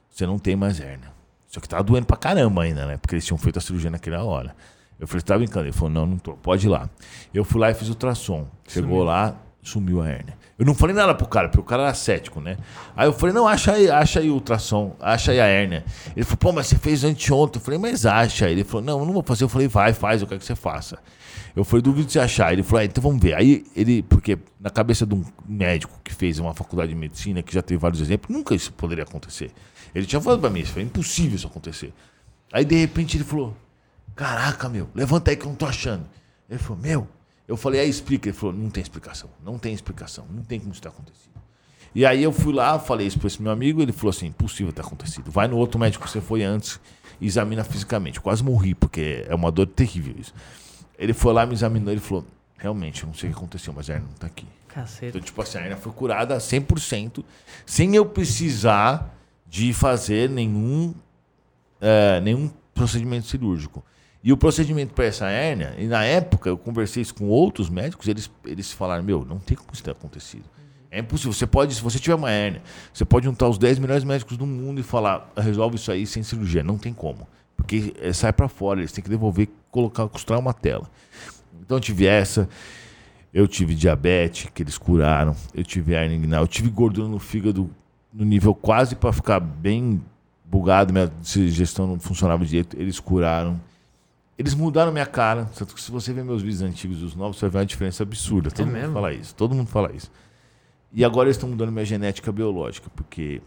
você não tem mais hérnia. Só que tava doendo pra caramba ainda, né? Porque eles tinham feito a cirurgia naquela hora. Eu falei, você tá brincando? Ele falou, não, não tô, pode ir lá. Eu fui lá e fiz o ultrassom. Chegou sumiu. lá, sumiu a hérnia. Eu não falei nada pro cara, porque o cara era cético, né? Aí eu falei, não, acha aí, acha aí o ultrassom, acha aí a hérnia. Ele falou, pô, mas você fez anteontem. Eu falei, mas acha. Ele falou, não, eu não vou fazer. Eu falei, vai, faz, eu quero que você faça. Eu falei, duvido de você achar. Ele falou, ah, então vamos ver. Aí ele, porque na cabeça de um médico que fez uma faculdade de medicina, que já teve vários exemplos, nunca isso poderia acontecer. Ele tinha falado pra mim, isso foi impossível isso acontecer. Aí de repente ele falou, caraca, meu, levanta aí que eu não tô achando. Ele falou, meu, eu falei, aí explica. Ele falou, não tem explicação, não tem explicação, não tem como isso ter acontecido. E aí eu fui lá, falei isso pra esse meu amigo, ele falou assim, impossível ter acontecido. Vai no outro médico que você foi antes e examina fisicamente. Eu quase morri, porque é uma dor terrível isso. Ele foi lá, me examinou, ele falou, realmente, eu não sei o que aconteceu, mas a hérnia não tá aqui. Caceta. Então, tipo assim, a hérnia foi curada cem por cento, sem eu precisar de fazer nenhum, é, nenhum procedimento cirúrgico. E o procedimento para essa hérnia, e na época eu conversei isso com outros médicos, eles, eles falaram, meu, não tem como isso ter acontecido. É impossível. Você pode, se você tiver uma hérnia, você pode juntar os dez melhores médicos do mundo e falar, resolve isso aí sem cirurgia. Não tem como. Porque é, sai para fora, eles têm que devolver, colocar, costurar uma tela. Então eu tive essa, eu tive diabetes, que eles curaram, eu tive hérnia inguinal, eu tive gordura no fígado no nível quase para ficar bem bugado, minha digestão não funcionava direito, eles curaram. Eles mudaram minha cara, tanto que se você ver meus vídeos antigos e os novos, você vai ver uma diferença absurda. Todo é mundo mesmo? fala isso, todo mundo fala isso. E agora eles estão mudando minha genética biológica, porque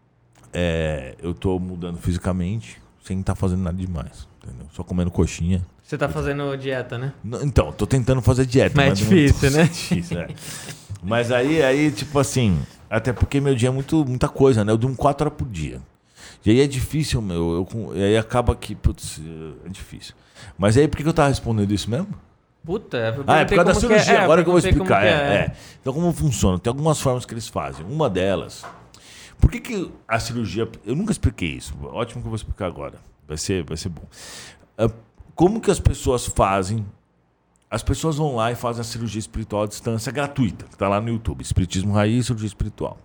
é, eu estou mudando fisicamente, sem estar tá fazendo nada demais, entendeu? Só comendo coxinha. Você está fazendo dieta, né? Não, então, estou tentando fazer dieta. Mas, mas é difícil, né? Difícil, é. Mas aí, aí, tipo assim, até porque meu dia é muito, muita coisa, né? Eu durmo quatro horas por dia. E aí é difícil, meu. Eu, e aí acaba que, putz, é difícil. Mas aí, por que eu tava respondendo isso mesmo? Puta, eu ah, é por causa da cirurgia, é, agora que eu vou explicar. É, é, é. É. Então, como funciona? Tem algumas formas que eles fazem. Uma delas... Por que, que a cirurgia... Eu nunca expliquei isso. Ótimo que eu vou explicar agora. Vai ser, vai ser bom. Como que as pessoas fazem... As pessoas vão lá e fazem a cirurgia espiritual à distância gratuita, que está lá no YouTube. Espiritismo Raiz, cirurgia espiritual.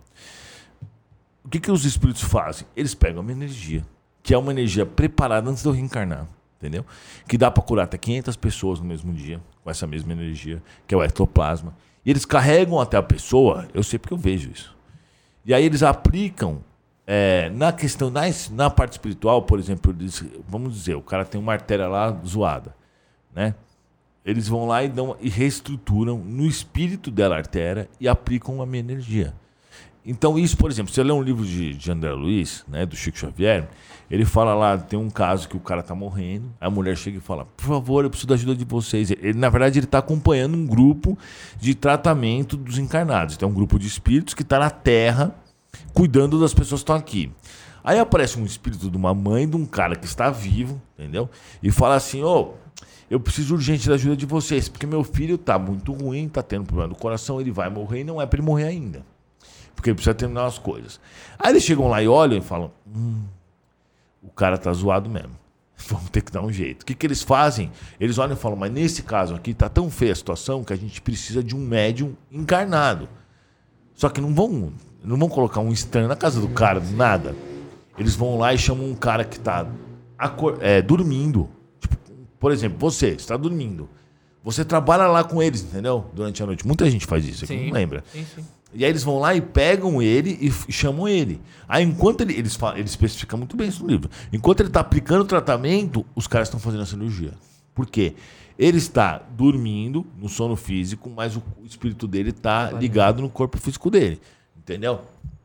O que, que os espíritos fazem? Eles pegam uma energia, que é uma energia preparada antes de eu reencarnar. Entendeu? Que dá para curar até quinhentas pessoas no mesmo dia, com essa mesma energia, que é o ectoplasma. E eles carregam até a pessoa, eu sei porque eu vejo isso. E aí eles aplicam é, na questão, na, na parte espiritual, por exemplo, eles, vamos dizer, o cara tem uma artéria lá zoada, né? Eles vão lá e, dão, e reestruturam no espírito dela a artéria e aplicam a minha energia. Então isso, por exemplo, se você ler um livro de, de André Luiz, né, do Chico Xavier, ele fala lá, tem um caso que o cara tá morrendo, a mulher chega e fala, por favor, eu preciso da ajuda de vocês. Ele, na verdade, ele está acompanhando um grupo de tratamento dos encarnados. Então, um grupo de espíritos que está na Terra, cuidando das pessoas que estão aqui. Aí aparece um espírito de uma mãe, de um cara que está vivo, entendeu? E fala assim, ô, oh, eu preciso urgente da ajuda de vocês, porque meu filho tá muito ruim, tá tendo problema do coração, ele vai morrer e não é para ele morrer ainda. Porque ele precisa terminar as coisas. Aí eles chegam lá e olham e falam, hum, o cara tá zoado mesmo. Vamos ter que dar um jeito. O que, que eles fazem? Eles olham e falam, mas nesse caso aqui tá tão feia a situação que a gente precisa de um médium encarnado. Só que não vão, não vão colocar um estranho na casa do cara, nada. Eles vão lá e chamam um cara que tá acor- é, dormindo. Tipo, por exemplo, você está dormindo. Você trabalha lá com eles, entendeu? Durante a noite. Muita gente faz isso, aqui não lembra. Sim, sim. E aí eles vão lá e pegam ele e f- chamam ele. Aí enquanto ele, eles falam, ele especifica muito bem isso no livro. Enquanto ele está aplicando o tratamento, os caras estão fazendo a cirurgia. Por quê? Ele está dormindo no sono físico, mas o espírito dele está ligado no corpo físico dele. Entendeu?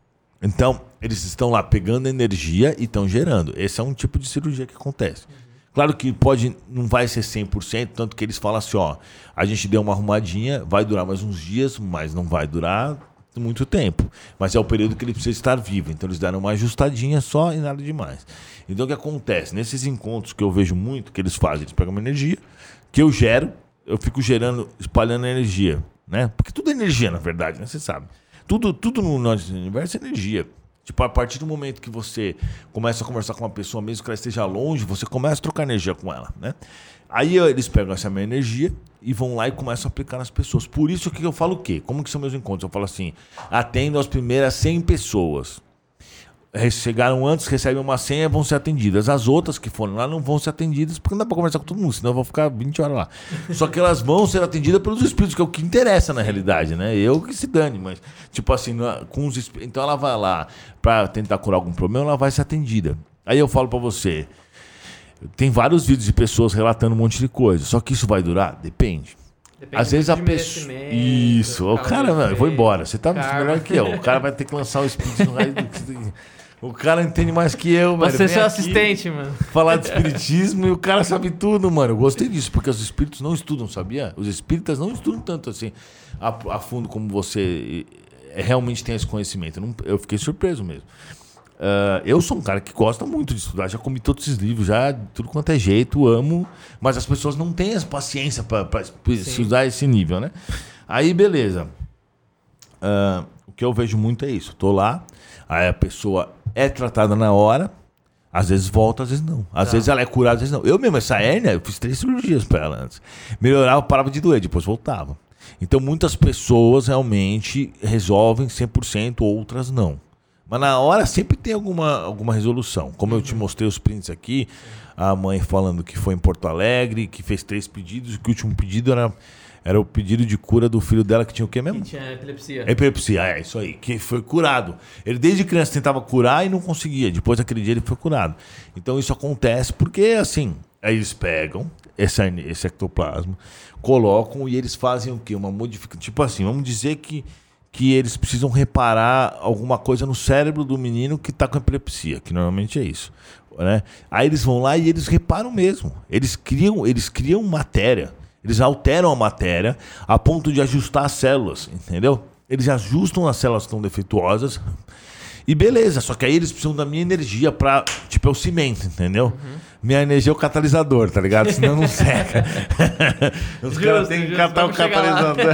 Então, eles estão lá pegando energia e estão gerando. Esse é um tipo de cirurgia que acontece. Claro que pode, não vai ser cem por cento, tanto que eles falam assim, ó, a gente deu uma arrumadinha, vai durar mais uns dias, mas não vai durar muito tempo. Mas é o período que ele precisa estar vivo. Então eles deram uma ajustadinha só e nada demais. Então o que acontece? Nesses encontros que eu vejo muito, que eles fazem, eles pegam uma energia, que eu gero, eu fico gerando, espalhando energia, né? Porque tudo é energia, na verdade, né? Você sabe. Tudo, tudo no nosso universo é energia. Tipo, a partir do momento que você começa a conversar com uma pessoa, mesmo que ela esteja longe, você começa a trocar energia com ela, né? Aí eles pegam essa minha energia e vão lá e começam a aplicar nas pessoas. Por isso que eu falo o quê? Como que são meus encontros? Eu falo assim, atendo as primeiras cem pessoas. chegaram antes, recebem uma senha, vão ser atendidas. As outras que foram lá não vão ser atendidas, porque não dá pra conversar com todo mundo, senão eu vou ficar vinte horas lá. Só que elas vão ser atendidas pelos espíritos, que é o que interessa na realidade, né? Eu que se dane, mas, tipo assim, com os espíritos. Então ela vai lá pra tentar curar algum problema, ela vai ser atendida. Aí eu falo pra você, tem vários vídeos de pessoas relatando um monte de coisa, só que isso vai durar? Depende. Depende Às vezes a pessoa. Isso, o cara, mano, eu vou embora. Você tá cara. melhor que eu. O cara vai ter que lançar o espírito no raio do. O cara entende mais que eu, mano. Você é seu assistente, mano. Falar de espiritismo e o cara sabe tudo, mano. Eu gostei disso, porque os espíritos não estudam, sabia? Os espíritas não estudam tanto assim, a, a fundo como você realmente tem esse conhecimento. Eu, não, eu fiquei surpreso mesmo. Uh, eu sou um cara que gosta muito de estudar, já comi todos esses livros, já tudo quanto é jeito, amo, mas as pessoas não têm essa paciência para estudar esse nível, né? Aí, beleza. Uh, o que eu vejo muito é isso. Tô lá, aí a pessoa é tratada na hora, às vezes volta, às vezes não. Às tá. vezes ela é curada, às vezes não. Eu mesmo, essa hérnia, eu fiz três cirurgias para ela antes. Melhorava, parava de doer, depois voltava. Então, muitas pessoas realmente resolvem cem por cento, outras não. Mas na hora sempre tem alguma, alguma resolução. Como eu te mostrei os prints aqui, a mãe falando que foi em Porto Alegre, que fez três pedidos, que o último pedido era, era o pedido de cura do filho dela, que tinha o quê mesmo? Que tinha epilepsia. Epilepsia, é isso aí, que foi curado. Ele desde criança tentava curar e não conseguia. Depois daquele dia ele foi curado. Então isso acontece porque, assim, aí eles pegam esse, esse ectoplasma, colocam e eles fazem o quê? Uma modificação. Tipo assim, vamos dizer que que eles precisam reparar alguma coisa no cérebro do menino que está com epilepsia, que normalmente é isso, né? Aí eles vão lá e eles reparam mesmo. Eles criam, eles criam matéria, eles alteram a matéria a ponto de ajustar as células, entendeu? Eles ajustam as células que estão defeituosas e beleza, só que aí eles precisam da minha energia para, tipo, é o cimento, entendeu? Uhum. Minha energia é o catalisador, tá ligado? Senão não seca. Os caras têm que catar o catalisador.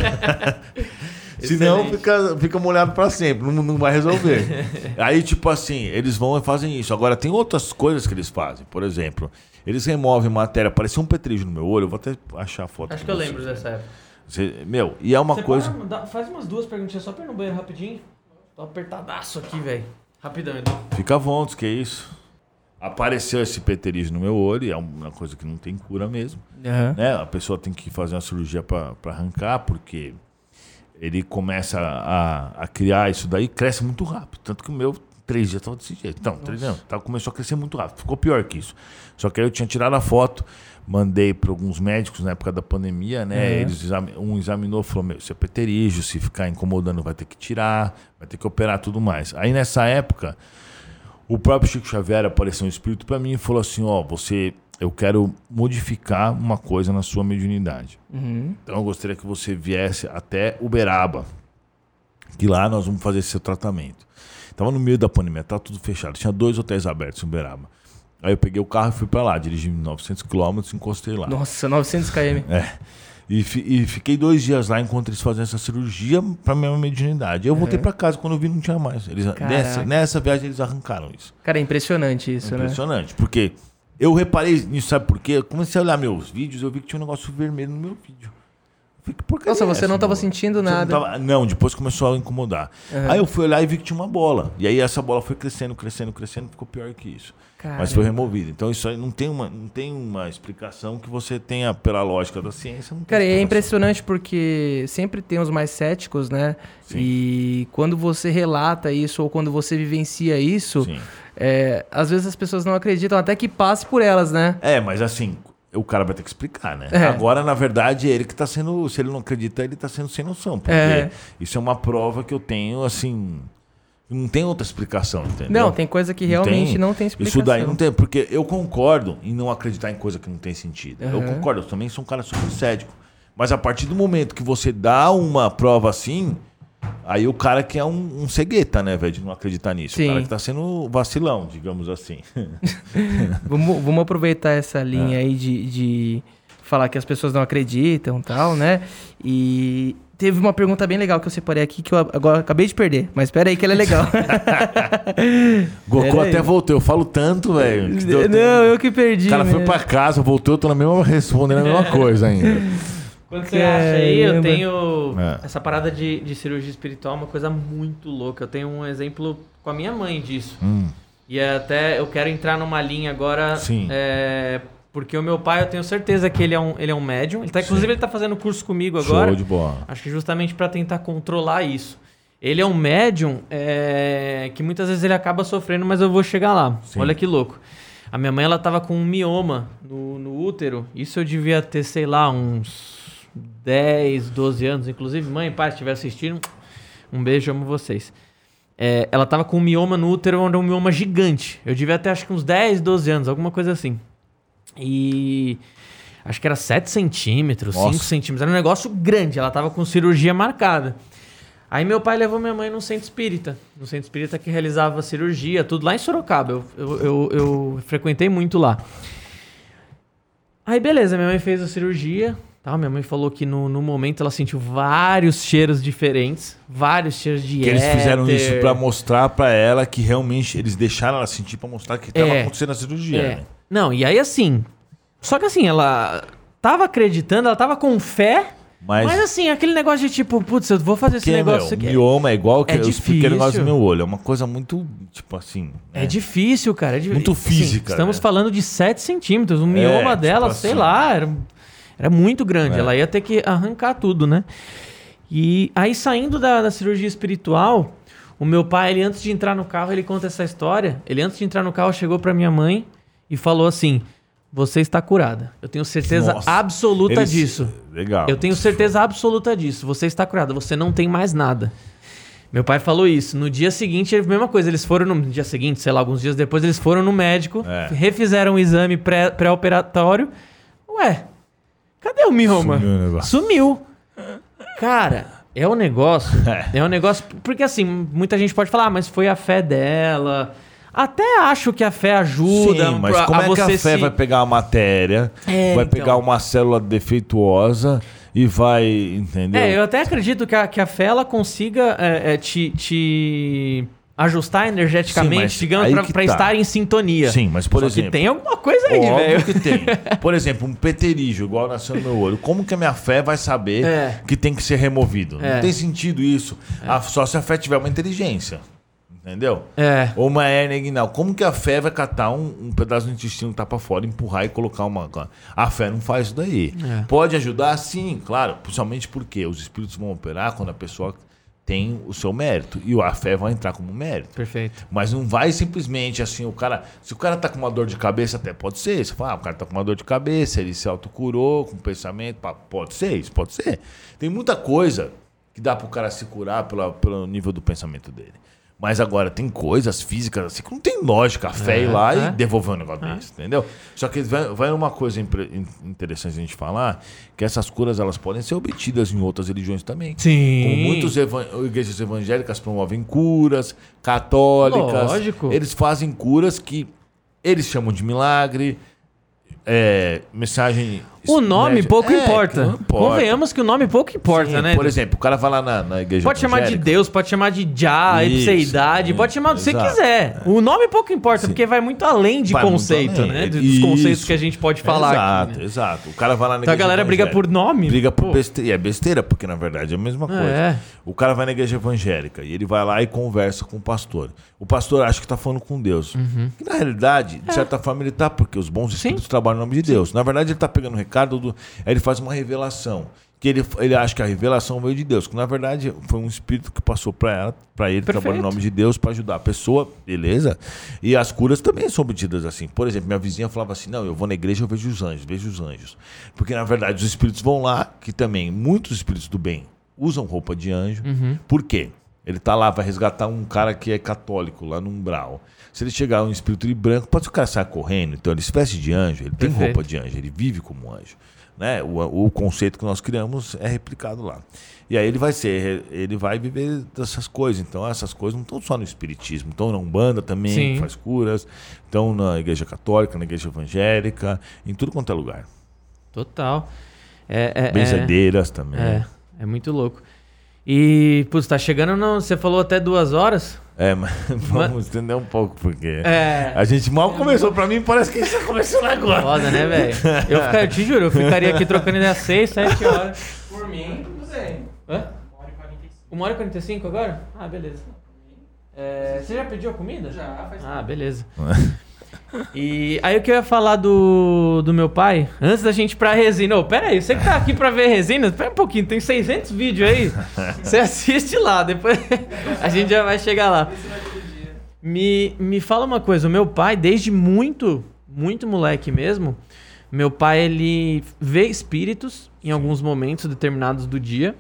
Senão fica, fica molhado pra sempre, não, não vai resolver. Aí, tipo assim, eles vão e fazem isso. Agora, tem outras coisas que eles fazem. Por exemplo, eles removem matéria, parecia um petrígio no meu olho. Eu vou até achar a foto. Acho que eu lembro você. dessa época. Você, meu, e é uma você coisa... Para, faz umas duas perguntinhas só pra ir no banheiro rapidinho. Tô apertadaço aqui, velho. Rapidão, então. Fica à vontade, que é isso. Apareceu esse petrígio no meu olho, é uma coisa que não tem cura mesmo. Uhum. Né? A pessoa tem que fazer uma cirurgia pra, pra arrancar, porque... ele começa a, a criar isso daí, cresce muito rápido. Tanto que o meu, três dias estava desse jeito. Então, três dias, tá, começou a crescer muito rápido. Ficou pior que isso. Só que aí eu tinha tirado a foto, mandei para alguns médicos na época da pandemia, né? Uhum. Eles exam, um examinou e falou, meu, isso é pterígio, se ficar incomodando vai ter que tirar, vai ter que operar tudo mais. Aí nessa época, o próprio Chico Xavier apareceu um espírito para mim e falou assim, ó, você... eu quero modificar uma coisa na sua mediunidade. Uhum. Então eu gostaria que você viesse até Uberaba, que lá nós vamos fazer esse seu tratamento. Tava no meio da pandemia, tava tudo fechado. Tinha dois hotéis abertos em Uberaba. Aí eu peguei o carro e fui para lá, dirigi novecentos quilômetros e encostei lá. Nossa, novecentos quilômetros. É. E, e fiquei dois dias lá enquanto eles faziam essa cirurgia para minha mediunidade. Eu uhum. voltei para casa, quando eu vi não tinha mais. Eles, nessa, nessa viagem eles arrancaram isso. Cara, é impressionante isso, é impressionante, né? Porque... eu reparei nisso, sabe por quê? Eu comecei a olhar meus vídeos, eu vi que tinha um negócio vermelho no meu vídeo. Eu falei, nossa, você não estava sentindo nada. Não, tava... não, depois começou a incomodar. Uhum. Aí eu fui olhar e vi que tinha uma bola. E aí essa bola foi crescendo, crescendo, crescendo, ficou pior que isso. Caramba. Mas foi removido. Então isso aí não tem uma, não tem uma explicação que você tenha pela lógica da ciência. Não tem. Cara, é impressionante porque sempre tem os mais céticos, né? Sim. E quando você relata isso ou quando você vivencia isso... sim. É, às vezes as pessoas não acreditam até que passe por elas, né? É, mas assim, o cara vai ter que explicar, né? É. Agora, na verdade, é ele que tá sendo... se ele não acredita, ele tá sendo sem noção. Porque é. isso é uma prova que eu tenho, assim... não tem outra explicação, entendeu? Não, tem coisa que realmente não tem, não tem explicação. Isso daí não tem, porque eu concordo em não acreditar em coisa que não tem sentido. Uhum. Eu concordo, eu também sou um cara super cético. Mas a partir do momento que você dá uma prova assim... aí o cara que é um, um cegueta, né, velho, de não acreditar nisso. Sim. O cara que tá sendo vacilão, digamos assim. vamos, vamos aproveitar essa linha é. aí de, de falar que as pessoas não acreditam e tal, né? E teve uma pergunta bem legal que eu separei aqui, que eu agora acabei de perder. Mas espera aí que ela é legal. Goku até voltou. Eu falo tanto, velho. Não, eu que perdi. O cara mesmo. foi pra casa, voltou, eu tô na mesma, respondendo a mesma coisa ainda. Quando você acha aí, eu tenho é. essa parada de, de cirurgia espiritual, uma coisa muito louca. Eu tenho um exemplo com a minha mãe disso. Hum. E até eu quero entrar numa linha agora, é, porque o meu pai, eu tenho certeza que ele é um, ele é um médium. Ele tá, inclusive, ele tá fazendo curso comigo agora. Show de bola. Acho que justamente para tentar controlar isso. Ele é um médium é, que muitas vezes ele acaba sofrendo, mas eu vou chegar lá. Sim. Olha que louco. A minha mãe, ela tava com um mioma no, no útero. Isso eu devia ter, sei lá, uns dez, doze anos. Inclusive, mãe e pai, se estiver assistindo, um beijo, amo vocês. É, ela tava com um mioma no útero, um mioma gigante. Eu devia ter, acho que uns dez, doze anos, alguma coisa assim. E acho que era sete centímetros, Nossa. cinco centímetros. Era um negócio grande, ela tava com cirurgia marcada. Aí meu pai levou minha mãe num centro espírita. No centro espírita que realizava cirurgia, tudo lá em Sorocaba. Eu, eu, eu, eu frequentei muito lá. Aí beleza, minha mãe fez a cirurgia. Tá? Minha mãe falou que no, no momento ela sentiu vários cheiros diferentes. Vários cheiros de que éter. Eles fizeram isso pra mostrar pra ela que realmente... Eles deixaram ela sentir pra mostrar que tava é, acontecendo a cirurgia. É. Né? Não, e aí assim... Só que assim, ela tava acreditando, ela tava com fé... Mas, Mas assim, aquele negócio de tipo, putz, eu vou fazer esse que, negócio aqui. O mioma é igual que é eu expliquei o negócio do meu olho. É uma coisa muito, tipo assim... É, é difícil, cara. É difícil. Muito física. Assim, estamos né? falando de sete centímetros. O mioma é, dela, tipo sei assim. lá, era, era muito grande. É. Ela ia ter que arrancar tudo, né? E aí, saindo da, da cirurgia espiritual, o meu pai, ele antes de entrar no carro, ele conta essa história. Ele antes de entrar no carro, chegou pra minha mãe e falou assim... Você está curada. Eu tenho certeza Nossa, absoluta eles... disso. Legal. Eu tenho certeza absoluta disso. Você está curada. Você não tem mais nada. Meu pai falou isso. No dia seguinte, a mesma coisa. Eles foram no, no dia seguinte, sei lá, alguns dias depois, eles foram no médico, é. refizeram o exame pré, pré-operatório. Ué, cadê o mioma? Sumiu o negócio. Sumiu. Cara, é um negócio... É. é um negócio... Porque assim, muita gente pode falar, ah, mas foi a fé dela... Até acho que a fé ajuda. Sim, mas como a é você que a fé se... vai pegar a matéria, é, vai então... pegar uma célula defeituosa e vai, entendeu? É, eu até acredito que a, que a fé ela consiga é, é, te, te ajustar energeticamente, Sim, digamos, pra, pra tá. estar em sintonia. Sim, mas por Só exemplo... que tem alguma coisa aí, velho. que tem. Por exemplo, um peterígio, igual nasceu no meu olho. Como que a minha fé vai saber é. que tem que ser removido? É. Não tem sentido isso. É. A, só se a fé tiver uma inteligência. Entendeu? É. Ou uma hérnia inguinal. Como que a fé vai catar um, um pedaço do intestino que tá pra fora, empurrar e colocar uma... A fé não faz isso daí. É. Pode ajudar? Sim, claro. Principalmente porque os espíritos vão operar quando a pessoa tem o seu mérito. E a fé vai entrar como mérito. Perfeito. Mas não vai simplesmente assim, o cara... Se o cara tá com uma dor de cabeça, até pode ser. Você fala, ah, o cara tá com uma dor de cabeça, ele se autocurou com pensamento. Pode ser, isso pode ser. Tem muita coisa que dá pro cara se curar pela, pelo nível do pensamento dele. Mas agora, tem coisas físicas assim que não tem lógica. A fé é, ir lá é. e devolver um negócio é. desse, entendeu? Só que vai, vai uma coisa interessante a gente falar, que essas curas elas podem ser obtidas em outras religiões também. Sim. Como muitas evan- igrejas evangélicas promovem curas, católicas. Lógico. Eles fazem curas que eles chamam de milagre, é, mensagem... O nome média. pouco é, importa. importa. Convenhamos que o nome pouco importa, Sim, né? Por exemplo, o cara vai lá na, na igreja Pode chamar de Deus, pode chamar de Já, Ipseidade, é, pode chamar do que você quiser. É. O nome pouco importa, Sim. porque vai muito além de vai conceito, além. né? Dos Isso. conceitos que a gente pode falar exato, aqui. Né? Exato, O cara vai lá na então igreja a galera briga por nome? Briga por besteira. E é besteira, porque na verdade é a mesma coisa. É. O cara vai na igreja evangélica e ele vai lá e conversa com o pastor. O pastor acha que tá falando com Deus. Uhum. E na realidade, de certa é. forma ele tá, porque os bons espíritos Sim. trabalham no nome de Deus. Sim. Na verdade ele tá pegando o recado do... Ele faz uma revelação, que ele, ele acha que a revelação veio de Deus, que na verdade foi um espírito que passou para ela, para ele, trabalhar no nome de Deus para ajudar a pessoa, beleza? E as curas também são obtidas assim. Por exemplo, minha vizinha falava assim, não, eu vou na igreja, eu vejo os anjos, vejo os anjos. Porque na verdade os espíritos vão lá, que também muitos espíritos do bem usam roupa de anjo. Uhum. Por quê? Ele tá lá, vai resgatar um cara que é católico lá no umbral. Se ele chegar um espírito de branco, pode ser que o cara saia correndo, então ele se veste de anjo, ele Perfeito. tem roupa de anjo, ele vive como anjo. Né? O, o conceito que nós criamos é replicado lá. E aí ele vai ser, ele vai viver dessas coisas. Então essas coisas não estão só no espiritismo, estão na Umbanda também, Sim. que faz curas, estão na igreja católica, na igreja evangélica, em tudo quanto é lugar. Total. É, é, Benzedeiras é, também. É, é muito louco. E, putz, tá chegando, no, você falou até duas horas. É, mas vamos mas... entender um pouco, porque é... a gente mal começou, pra mim parece que a gente tá começando agora. Foda, né, velho? Eu, eu te juro, eu ficaria aqui trocando ideia seis, sete horas. Por mim, não sei. Hã? uma hora e quarenta e cinco agora? Ah, beleza. É, você já pediu a comida? Já, faz Ah, beleza. E aí o que eu ia falar do, do meu pai, antes da gente ir pra resina. Ô, pera aí, você que tá aqui pra ver resina, espera um pouquinho, tem seiscentos vídeos aí. Você assiste lá, depois a gente já vai chegar lá. Me, me fala uma coisa, o meu pai, desde muito, muito moleque mesmo, meu pai, ele vê espíritos em alguns momentos determinados do dia.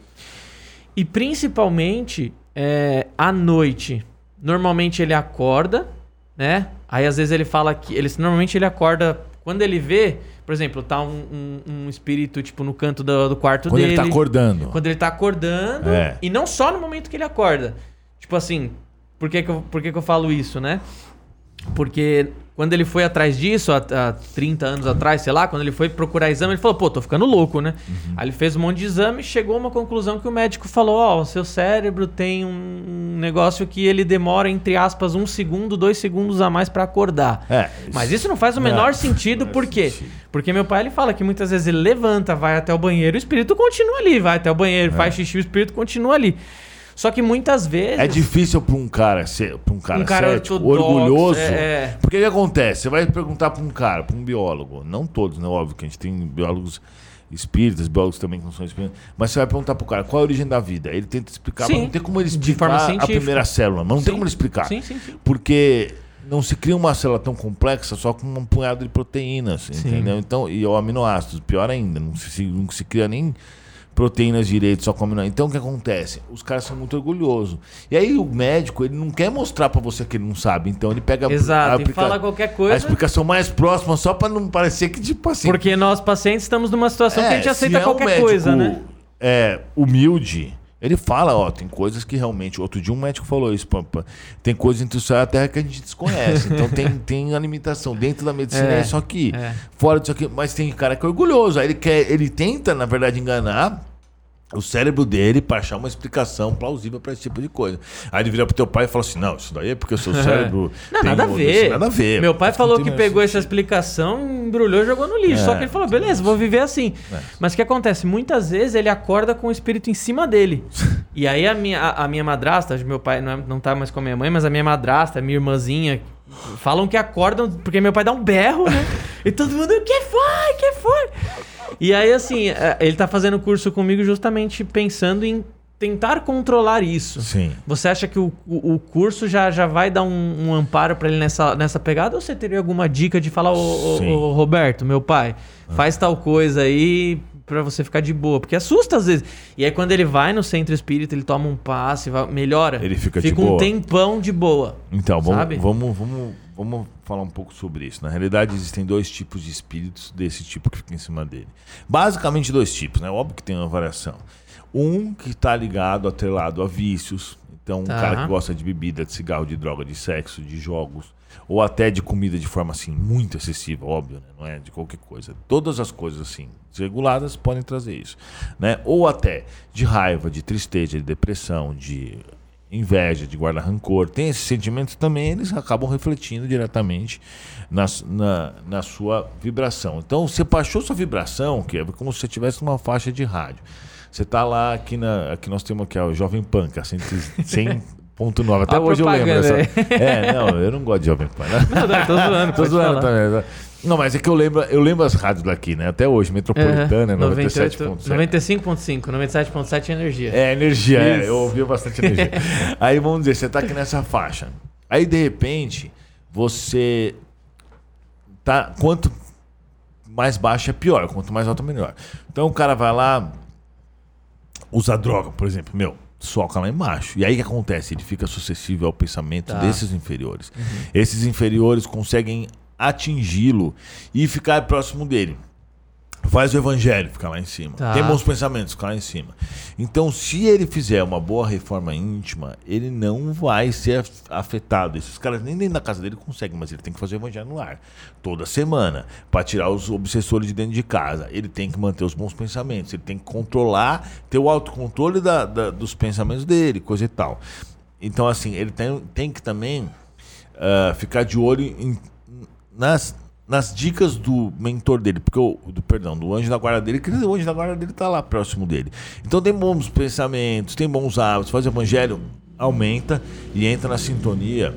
E principalmente é, à noite. Normalmente ele acorda, né? Aí às vezes ele fala que... Ele, normalmente ele acorda... Quando ele vê... Por exemplo, tá um, um, um espírito tipo no canto do, do quarto quando dele. Quando ele tá acordando. Quando ele tá acordando. É. E não só no momento que ele acorda. Tipo assim... Por que que eu, por que que eu falo isso, né? Porque... Quando ele foi atrás disso, há, há trinta anos atrás, sei lá, quando ele foi procurar exame, ele falou, pô, tô ficando louco, né? Uhum. Aí ele fez um monte de exame e chegou a uma conclusão que o médico falou, ó, oh, o seu cérebro tem um negócio que ele demora, entre aspas, um segundo, dois segundos a mais pra acordar. É, isso... Mas isso não faz o menor é, sentido, por quê? Sentido. Porque meu pai, ele fala que muitas vezes ele levanta, vai até o banheiro, o espírito continua ali, vai até o banheiro, é. faz xixi, o espírito continua ali. Só que muitas vezes... É difícil para um cara, ser, pra um cara, um cara cético, ortodoxo, orgulhoso. É, é. Porque o que acontece? Você vai perguntar para um cara, para um biólogo. Não todos, né? Óbvio que a gente tem biólogos espíritas, biólogos também que não são espíritas. Mas você vai perguntar para o cara qual é a origem da vida. Ele tenta explicar, sim, mas não tem como ele explicar a primeira célula. Mas não sim. tem como ele explicar. Sim, sim, sim. Porque não se cria uma célula tão complexa só com um punhado de proteínas, sim. entendeu? Então, e o aminoácidos, pior ainda. Não se, não se cria nem... proteínas direito, só come não. Então o que acontece? Os caras são muito orgulhosos. E aí o médico, ele não quer mostrar pra você que ele não sabe. Então ele pega Exato, a, aplica... e fala qualquer coisa. a explicação mais próxima, só pra não parecer que tipo assim... Porque nós pacientes estamos numa situação é, que a gente aceita é qualquer um médico, coisa, né? É, humilde. Ele fala, ó, tem coisas que realmente... Outro dia um médico falou isso, pampa, tem coisas entre o céu e a terra que a gente desconhece. Então tem, tem a limitação. Dentro da medicina é, é isso aqui. É. Fora disso aqui. Mas tem cara que é orgulhoso. Aí ele, quer, ele tenta, na verdade, enganar o cérebro dele para achar uma explicação plausível para esse tipo de coisa. Aí ele vira pro teu pai e fala assim, não, isso daí é porque o seu cérebro... não, tem nada, um... a ver. nada a ver. Meu pai falou que pegou essa explicação, embrulhou e jogou no lixo. É, só que ele falou, beleza, vou viver assim. É. Mas o que acontece? Muitas vezes ele acorda com o espírito em cima dele. E aí a minha, a, a minha madrasta, meu pai não, é, não tá mais com a minha mãe, mas a minha madrasta, a minha irmãzinha, falam que acordam porque meu pai dá um berro, né? E todo mundo, o que foi? O que foi? E aí, assim, ele tá fazendo curso comigo justamente pensando em tentar controlar isso. Sim. Você acha que o, o, o curso já, já vai dar um, um amparo pra ele nessa, nessa pegada? Ou você teria alguma dica de falar, ô, ô, ô Roberto, meu pai, faz tal coisa aí pra você ficar de boa? Porque assusta às vezes. E aí quando ele vai no centro espírita, ele toma um passe, vai, melhora. Ele fica, fica de um boa. tempão de boa. Então, vamos, vamos, vamos, vamos falar um pouco sobre isso. Na realidade, existem dois tipos de espíritos desse tipo que fica em cima dele. Basicamente dois tipos, né? Óbvio que tem uma variação. Um que está ligado, atrelado a vícios. Então, um tá. cara que gosta de bebida, de cigarro, de droga, de sexo, de jogos, ou até de comida de forma assim, muito excessiva, óbvio, né? Não é de qualquer coisa. Todas as coisas assim, desreguladas, podem trazer isso, né? Ou até de raiva, de tristeza, de depressão, de inveja, de guardar rancor. Tem esses sentimentos também, eles acabam refletindo diretamente na, na, na sua vibração. Então, você baixou sua vibração, que é como se você tivesse uma faixa de rádio. Você tá lá, aqui, na, aqui nós temos aqui, ó, o Jovem Pan, que é cem ponto nove. Até a hoje eu lembro. Essa... É, não, eu não gosto de Jovem Pan. Né? Não, não, tô zoando. tô zoando também. Não, mas é que eu lembro, eu lembro as rádios daqui, né? Até hoje, Metropolitana, uhum. noventa e sete ponto sete. noventa e cinco ponto cinco, noventa e sete ponto sete é energia. É, energia, é, eu ouvi bastante energia. Aí vamos dizer, você tá aqui nessa faixa. Aí, de repente, você tá... Quanto mais baixo é pior, quanto mais alto é melhor. Então o cara vai lá, usa droga, por exemplo, meu, soca lá embaixo. E aí o que acontece? Ele fica suscetível ao pensamento tá. desses inferiores. Uhum. Esses inferiores conseguem atingi-lo e ficar próximo dele. Faz o evangelho, fica lá em cima. Tá. Tem bons pensamentos, fica lá em cima. Então, se ele fizer uma boa reforma íntima, ele não vai ser afetado. Esses caras nem dentro da casa dele conseguem, mas ele tem que fazer o evangelho no lar. Toda semana, para tirar os obsessores de dentro de casa. Ele tem que manter os bons pensamentos, ele tem que controlar, ter o autocontrole da, da, dos pensamentos dele, coisa e tal. Então, assim, ele tem, tem que também uh, ficar de olho em, nas... nas dicas do mentor dele, porque o, do perdão, do anjo da guarda dele, que o anjo da guarda dele tá lá próximo dele. Então tem bons pensamentos, tem bons hábitos, faz o evangelho, aumenta e entra na sintonia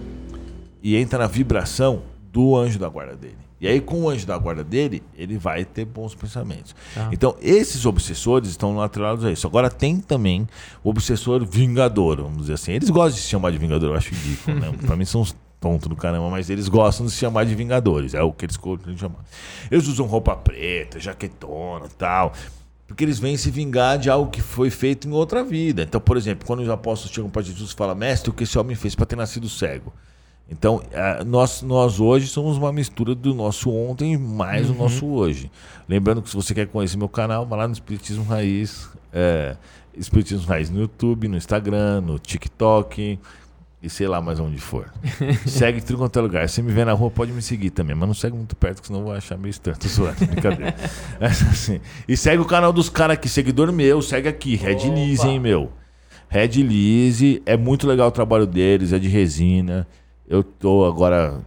e entra na vibração do anjo da guarda dele. E aí com o anjo da guarda dele, ele vai ter bons pensamentos. Ah. Então esses obsessores estão atrelados a isso. Agora tem também o obsessor vingador, vamos dizer assim. Eles gostam de se chamar de vingador, eu acho ridículo, né? Pra mim são os tonto do caramba, mas eles gostam de se chamar de vingadores, é o que eles gostam de chamar. Eles usam roupa preta, jaquetona e tal, porque eles vêm se vingar de algo que foi feito em outra vida. Então, por exemplo, quando os apóstolos chegam para Jesus e falam: mestre, o que esse homem fez para ter nascido cego? Então, nós, nós hoje somos uma mistura do nosso ontem mais uhum. o nosso hoje. Lembrando que se você quer conhecer meu canal, vai lá no Espiritismo Raiz, é, Espiritismo Raiz no YouTube, no Instagram, no TikTok, e sei lá mais onde for. Segue tudo quanto é lugar. Se me vê na rua, pode me seguir também. Mas não segue muito perto, que senão eu vou achar meio estranho. Tô zoando, brincadeira. É assim. E segue o canal dos caras aqui. Seguidor meu, segue aqui. Red Lise, hein, meu. Red Lise. É muito legal o trabalho deles. É de resina. Eu tô agora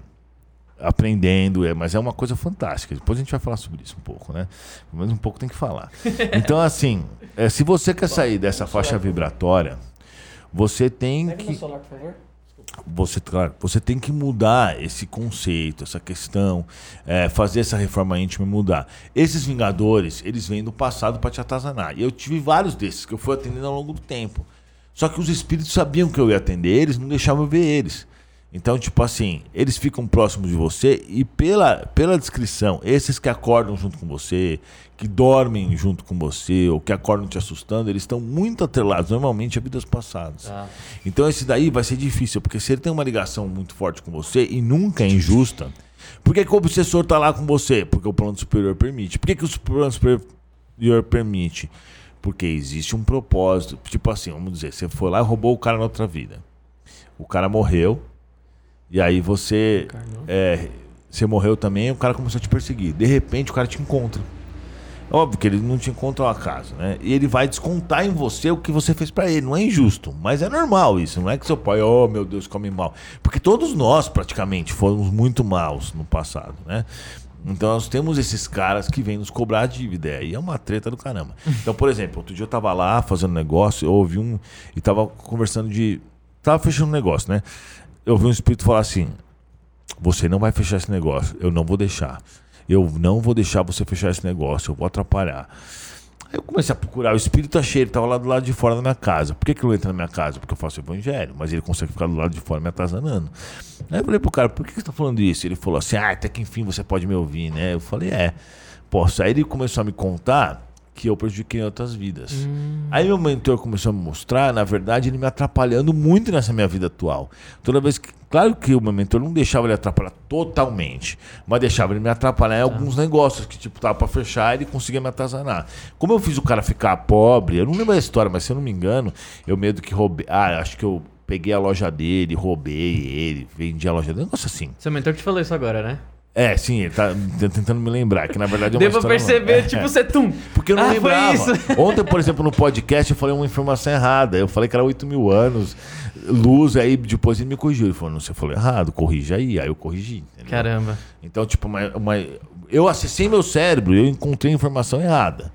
aprendendo. É, mas é uma coisa fantástica. Depois a gente vai falar sobre isso um pouco, né? Mas um pouco tem que falar. Então, assim, é, se você quer sair dessa faixa vibratória, você tem que celular, por favor. Você, claro, você tem que mudar esse conceito, essa questão, é, fazer essa reforma íntima e mudar. Esses vingadores, eles vêm do passado para te atazanar. E eu tive vários desses que eu fui atendendo ao longo do tempo. Só que os espíritos sabiam que eu ia atender eles, não deixavam eu ver eles. Então, tipo assim, eles ficam próximos de você e pela, pela descrição, esses que acordam junto com você, que dormem junto com você ou que acordam te assustando, eles estão muito atrelados normalmente a vidas passadas. Ah. Então esse daí vai ser difícil, porque se ele tem uma ligação muito forte com você e nunca é injusta, por que, que o obsessor está lá com você? Porque o plano superior permite. Por que, que o plano superior permite? Porque existe um propósito. Tipo assim, vamos dizer, você foi lá e roubou o cara na outra vida. O cara morreu. E aí você, é, você morreu também, o cara começou a te perseguir. De repente o cara te encontra. Óbvio que ele não te encontra ao acaso, né? E ele vai descontar em você o que você fez pra ele. Não é injusto, mas é normal isso. Não é que seu pai, oh meu Deus, come mal. Porque todos nós praticamente fomos muito maus no passado, né? Então nós temos esses caras que vêm nos cobrar a dívida. E é uma treta do caramba. Então, por exemplo, outro dia eu tava lá fazendo negócio, eu ouvi um... E tava conversando de... Tava fechando um negócio, né? Eu ouvi um espírito falar assim: você não vai fechar esse negócio, eu não vou deixar. Eu não vou deixar você fechar esse negócio, eu vou atrapalhar. Aí eu comecei a procurar, o espírito achei, ele estava lá do lado de fora da minha casa. Por que, que ele entra na minha casa? Porque eu faço evangelho, mas ele consegue ficar do lado de fora me atazanando. Aí eu falei pro cara: por que, que você está falando isso? Ele falou assim: ah, até que enfim você pode me ouvir, né? Eu falei: é, posso. Aí ele começou a me contar que eu prejudiquei outras vidas. Hum. Aí meu mentor começou a me mostrar, na verdade, ele me atrapalhando muito nessa minha vida atual. Toda vez que, claro que o meu mentor não deixava ele atrapalhar totalmente, mas deixava ele me atrapalhar em alguns ah. negócios que, tipo, tava pra fechar e ele conseguia me atazanar. Como eu fiz o cara ficar pobre, eu não lembro a história, mas se eu não me engano, eu medo que roubei, ah, acho que eu peguei a loja dele, roubei ele, vendi a loja dele, um negócio assim. Seu mentor te falou isso agora, né? É, sim, ele tá tentando me lembrar, que na verdade é uma Devo perceber, é, tipo, você tum. Porque eu não ah, lembrava. Ontem, por exemplo, no podcast eu falei uma informação errada. Eu falei que era oito mil anos, luz, aí depois ele me corrigiu. Ele falou: não, você falou errado, corrija aí. Aí eu corrigi. Entendeu? Caramba. Então, tipo, uma, uma, eu acessei meu cérebro e eu encontrei a informação errada.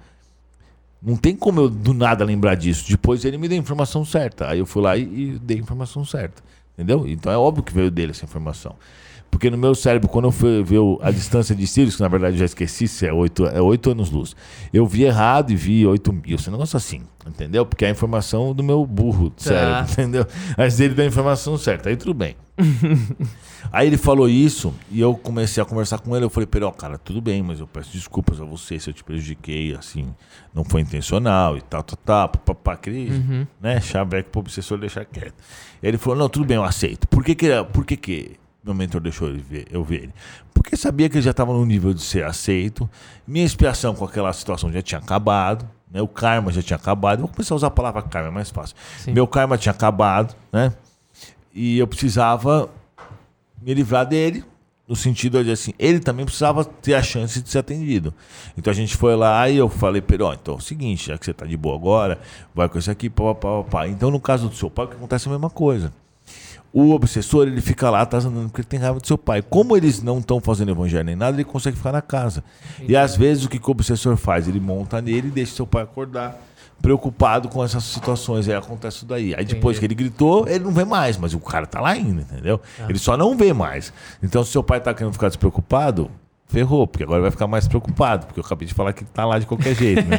Não tem como eu do nada lembrar disso. Depois ele me deu a informação certa. Aí eu fui lá e, e dei a informação certa. Entendeu? Então é óbvio que veio dele essa informação. Porque no meu cérebro, quando eu fui ver a distância de Sirius, que na verdade eu já esqueci se é oito é oito anos-luz, eu vi errado e vi oito mil, esse negócio assim, entendeu? Porque é a informação do meu burro do cérebro, ah. entendeu? Mas ele deu a informação certa, aí tudo bem. Aí ele falou isso e eu comecei a conversar com ele, eu falei: pera, ó, cara, tudo bem, mas eu peço desculpas a você se eu te prejudiquei, assim, não foi intencional e tal, tal, tal, papapá, aquele, uhum. né, chaveco pro obsessor deixar quieto. E aí ele falou: não, tudo bem, eu aceito. Por que que... Por que, que meu mentor deixou eu ver, eu ver ele? Porque sabia que ele já estava no nível de ser aceito, minha expiação com aquela situação já tinha acabado, né? O karma já tinha acabado. Eu vou começar a usar a palavra karma, é mais fácil. Sim. Meu karma tinha acabado, né? E eu precisava me livrar dele, no sentido de assim, ele também precisava ter a chance de ser atendido. Então a gente foi lá e eu falei para ele, ó, então é o seguinte, já que você tá de boa agora, vai com isso aqui, pá, pá, pá, pá. Então no caso do seu pai, o que acontece é a mesma coisa. O obsessor, ele fica lá atazanando porque ele tem raiva do seu pai. Como eles não estão fazendo evangelho nem nada, ele consegue ficar na casa. Entendi. E às vezes o que, que o obsessor faz? Ele monta nele e deixa seu pai acordar, preocupado com essas situações. Aí acontece isso daí. Aí depois Entendi. que ele gritou, ele não vê mais, mas o cara tá lá ainda, entendeu? Ah. Ele só não vê mais. Então se seu pai tá querendo ficar despreocupado, ferrou, porque agora vai ficar mais preocupado, porque eu acabei de falar que ele tá lá de qualquer jeito, né?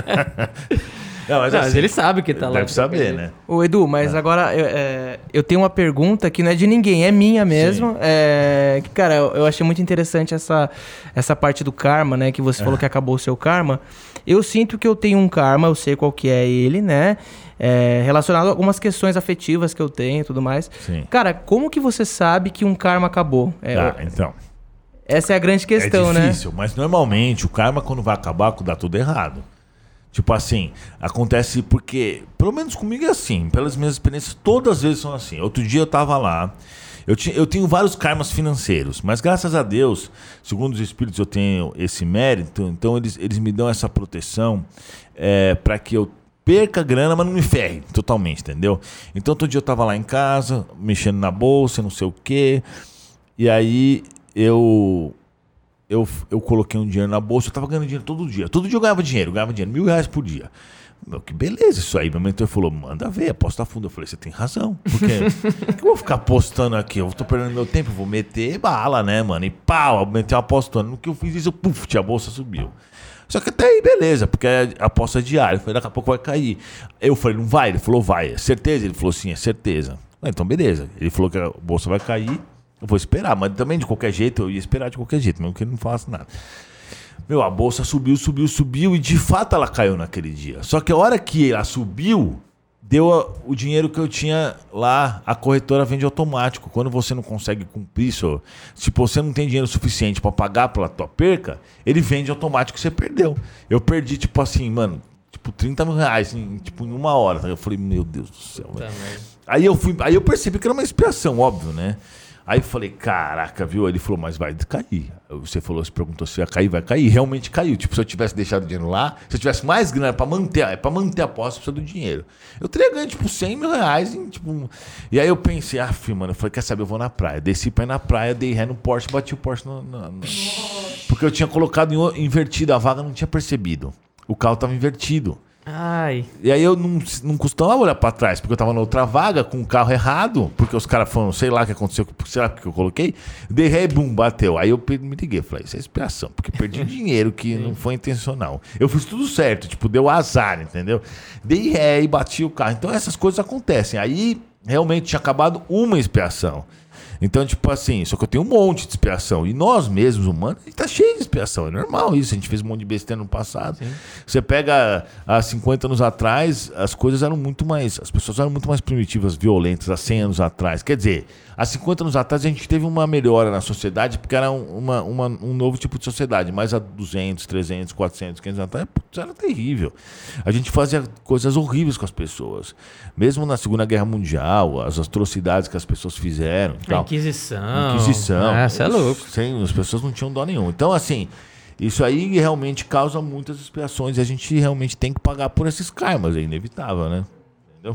Não, mas, assim, mas ele sabe que tá lá. Deve saber, né? Ô, Edu, mas é. agora eu, é, eu tenho uma pergunta que não é de ninguém, é minha mesmo. É, que, cara, eu, eu achei muito interessante essa, essa parte do karma, né? Que você é. falou que acabou o seu karma. Eu sinto que eu tenho um karma, eu sei qual que é ele, né? É, relacionado a algumas questões afetivas que eu tenho e tudo mais. Sim. Cara, como que você sabe que um karma acabou? É, ah, então... Essa é a grande questão, né? É difícil, né? Mas normalmente o karma, quando vai acabar, dá tudo errado. Tipo assim, acontece porque, pelo menos comigo é assim, pelas minhas experiências, todas as vezes são assim. Outro dia eu tava lá, eu, tinha, eu tenho vários karmas financeiros, mas graças a Deus, segundo os espíritos, eu tenho esse mérito, então eles, eles me dão essa proteção é, para que eu perca grana, mas não me ferre totalmente, entendeu? Então outro dia eu tava lá em casa, mexendo na bolsa, não sei o quê, e aí eu... Eu, eu coloquei um dinheiro na bolsa, eu tava ganhando dinheiro todo dia. Todo dia eu ganhava dinheiro, eu ganhava dinheiro, mil reais por dia. Meu, que beleza isso aí. Meu mentor falou, manda ver, aposta fundo. Eu falei, você tem razão. Porque que eu vou ficar apostando aqui? Eu tô perdendo meu tempo, eu vou meter bala, né, mano? E pau, eu meti uma apostando. No que eu fiz isso, eu, puf, a bolsa subiu. Só que até aí, beleza, porque a aposta é diária. Eu falei, daqui a pouco vai cair. Eu falei, não vai? Ele falou, vai. É certeza? Ele falou, sim, é certeza. Ah, então, beleza. Ele falou que a bolsa vai cair. Eu vou esperar, mas também de qualquer jeito, eu ia esperar de qualquer jeito, mesmo que ele não faça nada. Meu, a bolsa subiu, subiu, subiu e de fato ela caiu naquele dia. Só que a hora que ela subiu, deu a, o dinheiro que eu tinha lá, a corretora vende automático. Quando você não consegue cumprir isso, se você não tem dinheiro suficiente para pagar pela tua perca, ele vende automático e você perdeu. Eu perdi, tipo assim, mano, tipo trinta mil reais em, tipo, em uma hora. Eu falei, meu Deus do céu. Tá, aí, eu fui, aí eu percebi que era uma expiação, óbvio, né? Aí eu falei, caraca, viu? Ele falou, mas vai cair. Você falou, você perguntou se ia cair, vai cair. Realmente caiu. Tipo, se eu tivesse deixado o dinheiro lá, se eu tivesse mais grana pra manter, é pra manter a posse, precisa do dinheiro. Eu teria ganho, tipo, cem mil reais. Em, tipo... E aí eu pensei, ah, filho, mano, eu falei, quer saber, eu vou na praia. Desci pra ir na praia, dei ré no Porsche, bati o Porsche no... no, no... Porque eu tinha colocado em, invertido, a vaga não tinha percebido. O carro tava invertido. Ai. E aí eu não, não costumava olhar pra trás, porque eu tava na outra vaga com o carro errado, porque os caras falaram, sei lá o que aconteceu, sei lá o que eu coloquei, dei ré e bum, bateu. Aí eu me liguei, falei, isso é expiação, porque perdi dinheiro que não foi intencional. Eu fiz tudo certo, tipo, deu azar, entendeu? Dei ré e bati o carro. Então essas coisas acontecem. Aí realmente tinha acabado uma expiação. Então, tipo assim, só que eu tenho um monte de expiação. E nós mesmos, humanos, a gente tá cheio de expiação. É normal isso. A gente fez um monte de besteira no passado. Sim. Você pega há cinquenta anos atrás, as coisas eram muito mais... As pessoas eram muito mais primitivas, violentas, há cem anos atrás. Quer dizer, há cinquenta anos atrás a gente teve uma melhora na sociedade, porque era uma, uma, um novo tipo de sociedade. Mas há duzentos, trezentos, quatrocentos, quinhentos anos atrás, putz, era terrível. A gente fazia coisas horríveis com as pessoas. Mesmo na Segunda Guerra Mundial, as atrocidades que as pessoas fizeram e tal. Inquisição. Inquisição. É, você é louco. Sim, as pessoas não tinham dó nenhum. Então, assim, isso aí realmente causa muitas expiações e a gente realmente tem que pagar por esses karmas, é inevitável, né? Entendeu?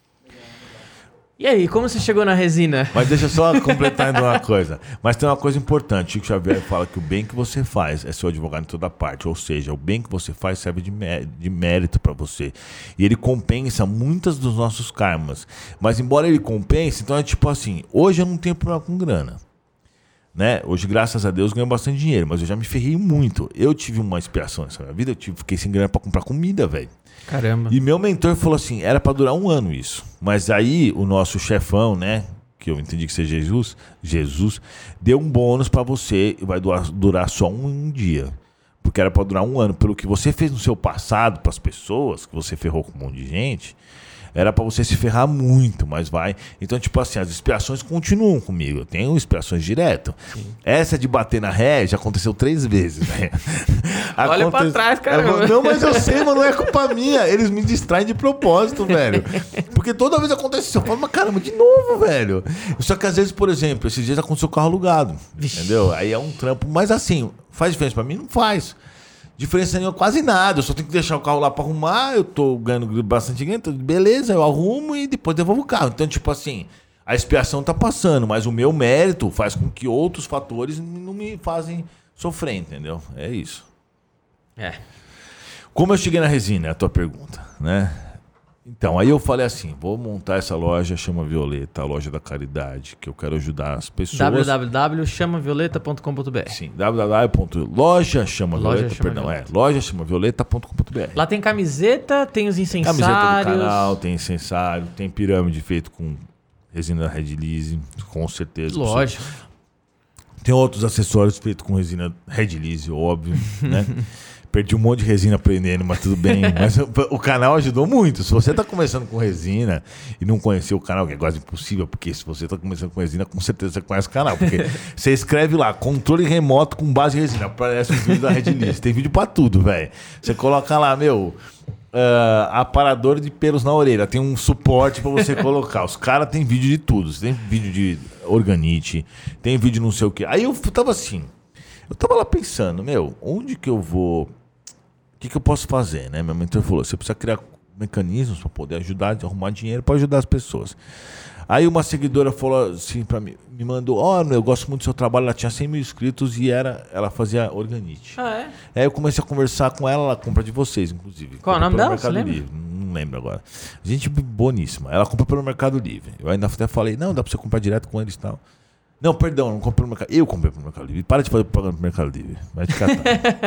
E aí, como você chegou na resina? Mas deixa eu só completar ainda uma coisa. Mas tem uma coisa importante. Chico Xavier fala que o bem que você faz é seu advogado em toda parte. Ou seja, o bem que você faz serve de, mé- de mérito para você. E ele compensa muitas dos nossos karmas. Mas embora ele compense, então é tipo assim, hoje eu não tenho problema com grana. Né? Hoje, graças a Deus, ganho bastante dinheiro. Mas eu já me ferrei muito. Eu tive uma expiação nessa minha vida. Eu tive, fiquei sem grana para comprar comida, velho. Caramba. E meu mentor falou assim, era pra durar um ano isso. Mas aí o nosso chefão, né, que eu entendi que seja Jesus, Jesus, deu um bônus pra você e vai durar, durar só um, um dia. Porque era pra durar um ano. Pelo que você fez no seu passado pras pessoas, que você ferrou com um monte de gente, era pra você se ferrar muito, mas vai. Então, tipo assim, as expiações continuam comigo. Eu tenho expiações direto. Sim. Essa de bater na ré já aconteceu três vezes, né? Olha Aconte... pra trás, cara. Não, mas eu sei, mas não é culpa minha. Eles me distraem de propósito, velho. Porque toda vez acontece isso. Eu falo, mas caramba, de novo, velho. Só que às vezes, por exemplo, esses dias aconteceu com o carro alugado. Vixe. Entendeu? Aí é um trampo. Mas assim, faz diferença pra mim? Não faz. Diferença nenhuma, quase nada. Eu só tenho que deixar o carro lá pra arrumar. Eu tô ganhando bastante grana. Beleza, eu arrumo e depois devolvo o carro. Então, tipo assim, a expiação tá passando, mas o meu mérito faz com que outros fatores não me fazem sofrer, entendeu? É isso. É. Como eu cheguei na resina, é a tua pergunta, né? Então, aí eu falei assim, vou montar essa loja Chama Violeta, a loja da caridade, que eu quero ajudar as pessoas. w w w ponto chama violeta ponto com ponto b r Sim, w w w ponto loja chama violeta, perdão, é, loja chama violeta ponto com ponto b r. Lá tem camiseta, tem os incensários. Camiseta do canal, tem incensário, tem pirâmide feito com resina Red Lease, com certeza. Lógico. Tem outros acessórios feitos com resina Red Lease, óbvio, né? Perdi um monte de resina aprendendo, mas tudo bem. Mas o, o canal ajudou muito. Se você tá começando com resina e não conheceu o canal, que é quase impossível, porque se você tá começando com resina, com certeza você conhece o canal. Porque você escreve lá, controle remoto com base em resina. Aparece o vídeo da Red Lease. Tem vídeo pra tudo, velho. Você coloca lá, meu... Uh, aparador de pelos na orelha. Tem um suporte pra você colocar. Os caras têm vídeo de tudo. Tem vídeo de organite, tem vídeo não sei o que. Aí eu tava assim... Eu tava lá pensando, meu, onde que eu vou... O que, que eu posso fazer, né? Meu mentor falou, você precisa criar mecanismos para poder ajudar, arrumar dinheiro para ajudar as pessoas. Aí uma seguidora falou assim para mim, me mandou, ó, oh, eu gosto muito do seu trabalho, ela tinha cem mil inscritos e era, ela fazia organite. Ah, é? Aí eu comecei a conversar com ela, ela compra de vocês, inclusive. Qual é o nome dela, você lembra? Livre. Não lembro agora. Gente boníssima. Ela compra pelo Mercado Livre. Eu ainda até falei, não, dá para você comprar direto com eles e tal. Não, perdão, não comprei no Mercado Livre. Eu comprei pro Mercado Livre. Para de fazer propaganda pro Mercado Livre. Vai te catar.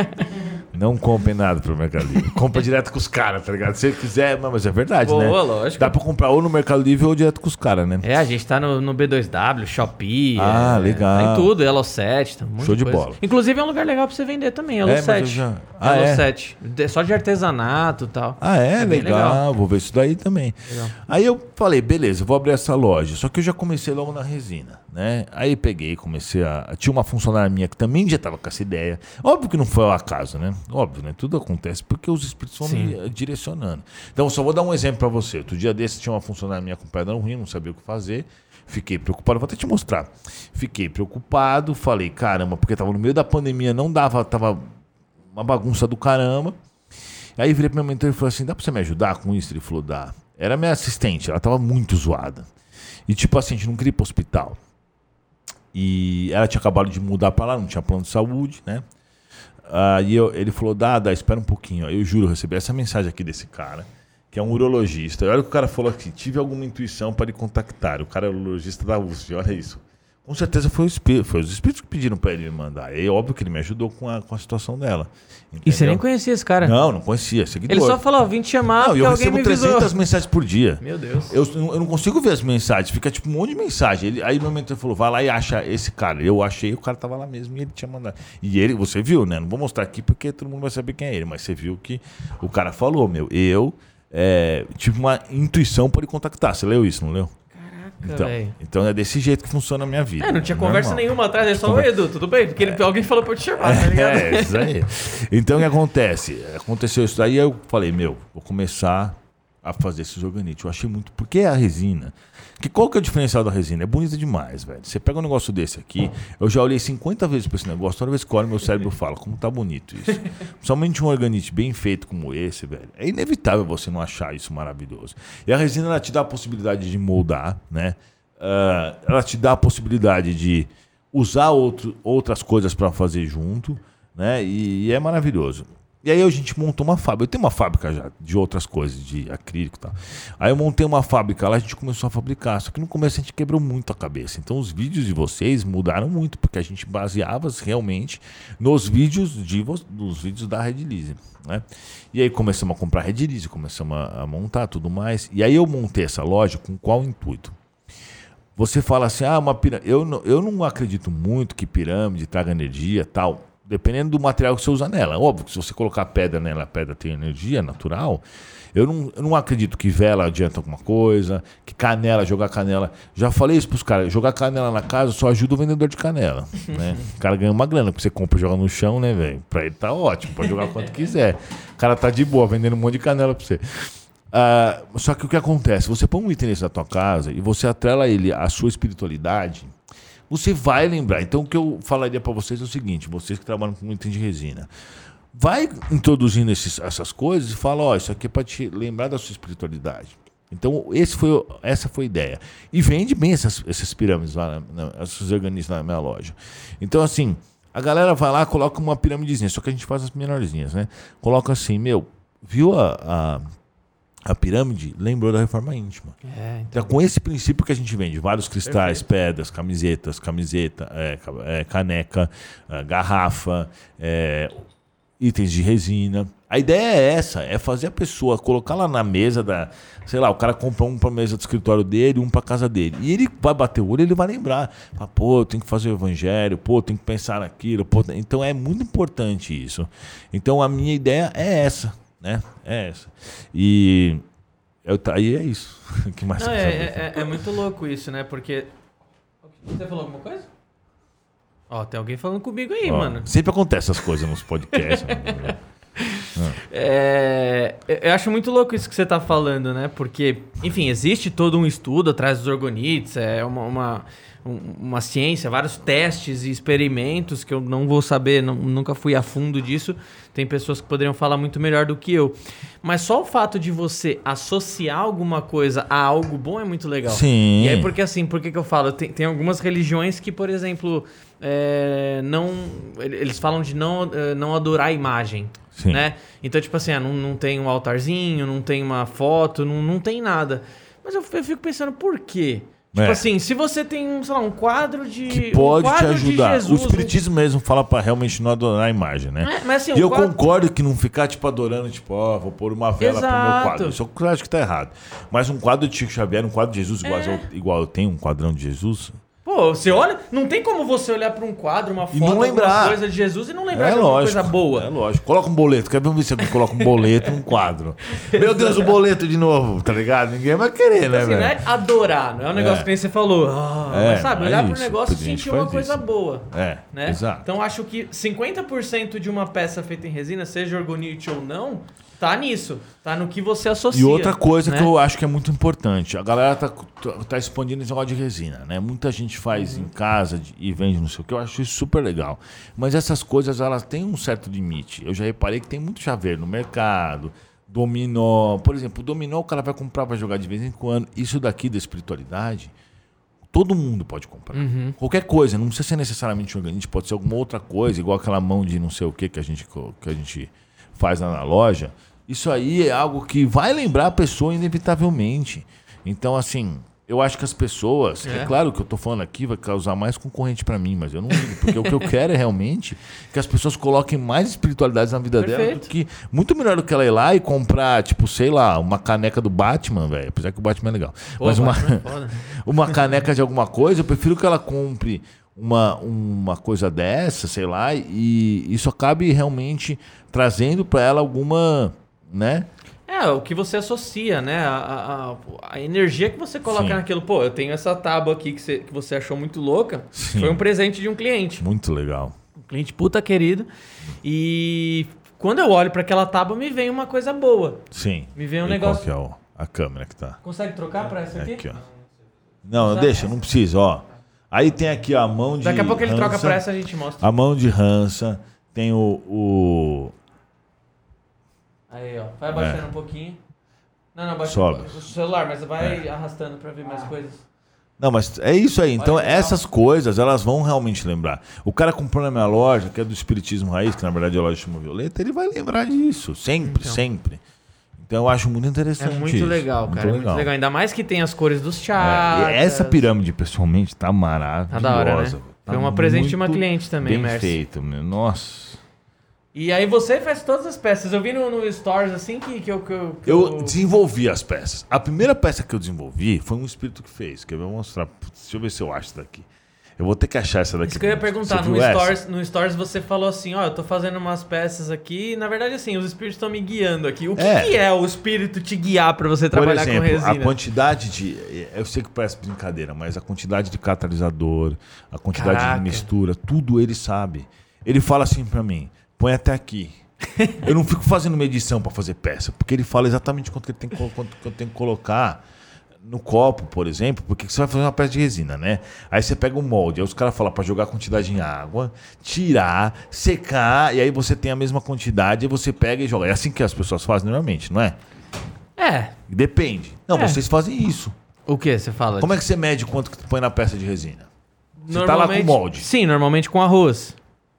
Não compre nada pro Mercado Livre. Compra direto com os caras, tá ligado? Se você quiser, mas é verdade, Boa, né? Boa, lógico. Dá pra comprar ou no Mercado Livre ou direto com os caras, né? É, a gente tá no, no B dois W, Shopee. Ah, é, legal. Tem tudo, Elo sete, tá um monte Show de, de bola. Inclusive é um lugar legal pra você vender também, Elo sete. Já... Ah, Elo é? sete. Só de artesanato e tal. Ah, é? é legal. legal. Vou ver isso daí também. Legal. Aí eu falei, beleza, vou abrir essa loja. Só que eu já comecei logo na resina, né? Aí peguei, comecei a... Tinha uma funcionária minha que também já tava com essa ideia. Óbvio que não foi ao acaso, né? Óbvio, né? Tudo acontece porque os espíritos vão me direcionando. Então, só vou dar um exemplo pra você. Outro dia desse tinha uma funcionária minha com pedra ruim, não sabia o que fazer. Fiquei preocupado, vou até te mostrar. Fiquei preocupado, falei, caramba, porque tava no meio da pandemia, não dava, tava uma bagunça do caramba. Aí virei pro meu mentor e falei assim, dá pra você me ajudar com isso? Ele falou, dá. Era minha assistente, ela tava muito zoada. E tipo assim, a gente não queria ir pro hospital. E ela tinha acabado de mudar pra lá, não tinha plano de saúde, né? Aí eu, ele falou, dá, dá, espera um pouquinho. Aí eu juro, eu recebi essa mensagem aqui desse cara, que é um urologista. Olha o que o cara falou aqui, tive alguma intuição para lhe contactar. O cara é urologista da U S P, olha isso. Com certeza foi, o espírito, foi os espíritos que pediram para ele me mandar. E é óbvio que ele me ajudou com a, com a situação dela. Entendeu? E você nem conhecia esse cara? Não, não conhecia. Seguidor. Ele só falou, vim te chamar, não, eu recebo trezentas mensagens por dia. Meu Deus. Eu, eu não consigo ver as mensagens, fica tipo um monte de mensagem. Ele, aí meu mentor falou, vai lá e acha esse cara. Eu achei, o cara tava lá mesmo e ele tinha mandado. E ele, você viu, né? Não vou mostrar aqui porque todo mundo vai saber quem é ele, mas você viu que o cara falou, meu, eu é, tive uma intuição para ele contactar. Você leu isso, não leu? Então, então é desse jeito que funciona a minha vida. É, não tinha conversa normal. nenhuma atrás, é só o Edu, tudo bem? Porque ele, alguém falou pra eu te chamar, tá ligado? É, isso aí. Então o que acontece? Aconteceu isso daí, eu falei, meu, vou começar a fazer esses organites. Eu achei muito... Porque é a resina. Que qual que é o diferencial da resina? É bonita demais, velho. Você pega um negócio desse aqui, eu já olhei cinquenta vezes pra esse negócio, toda vez que eu olho, meu cérebro fala, como tá bonito isso. Somente um organite bem feito como esse, velho. É inevitável você não achar isso maravilhoso. E a resina, ela te dá a possibilidade de moldar, né? Uh, ela te dá a possibilidade de usar outro, outras coisas para fazer junto, né? E, e é maravilhoso. E aí a gente montou uma fábrica. Eu tenho uma fábrica já de outras coisas, de acrílico e tal. Aí eu montei uma fábrica lá, a gente começou a fabricar. Só que no começo a gente quebrou muito a cabeça. Então os vídeos de vocês mudaram muito, porque a gente baseava realmente nos vídeos, de, nos vídeos da Red Lease, né? E aí começamos a comprar Red Lease, começamos a, a montar tudo mais. E aí eu montei essa loja com qual intuito? Você fala assim, ah, uma pirâmide. Eu não, eu não acredito muito que pirâmide traga energia e tal. Dependendo do material que você usa nela. Óbvio que se você colocar pedra nela, a pedra tem energia natural. Eu não, eu não acredito que vela adianta alguma coisa, que canela, jogar canela. Já falei isso pros caras, jogar canela na casa só ajuda o vendedor de canela. Né? O cara ganha uma grana, porque você compra e joga no chão, né, velho? Pra ele tá ótimo, pode jogar quanto quiser. O cara tá de boa, vendendo um monte de canela pra você. Uh, só que o que acontece? Você põe um item nesse na tua casa e você atrela ele à sua espiritualidade, você vai lembrar. Então o que eu falaria para vocês é o seguinte, vocês que trabalham com item de resina, vai introduzindo esses, essas coisas e fala, ó, oh, isso aqui é para te lembrar da sua espiritualidade. Então esse foi, essa foi a ideia. E vende bem essas, essas pirâmides lá, na, na, esses organismos na minha loja. Então assim, a galera vai lá, coloca uma piramidezinha, só que a gente faz as menorzinhas, né? Coloca assim, meu, viu a... a A pirâmide lembrou da reforma íntima. É, então... então, com esse princípio que a gente vende, vários cristais, perfeito, pedras, camisetas, camiseta, é, é, caneca, é, garrafa, é, itens de resina. A ideia é essa, é fazer a pessoa colocar lá na mesa da... Sei lá, o cara compra um para a mesa do escritório dele, um para a casa dele. E ele vai bater o olho, ele vai lembrar. Fala, pô, eu tenho que fazer o evangelho, pô, eu tenho que pensar naquilo. Pô. Então, é muito importante isso. Então, a minha ideia é essa. Né? É essa. E eu, aí é isso. Que mais Não, é, é, é muito louco isso, né? Porque. Você falou alguma coisa? Ó, tem alguém falando comigo aí, Ó, mano. Sempre acontece essas coisas nos podcasts. é, eu acho muito louco isso que você tá falando, né? Porque, enfim, existe todo um estudo atrás dos orgonites, é uma, uma, uma ciência, vários testes e experimentos que eu não vou saber, não, nunca fui a fundo disso. Tem pessoas que poderiam falar muito melhor do que eu. Mas só o fato de você associar alguma coisa a algo bom é muito legal. Sim. E aí, porque assim, por que que eu falo? Tem, tem algumas religiões que, por exemplo, é, não, eles falam de não, não adorar a imagem. Sim. Né? Então, tipo assim, ah, não, não tem um altarzinho, não tem uma foto, não, não tem nada. Mas eu, eu fico pensando, por quê? Tipo é. assim, se você tem, sei lá, um quadro de... Que pode um quadro te ajudar. Jesus, o espiritismo um... mesmo fala pra realmente não adorar a imagem, né? É, mas, assim, e eu quadro... concordo que não ficar, tipo, adorando, tipo, ó, vou pôr uma vela Exato. pro meu quadro. Isso eu acho que tá errado. Mas um quadro de Chico Xavier, um quadro de Jesus, igual, é. eu, igual eu tenho um quadrão de Jesus... Pô, você olha... Não tem como você olhar pra um quadro, uma foto, alguma coisa de Jesus e não lembrar é de alguma coisa boa. É lógico. Coloca um boleto. Quer ver se alguém coloca um boleto num quadro? Meu Deus, o boleto de novo, tá ligado? Ninguém vai querer, então, né, assim, velho? Não é adorar, não é um negócio é. que nem você falou. Ah, é, mas sabe, olhar é pro negócio e sentir uma coisa isso. boa. É, né? exato. Então acho que cinquenta por cento de uma peça feita em resina, seja orgonite ou não... Tá nisso, tá no que você associa. E outra coisa, né, que eu acho que é muito importante, a galera tá, tá expandindo esse negócio de resina, né? Muita gente faz uhum. em casa e vende não sei o que, eu acho isso super legal. Mas essas coisas, elas têm um certo limite. Eu já reparei que tem muito chaveiro no mercado, dominó. Por exemplo, o dominó o cara vai comprar pra jogar de vez em quando. Isso daqui da espiritualidade, todo mundo pode comprar. Uhum. Qualquer coisa, não precisa ser necessariamente um organismo, pode ser alguma outra coisa, igual aquela mão de não sei o que que a gente... Que a gente faz lá na loja, isso aí é algo que vai lembrar a pessoa inevitavelmente. Então, assim, eu acho que as pessoas... É, é claro que eu tô falando aqui vai causar mais concorrente para mim, mas eu não ligo, porque o que eu quero é realmente que as pessoas coloquem mais espiritualidade na vida Perfeito. dela do que... Muito melhor do que ela ir lá e comprar, tipo, sei lá, uma caneca do Batman, velho. Apesar que o Batman é legal. Pô, mas uma, é uma caneca de alguma coisa, eu prefiro que ela compre... Uma, uma coisa dessa, sei lá, e isso acabe realmente trazendo para ela alguma, né? É, o que você associa, né? A, a, a energia que você coloca Sim. naquilo. Pô, eu tenho essa tábua aqui que você, que você achou muito louca. Sim. Foi um presente de um cliente. Muito legal. Um cliente puta querido. E quando eu olho para aquela tábua, me vem uma coisa boa. Sim. Me vem um e negócio... Qual que é o, a câmera que tá? Consegue trocar para essa aqui? É aqui, ó. Não, não deixa, não precisa, ó. Aí tem aqui a mão de Daqui a pouco ele Hansa, troca pra essa, a gente mostra. A mão de Hansa, tem o... o... Aí, ó. Vai abaixando é. um pouquinho. Não, não, abaixa Sobe. o celular, mas vai é. arrastando pra ver mais coisas. Não, mas é isso aí. Então, essas coisas, elas vão realmente lembrar. O cara comprou na minha loja, que é do Espiritismo Raiz, que na verdade é a loja chama Violeta, ele vai lembrar disso. Sempre, então. sempre. Então eu acho muito interessante. É muito isso. legal, muito cara. Legal. Muito legal. Ainda mais que tem as cores dos chakras. É, essa pirâmide, pessoalmente, tá maravilhosa. Tá da hora, né? Tá Foi uma presente de uma cliente também, bem Mércio. feito, meu. Nossa. E aí você faz todas as peças. Eu vi no, no Stories assim que, que, eu, que, eu, que eu... Eu desenvolvi as peças. A primeira peça que eu desenvolvi foi um espírito que fez. Que eu vou mostrar. Deixa eu ver se eu acho isso daqui. Eu vou ter que achar essa daqui. Isso que eu ia perguntar. No stories, no Stories você falou assim, ó, eu tô fazendo umas peças aqui e, na verdade, assim, os espíritos estão me guiando aqui. O que é, que é o espírito te guiar pra você trabalhar Por exemplo, com resina? A quantidade de... Eu sei que parece brincadeira, mas a quantidade de catalisador, a quantidade Caraca. de mistura, tudo ele sabe. Ele fala assim pra mim, põe até aqui. Eu não fico fazendo medição pra fazer peça, porque ele fala exatamente quanto que ele tem que, quanto que eu tenho que colocar no copo, por exemplo, porque você vai fazer uma peça de resina, né? Aí você pega um molde, aí os caras falam pra jogar a quantidade em água, tirar, secar, e aí você tem a mesma quantidade, e você pega e joga. É assim que as pessoas fazem normalmente, não é? É. Depende. Não, é. Vocês fazem isso. O que você fala? Como é que você mede quanto que tu põe na peça de resina? Você tá lá com o molde. Sim, normalmente com arroz.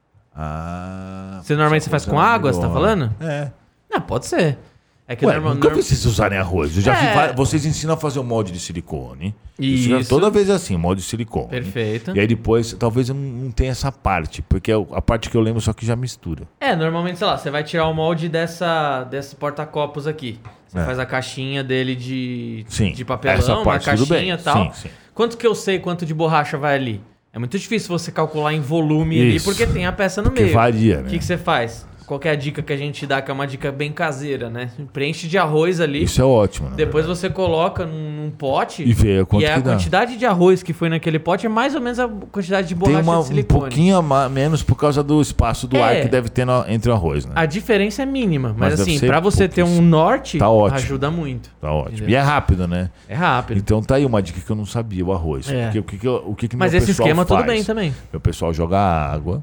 Ah... Você normalmente você faz com água, você tá falando? É. Não, pode ser. É que Ué, normal, nunca norm... vi vocês usarem arroz. Eu já é. vi, vocês ensinam a fazer um molde de silicone. Isso. Isso. Toda vez é assim, molde de silicone. Perfeito. E aí depois, talvez eu não, não tenha essa parte, porque é a parte que eu lembro só que já mistura. É, normalmente, sei lá, você vai tirar o molde dessa, desse porta-copos aqui. Você é. faz a caixinha dele de, sim, de papelão, uma caixinha e tal. Sim, sim. Quanto que eu sei quanto de borracha vai ali? É muito difícil você calcular em volume ali, porque tem a peça no porque meio. varia, né? O que, que você faz? Qual que é a dica que a gente dá, que é uma dica bem caseira, né? Preenche de arroz ali. Isso é ótimo, né? Depois você coloca num, num pote e vê quanto e é que a dá. quantidade de arroz que foi naquele pote é mais ou menos a quantidade de borracha tem uma, de silicone. um pouquinho a menos por causa do espaço do é. ar que deve ter no, entre o arroz, né? A diferença é mínima, mas, mas assim, pra você ter um pouquíssimo. norte, tá ótimo. ajuda muito. Tá ótimo. Entendeu? E é rápido, né? É rápido. Então tá aí uma dica que eu não sabia, o arroz. É. Porque o que, que, eu, o que, que mas meu esse pessoal esquema faz? Tudo bem também. Meu pessoal joga água,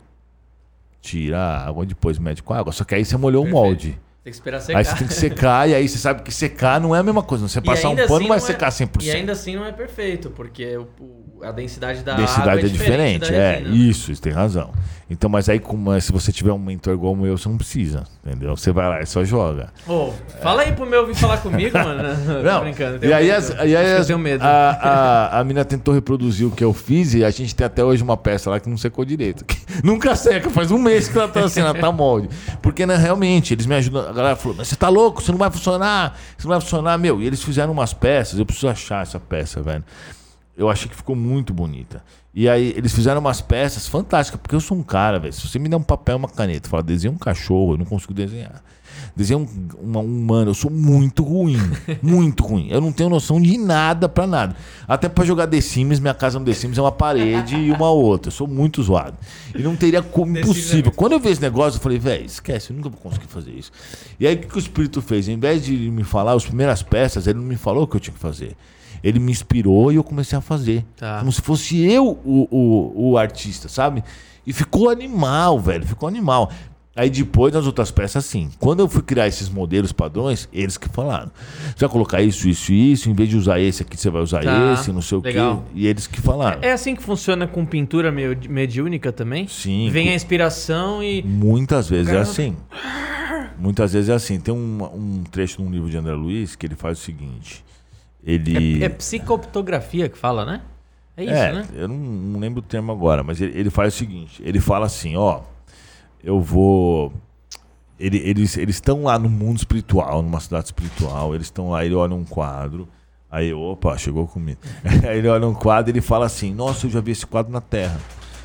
tira a água, depois mede com a água. Só que aí você molhou Perfeito. o molde. Tem que esperar secar. Aí você tem que secar, e aí você sabe que secar não é a mesma coisa. Você passar um pano assim não vai é, secar cem por cento. E ainda assim não é perfeito, porque o, o, a densidade da densidade água é, é diferente. diferente É, resina. isso, você tem razão. Então, mas aí como, se você tiver um mentor igual o meu, você não precisa, entendeu? Você vai lá e só joga. Ô, fala aí pro meu vir falar comigo, mano. Não, tô brincando. E aí, medo. as, e aí as, eu tenho medo. A, a, a mina tentou reproduzir o que eu fiz e a gente tem até hoje uma peça lá que não secou direito. Nunca seca, faz um mês que ela tá assim, ela tá molde. Porque, né, realmente, eles me ajudam. A galera falou, mas você tá louco, você não vai funcionar, você não vai funcionar, meu. E eles fizeram umas peças, eu preciso achar essa peça, velho. Eu achei que ficou muito bonita. E aí eles fizeram umas peças fantásticas, porque eu sou um cara, velho. Se você me der um papel e uma caneta, fala, desenha um cachorro, eu não consigo desenhar. Desenha um, uma, um humano, eu sou muito ruim. Muito ruim. Eu não tenho noção de nada pra nada. Até pra jogar The Sims, minha casa no The Sims é uma parede e uma outra. Eu sou muito zoado. E não teria como impossível. Quando eu vi esse negócio, eu falei, velho, esquece, eu nunca vou conseguir fazer isso. E aí o que, que o espírito fez? Em vez de me falar as primeiras peças, ele não me falou o que eu tinha que fazer. Ele me inspirou e eu comecei a fazer. Tá. Como se fosse eu o, o, o artista, sabe? E ficou animal, velho. Ficou animal. Aí depois, nas outras peças, assim. Quando eu fui criar esses modelos padrões, eles que falaram. Você vai colocar isso, isso e isso. Em vez de usar esse aqui, você vai usar tá. esse, não sei Legal. o quê. E eles que falaram. É assim que funciona com pintura meio mediúnica também? Sim. Vem com... a inspiração e... Muitas vezes cara... é assim. Muitas vezes é assim. Tem um, um trecho num livro de André Luiz que ele faz o seguinte... Ele... É, é psicoptografia que fala, né? É isso, é, né? Eu não, não lembro o termo agora, mas ele, ele faz o seguinte: ele fala assim, ó, eu vou. Ele, eles estão lá no mundo espiritual, numa cidade espiritual, eles estão lá, ele olha um quadro, aí, opa, chegou comigo. Aí ele olha um quadro e ele fala assim, nossa, eu já vi esse quadro na Terra.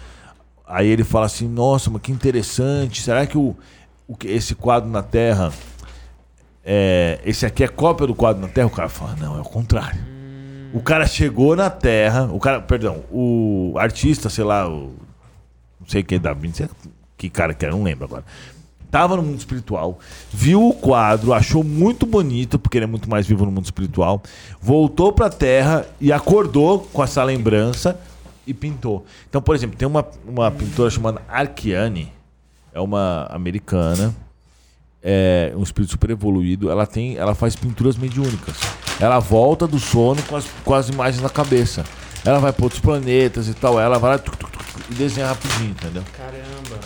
Aí ele fala assim, nossa, mas que interessante, será que o, o, esse quadro na Terra. É, esse aqui é cópia do quadro na Terra? O cara fala, não, é o contrário. Hum. O cara chegou na Terra, o cara, perdão, o artista, sei lá, o, não sei quem da não sei que cara que era, não lembro agora. Tava no mundo espiritual, viu o quadro, achou muito bonito, porque ele é muito mais vivo no mundo espiritual, voltou pra Terra e acordou com essa lembrança e pintou. Então, por exemplo, tem uma, uma pintora chamada Archiane, é uma americana, é um espírito super evoluído, ela tem, ela faz pinturas mediúnicas. Ela volta do sono com as, com as imagens na cabeça. Ela vai para outros planetas e tal, ela vai lá tuc, tuc, tuc, e desenha rapidinho, entendeu? Caramba.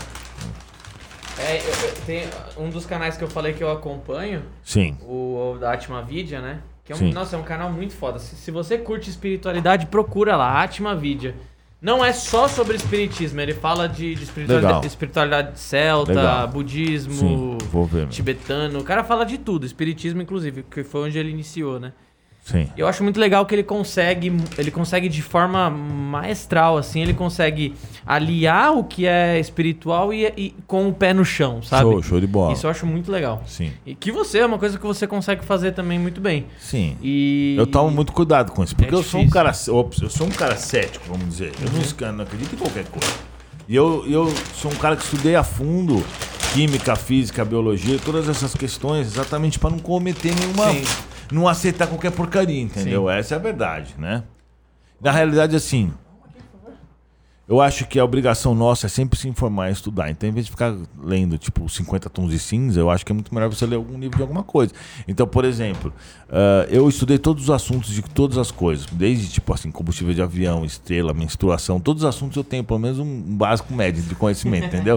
É, eu, eu, tem um dos canais que eu falei que eu acompanho. Sim. O, o da Atma Vidya, né? Que é um, nossa, é um canal muito foda. Se, se você curte espiritualidade, procura lá, Atma Vidya. Não é só sobre espiritismo, ele fala de, de espiritualidade, espiritualidade celta, Legal. budismo, Sim, vou ver, tibetano. O cara fala de tudo, espiritismo inclusive, que foi onde ele iniciou, né? Sim. Eu acho muito legal que ele consegue, ele consegue de forma maestral, assim, ele consegue aliar o que é espiritual e, e com o pé no chão, sabe? Show, show de bola. Isso eu acho muito legal. Sim. E que você é uma coisa que você consegue fazer também muito bem. Sim. E... Eu tomo muito cuidado com isso, porque é eu sou um cara, ops, eu sou um cara cético, vamos dizer. Eu não, eu não acredito em qualquer coisa. E eu, eu sou um cara que estudei a fundo química, física, biologia, todas essas questões, exatamente para não cometer nenhuma... Sim. Não aceitar qualquer porcaria, entendeu? Sim. Essa é a verdade, né? Na realidade, assim, eu acho que a obrigação nossa é sempre se informar e estudar. Então, em vez de ficar lendo, tipo, cinquenta tons de cinza, eu acho que é muito melhor você ler algum livro de alguma coisa. Então, por exemplo, uh, eu estudei todos os assuntos de todas as coisas. Desde, tipo assim, combustível de avião, estrela, menstruação. Todos os assuntos eu tenho, pelo menos, um básico médio de conhecimento, entendeu?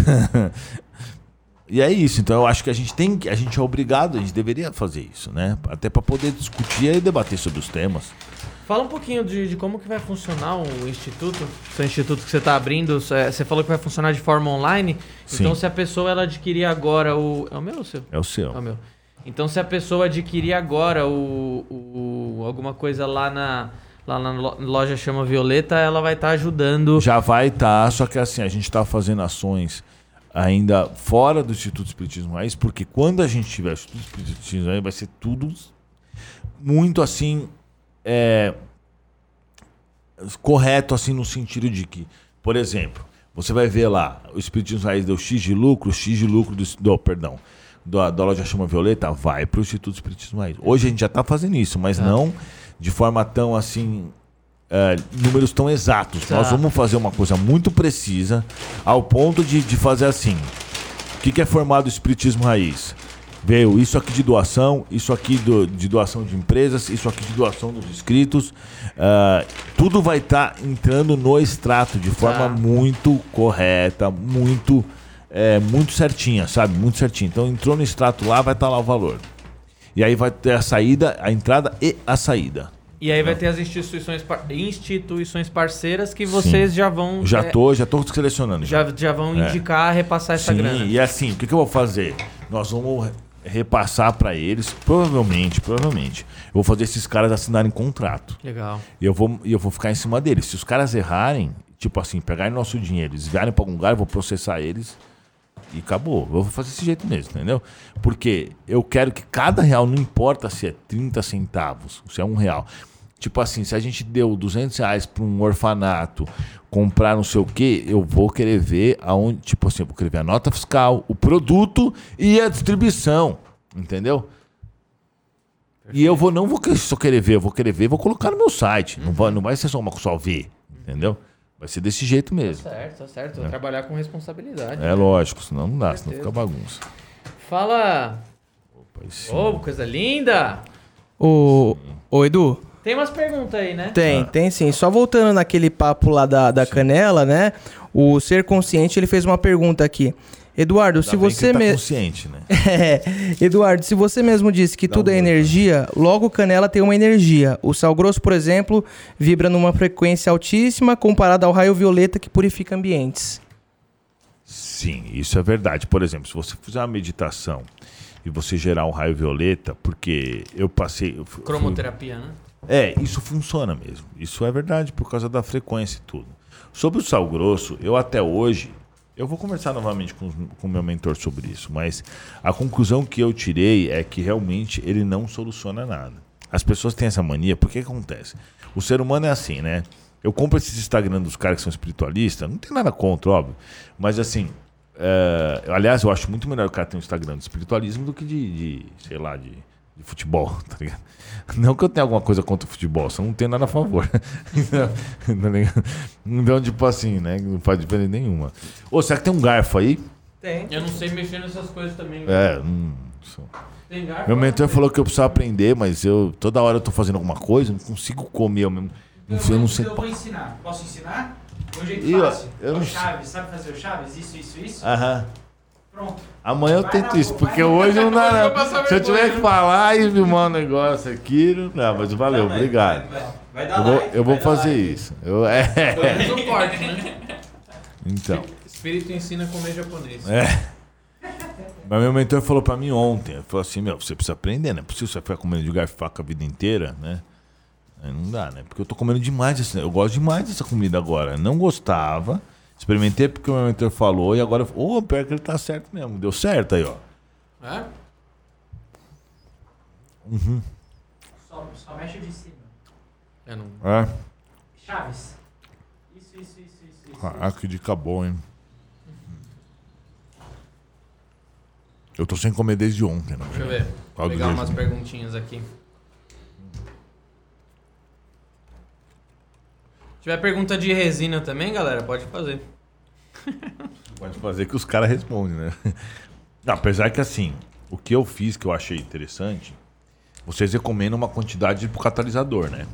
E é isso, então eu acho que a gente tem, a gente é obrigado, a gente deveria fazer isso, né? Até para poder discutir e debater sobre os temas. Fala um pouquinho de, de como que vai funcionar o instituto, seu instituto que você está abrindo. Você falou que vai funcionar de forma online. Sim. Então, se a pessoa ela adquirir agora o... É o meu ou o seu? É o seu. É o meu. Então, se a pessoa adquirir agora o, o, alguma coisa lá na... Lá na loja Chama Violeta, ela vai estar tá ajudando... Já vai estar, tá, só que assim, a gente está fazendo ações... ainda fora do Instituto Espiritismo Raiz, porque quando a gente tiver o Instituto Espiritismo Raiz, vai ser tudo muito assim, é, correto assim no sentido de que, por exemplo, você vai ver lá, o Espiritismo Raiz deu X de lucro, X de lucro do, do perdão, da, da loja Chama Violeta, vai para o Instituto Espiritismo Raiz. Hoje a gente já está fazendo isso, mas ah. não de forma tão assim... Uh, números tão exatos. Tá. Nós vamos fazer uma coisa muito precisa ao ponto de, de fazer assim. O que, que é formado o Espiritismo Raiz? Veio isso aqui de doação, isso aqui do, de doação de empresas, isso aqui de doação dos inscritos. Uh, tudo vai estar tá entrando no extrato de forma tá. muito correta, muito, é, muito certinha, sabe? Muito certinha. Então entrou no extrato lá, vai estar tá lá o valor. E aí vai ter a saída, a entrada e a saída. E aí vai ter as instituições, par... instituições parceiras que vocês Sim. já vão... Já tô, é... já tô selecionando. Já, já, já vão é. indicar, repassar essa Sim, grana. E assim, o que, que eu vou fazer? Nós vamos repassar para eles, provavelmente, provavelmente, eu vou fazer esses caras assinarem contrato. Legal. E eu vou, eu vou ficar em cima deles. Se os caras errarem, tipo assim, pegarem nosso dinheiro, desviarem para algum lugar, eu vou processar eles e acabou. Eu vou fazer desse jeito mesmo, entendeu? Porque eu quero que cada real, não importa se é trinta centavos, se é um real. Tipo assim, se a gente deu duzentos reais para um orfanato comprar não sei o quê, eu vou querer ver aonde, tipo assim, eu vou querer ver a nota fiscal, o produto e a distribuição, entendeu? Perfeito. E eu vou, não vou só querer ver, eu vou querer ver, vou colocar no meu site. Uhum. Não, vai, não vai ser só uma só ver, entendeu? Vai ser desse jeito mesmo. Tá certo, tá certo. Vou é. trabalhar com responsabilidade. É, né? Lógico, senão não dá, com senão certeza. Fica bagunça. Fala! Ô, oh, coisa linda! Ô, ô, Edu... Tem umas perguntas aí, né? Tem, ah. tem sim. Só voltando naquele papo lá da, da canela, né? O Ser Consciente, ele fez uma pergunta aqui. Eduardo, Ainda se você tá mesmo... consciente, né? é. Eduardo, se você mesmo disse que Dá tudo um é energia, logo canela tem uma energia. O sal grosso, por exemplo, vibra numa frequência altíssima comparada ao raio violeta que purifica ambientes. Sim, isso é verdade. Por exemplo, se você fizer uma meditação e você gerar um raio violeta, porque eu passei... Eu fui, Cromoterapia, né? É, isso funciona mesmo. Isso é verdade por causa da frequência e tudo. Sobre o sal grosso, eu até hoje... Eu vou conversar novamente com o meu mentor sobre isso, mas a conclusão que eu tirei é que realmente ele não soluciona nada. As pessoas têm essa mania, porque que acontece? O ser humano é assim, né? Eu compro esses Instagram dos caras que são espiritualistas, não tem nada contra, óbvio, mas assim... É, aliás, eu acho muito melhor o cara ter um Instagram de espiritualismo do que de, de sei lá, de, de futebol, tá ligado? Não que eu tenha alguma coisa contra o futebol, só não tenho nada a favor. Então, tipo assim, né? Não faz diferença nenhuma. Ô, será que tem um garfo aí? Tem. Eu não sei mexer nessas coisas também. É, não... Tem garfo? Meu mentor falou que eu precisava aprender, mas eu toda hora eu tô fazendo alguma coisa, não consigo comer eu mesmo. Eu, eu, eu não sei. Eu vou ensinar. Posso ensinar? Um jeito eu, fácil. Eu o não... Chaves, sabe fazer o Chaves? Isso, isso, isso? Aham. Pronto. Amanhã eu vai tento na, isso, porque vai hoje na, não dá. não. Se eu tiver que falar e filmar um negócio aqui, não dá, mas valeu, vai, obrigado. Vai, vai, vai dar eu vou, like, eu vou vai fazer like. isso. Eu, é. Eu corte, né? Então. Espírito ensina a comer japonês. É. Mas meu mentor falou pra mim ontem, ele falou assim, meu, você precisa aprender, né? Não é possível você ficar comendo de garfo e faca a vida inteira, né? Aí não dá, né? Porque eu tô comendo demais, assim, eu gosto demais dessa comida agora. Não gostava, experimentei porque o meu mentor falou e agora, ô, oh, pior que ele tá certo mesmo, deu certo aí, ó. É? Uhum. Só, só mexe de cima. É, não... É. Chaves. Isso, isso, isso, isso. isso. Ah, que dica boa, hein? Eu tô sem comer desde ontem, né? Deixa eu ver. Vou pegar umas perguntinhas aqui. Se tiver pergunta de resina também, galera, pode fazer. Pode fazer que os caras respondem, né? Apesar que assim, o que eu fiz que eu achei interessante, vocês recomendam uma quantidade pro catalisador, né?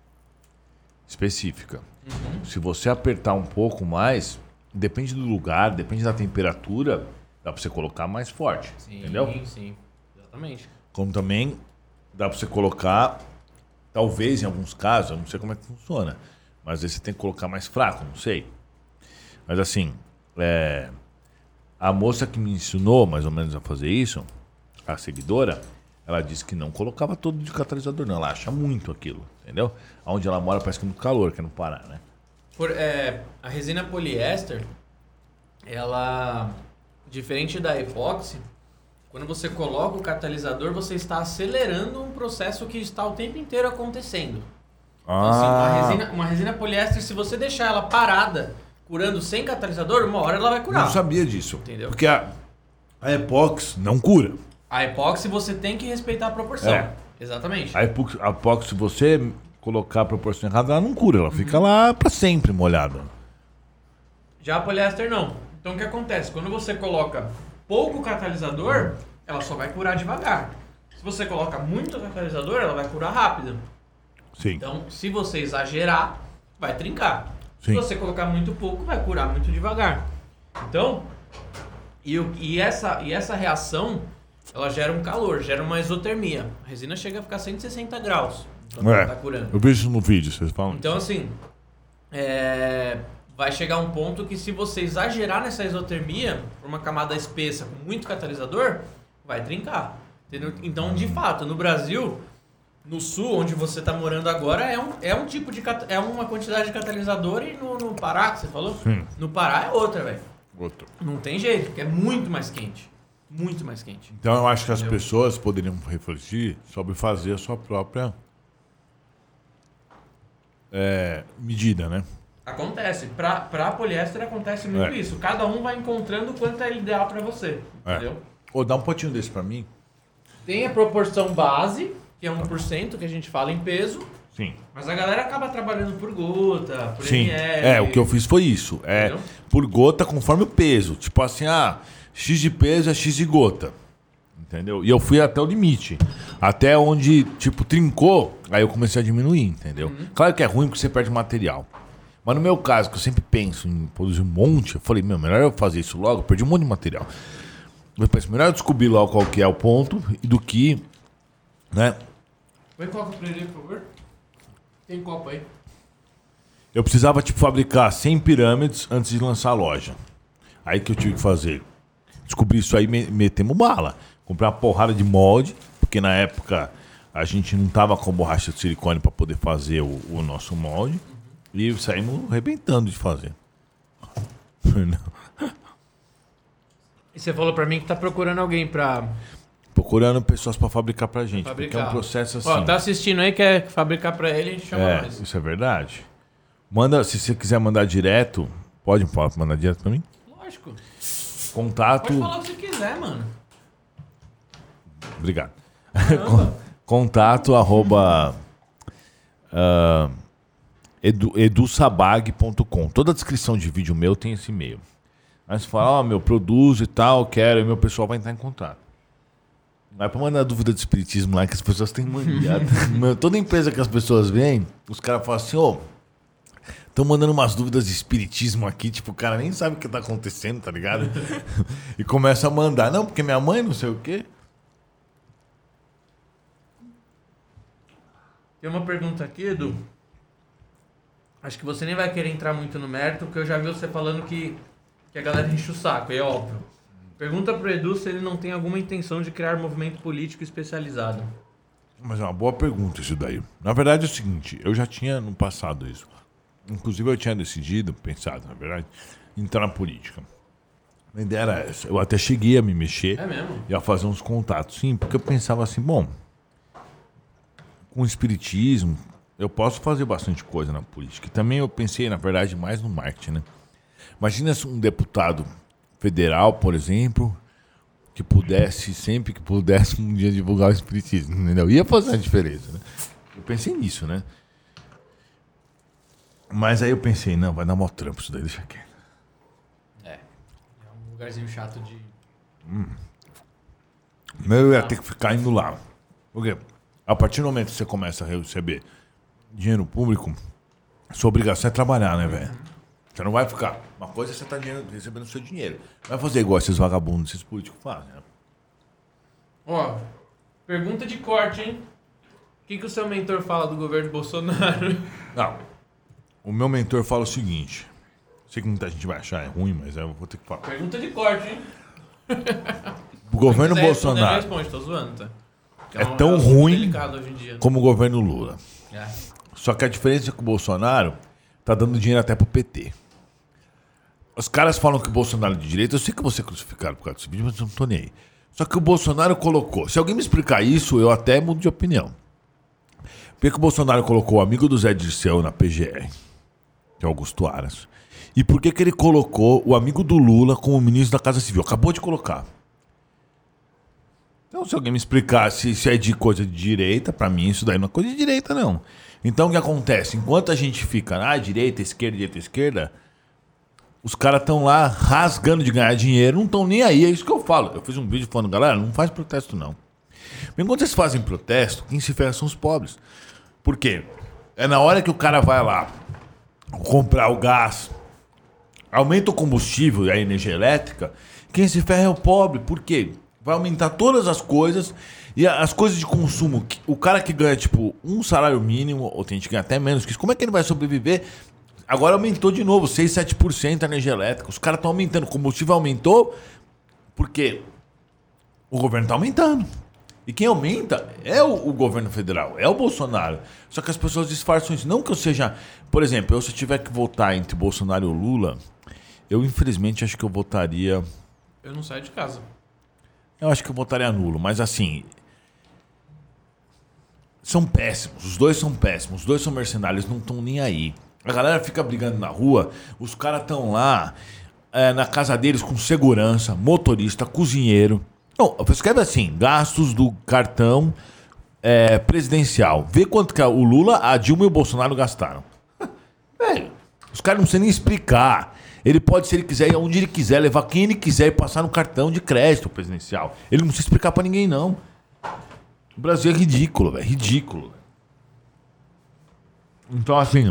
Específica. Uhum. Se você apertar um pouco mais, depende do lugar, depende da temperatura, dá pra você colocar mais forte. Sim, entendeu? Sim, sim. Exatamente. Como também dá pra você colocar, talvez em alguns casos, eu não sei como é que funciona, mas às vezes você tem que colocar mais fraco, não sei. Mas assim, é, a moça que me ensinou mais ou menos a fazer isso, a seguidora, ela disse que não colocava todo de catalisador, não. Ela acha muito aquilo, entendeu? Onde ela mora parece que é muito calor, que é no Pará, né? Por, é, a resina poliéster, ela, diferente da epóxi, quando você coloca o catalisador, você está acelerando um processo que está o tempo inteiro acontecendo. Então, assim, uma, resina, uma resina poliéster, se você deixar ela parada, curando sem catalisador, uma hora ela vai curar. Não sabia disso. Entendeu? Porque a, a epóxi não cura. A epóxi você tem que respeitar a proporção. É. Exatamente. A epóxi, a epóxi, se você colocar a proporção errada, ela não cura. Ela uhum. fica lá pra sempre molhada. Já a poliéster não. Então o que acontece? Quando você coloca pouco catalisador, ela só vai curar devagar. Se você coloca muito catalisador, ela vai curar rápido. Sim. Então, se você exagerar, vai trincar. Sim. Se você colocar muito pouco, vai curar muito devagar. Então, e, e, essa, e essa reação, ela gera um calor, gera uma exotermia. A resina chega a ficar cento e sessenta graus quando é, ela tá curando. Eu vi isso no vídeo, vocês falam. Então, assim, é, vai chegar um ponto que se você exagerar nessa exotermia, por uma camada espessa com muito catalisador, vai trincar. Entendeu? Então, de fato, no Brasil... No sul, onde você está morando agora, é um, é um tipo de... É uma quantidade de catalisador e no, no Pará, que você falou? Sim. No Pará é outra, velho. Outra. Não tem jeito, porque é muito mais quente. Muito mais quente. Então eu acho que as Entendeu? pessoas poderiam refletir sobre fazer a sua própria é, medida, né? Acontece. Pra, pra poliéster acontece muito É. isso. Cada um vai encontrando o quanto é ideal para você. Entendeu? É. Ô, dá um potinho desse para mim. Tem a proporção base, que é um por cento, que a gente fala em peso. Sim. Mas a galera acaba trabalhando por gota, por Sim. ml. É, o que eu fiz foi isso. É Entendeu? por gota conforme o peso. Tipo assim, ah, X de peso é X de gota. Entendeu? E eu fui até o limite. Até onde, tipo, trincou, aí eu comecei a diminuir, entendeu? Uhum. Claro que é ruim porque você perde material. Mas no meu caso, que eu sempre penso em produzir um monte, eu falei, meu, melhor eu fazer isso logo, eu perdi um monte de material. Eu pensei, melhor eu descobrir logo qual que é o ponto e do que, né? Põe copo pra ele, por favor. Tem copo aí. Eu precisava, tipo, fabricar cem pirâmides antes de lançar a loja. Aí que eu tive que fazer. Descobri isso aí, me- metemos bala. Comprar uma porrada de molde, porque na época a gente não tava com borracha de silicone para poder fazer o, o nosso molde. Uhum. E saímos arrebentando de fazer. E você falou pra mim que tá procurando alguém pra Procurando pessoas para fabricar pra gente. fabricar. Porque é um processo assim. Ó, tá assistindo aí, quer fabricar pra ele, chama É, nós. isso é verdade. Manda, se você quiser mandar direto, pode mandar direto pra mim? Lógico. Contato. Pode falar o que você quiser, mano. Obrigado. Caramba. Contato arroba uh, edu, edusabag ponto com. Toda a descrição de vídeo meu tem esse e-mail. Aí você fala, ó, meu, produzo e tal, quero, e meu pessoal vai entrar em contato. Vai pra mandar dúvida de espiritismo lá, que as pessoas têm mania. Meu, toda empresa que as pessoas vêm, os caras falam assim, ô, estão mandando umas dúvidas de espiritismo aqui, tipo, o cara nem sabe o que tá acontecendo, tá ligado? E começa a mandar, não, porque minha mãe não sei o quê. Tem uma pergunta aqui, Edu. Acho que você nem vai querer entrar muito no mérito, porque eu já vi você falando que, que a galera enche o saco, é óbvio. Pergunta pro Edu se ele não tem alguma intenção de criar movimento político especializado. Mas é uma boa pergunta isso daí. Na verdade é o seguinte, eu já tinha no passado isso. Inclusive eu tinha decidido, pensado, na verdade, entrar na política. A ideia era essa. Eu até cheguei a me mexer. É mesmo? E a fazer uns contatos. Sim, porque eu pensava assim, bom, com o espiritismo, eu posso fazer bastante coisa na política. E também eu pensei, na verdade, mais no marketing, né? Imagina se um deputado federal, por exemplo, que pudesse, sempre que pudesse, um dia divulgar o espiritismo, entendeu? Ia fazer a diferença, né? Eu pensei nisso, né? Mas aí eu pensei, não, vai dar mó trampo isso daí, deixa quieto. É. É um lugarzinho chato de... Hum. Eu ia ter que ficar indo lá. Porque a partir do momento que você começa a receber dinheiro público, sua obrigação é trabalhar, né, velho? Você não vai ficar. Uma coisa é você estar tá recebendo o seu dinheiro. Não vai fazer igual esses vagabundos, esses políticos fazem, né? Ó, pergunta de corte, hein? O que, que o seu mentor fala do governo Bolsonaro? Não. O meu mentor fala o seguinte. Sei que muita gente vai achar é ruim, mas eu vou ter que falar. Pergunta de corte, hein? O governo Bolsonaro responde, tô zoando, tá? é, é tão ruim dia, né? como o governo Lula. É. Só que a diferença é que o Bolsonaro tá dando dinheiro até pro P T. Os caras falam que o Bolsonaro é de direita. Eu sei que eu vou ser crucificado por causa desse vídeo, mas eu não tô nem aí. Só que o Bolsonaro colocou... Se alguém me explicar isso, eu até mudo de opinião. Por que, que o Bolsonaro colocou o amigo do Zé Dirceu na P G R? Que é Augusto Aras. E por que, que ele colocou o amigo do Lula como ministro da Casa Civil? Acabou de colocar. Então, se alguém me explicar se isso é de coisa de direita, pra mim isso daí não é coisa de direita, não. Então, o que acontece? Enquanto a gente fica, ah, direita, esquerda, direita, esquerda... Os caras estão lá rasgando de ganhar dinheiro, não estão nem aí, é isso que eu falo. Eu fiz um vídeo falando, galera, não faz protesto não. Enquanto vocês fazem protesto, quem se ferra são os pobres. Por quê? É na hora que o cara vai lá comprar o gás, aumenta o combustível e a energia elétrica, quem se ferra é o pobre. Por quê? Vai aumentar todas as coisas e as coisas de consumo. O cara que ganha, tipo, um salário mínimo, ou tem gente que ganha até menos que isso, como é que ele vai sobreviver? Agora aumentou de novo, seis, sete por cento a energia elétrica. Os caras estão aumentando. O combustível aumentou porque o governo está aumentando. E quem aumenta é o, o governo federal, é o Bolsonaro. Só que as pessoas disfarçam isso. Não que eu seja... Por exemplo, eu se eu tiver que votar entre Bolsonaro e o Lula, eu infelizmente acho que eu votaria... Eu não saio de casa. Eu acho que eu votaria nulo, mas assim... São péssimos. Os dois são péssimos. Os dois são mercenários, não estão nem aí. A galera fica brigando na rua, os caras estão lá é, na casa deles com segurança, motorista, cozinheiro. Não, escreve assim, gastos do cartão é, presidencial. Vê quanto que o Lula, a Dilma e o Bolsonaro gastaram. Velho, os caras não precisam nem explicar. Ele pode, se ele quiser, ir onde ele quiser, levar quem ele quiser e passar no cartão de crédito presidencial. Ele não precisa explicar pra ninguém, não. O Brasil é ridículo, velho, ridículo. Então, assim...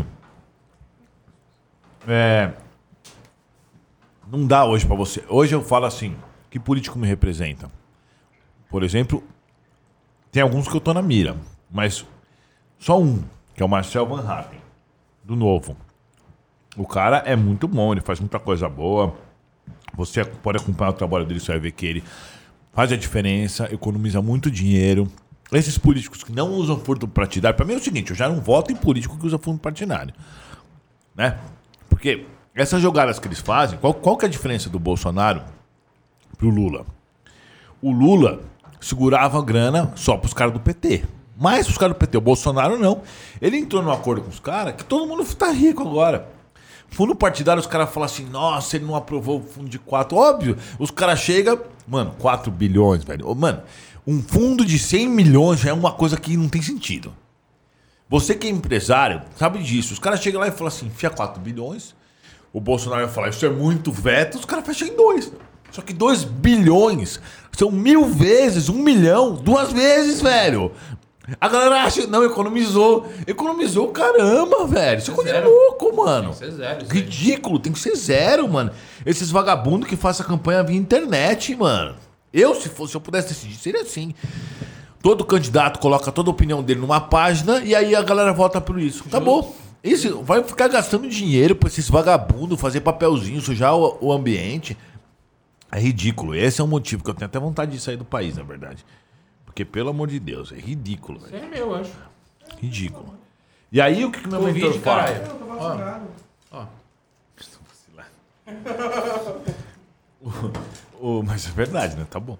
É, não dá hoje pra você. Hoje eu falo assim, que político me representa? Por exemplo, tem alguns que eu tô na mira, mas só um, que é o Marcel Van Hatten, do Novo. O cara é muito bom, ele faz muita coisa boa. Você pode acompanhar o trabalho dele, você vai ver que ele faz a diferença, economiza muito dinheiro. Esses políticos que não usam fundo partidário, pra mim é o seguinte, eu já não voto em político que usa fundo partidário, né? Porque essas jogadas que eles fazem, qual, qual que é a diferença do Bolsonaro pro Lula? O Lula segurava grana só pros caras do P T. Mais pros caras do P T. O Bolsonaro não. Ele entrou num acordo com os caras que todo mundo tá rico agora. Fundo partidário, os caras falam assim, nossa, ele não aprovou o fundo de quatro. Óbvio, os caras chegam, mano, quatro bilhões, velho. Mano, um fundo de cem milhões já é uma coisa que não tem sentido. Você que é empresário, sabe disso. Os caras chegam lá e falam assim, enfia quatro bilhões. O Bolsonaro vai falar, isso é muito veto. Os caras fecham em dois. Só que dois bilhões são mil vezes, um milhão, duas vezes, velho. A galera acha, não, economizou. Economizou, caramba, velho. Isso é coisa de louco, mano. Tem que ser zero. Ridículo, tem que ser zero, mano. Esses vagabundos que fazem a campanha via internet, mano. Eu, se fosse, se eu pudesse decidir, seria assim. Todo candidato coloca toda a opinião dele numa página e aí a galera vota por isso. Acabou. Isso, vai ficar gastando dinheiro pra esses vagabundos, fazer papelzinho, sujar o, o ambiente. É ridículo. Esse é o motivo que eu tenho até vontade de sair do país, na verdade. Porque, pelo amor de Deus, é ridículo. Isso é meu, eu acho. Ridículo. E aí, o que, que meu Covid, mentor fala? caralho. Eu tô vacinado. Ó. O, o, mas é verdade, né? Tá bom.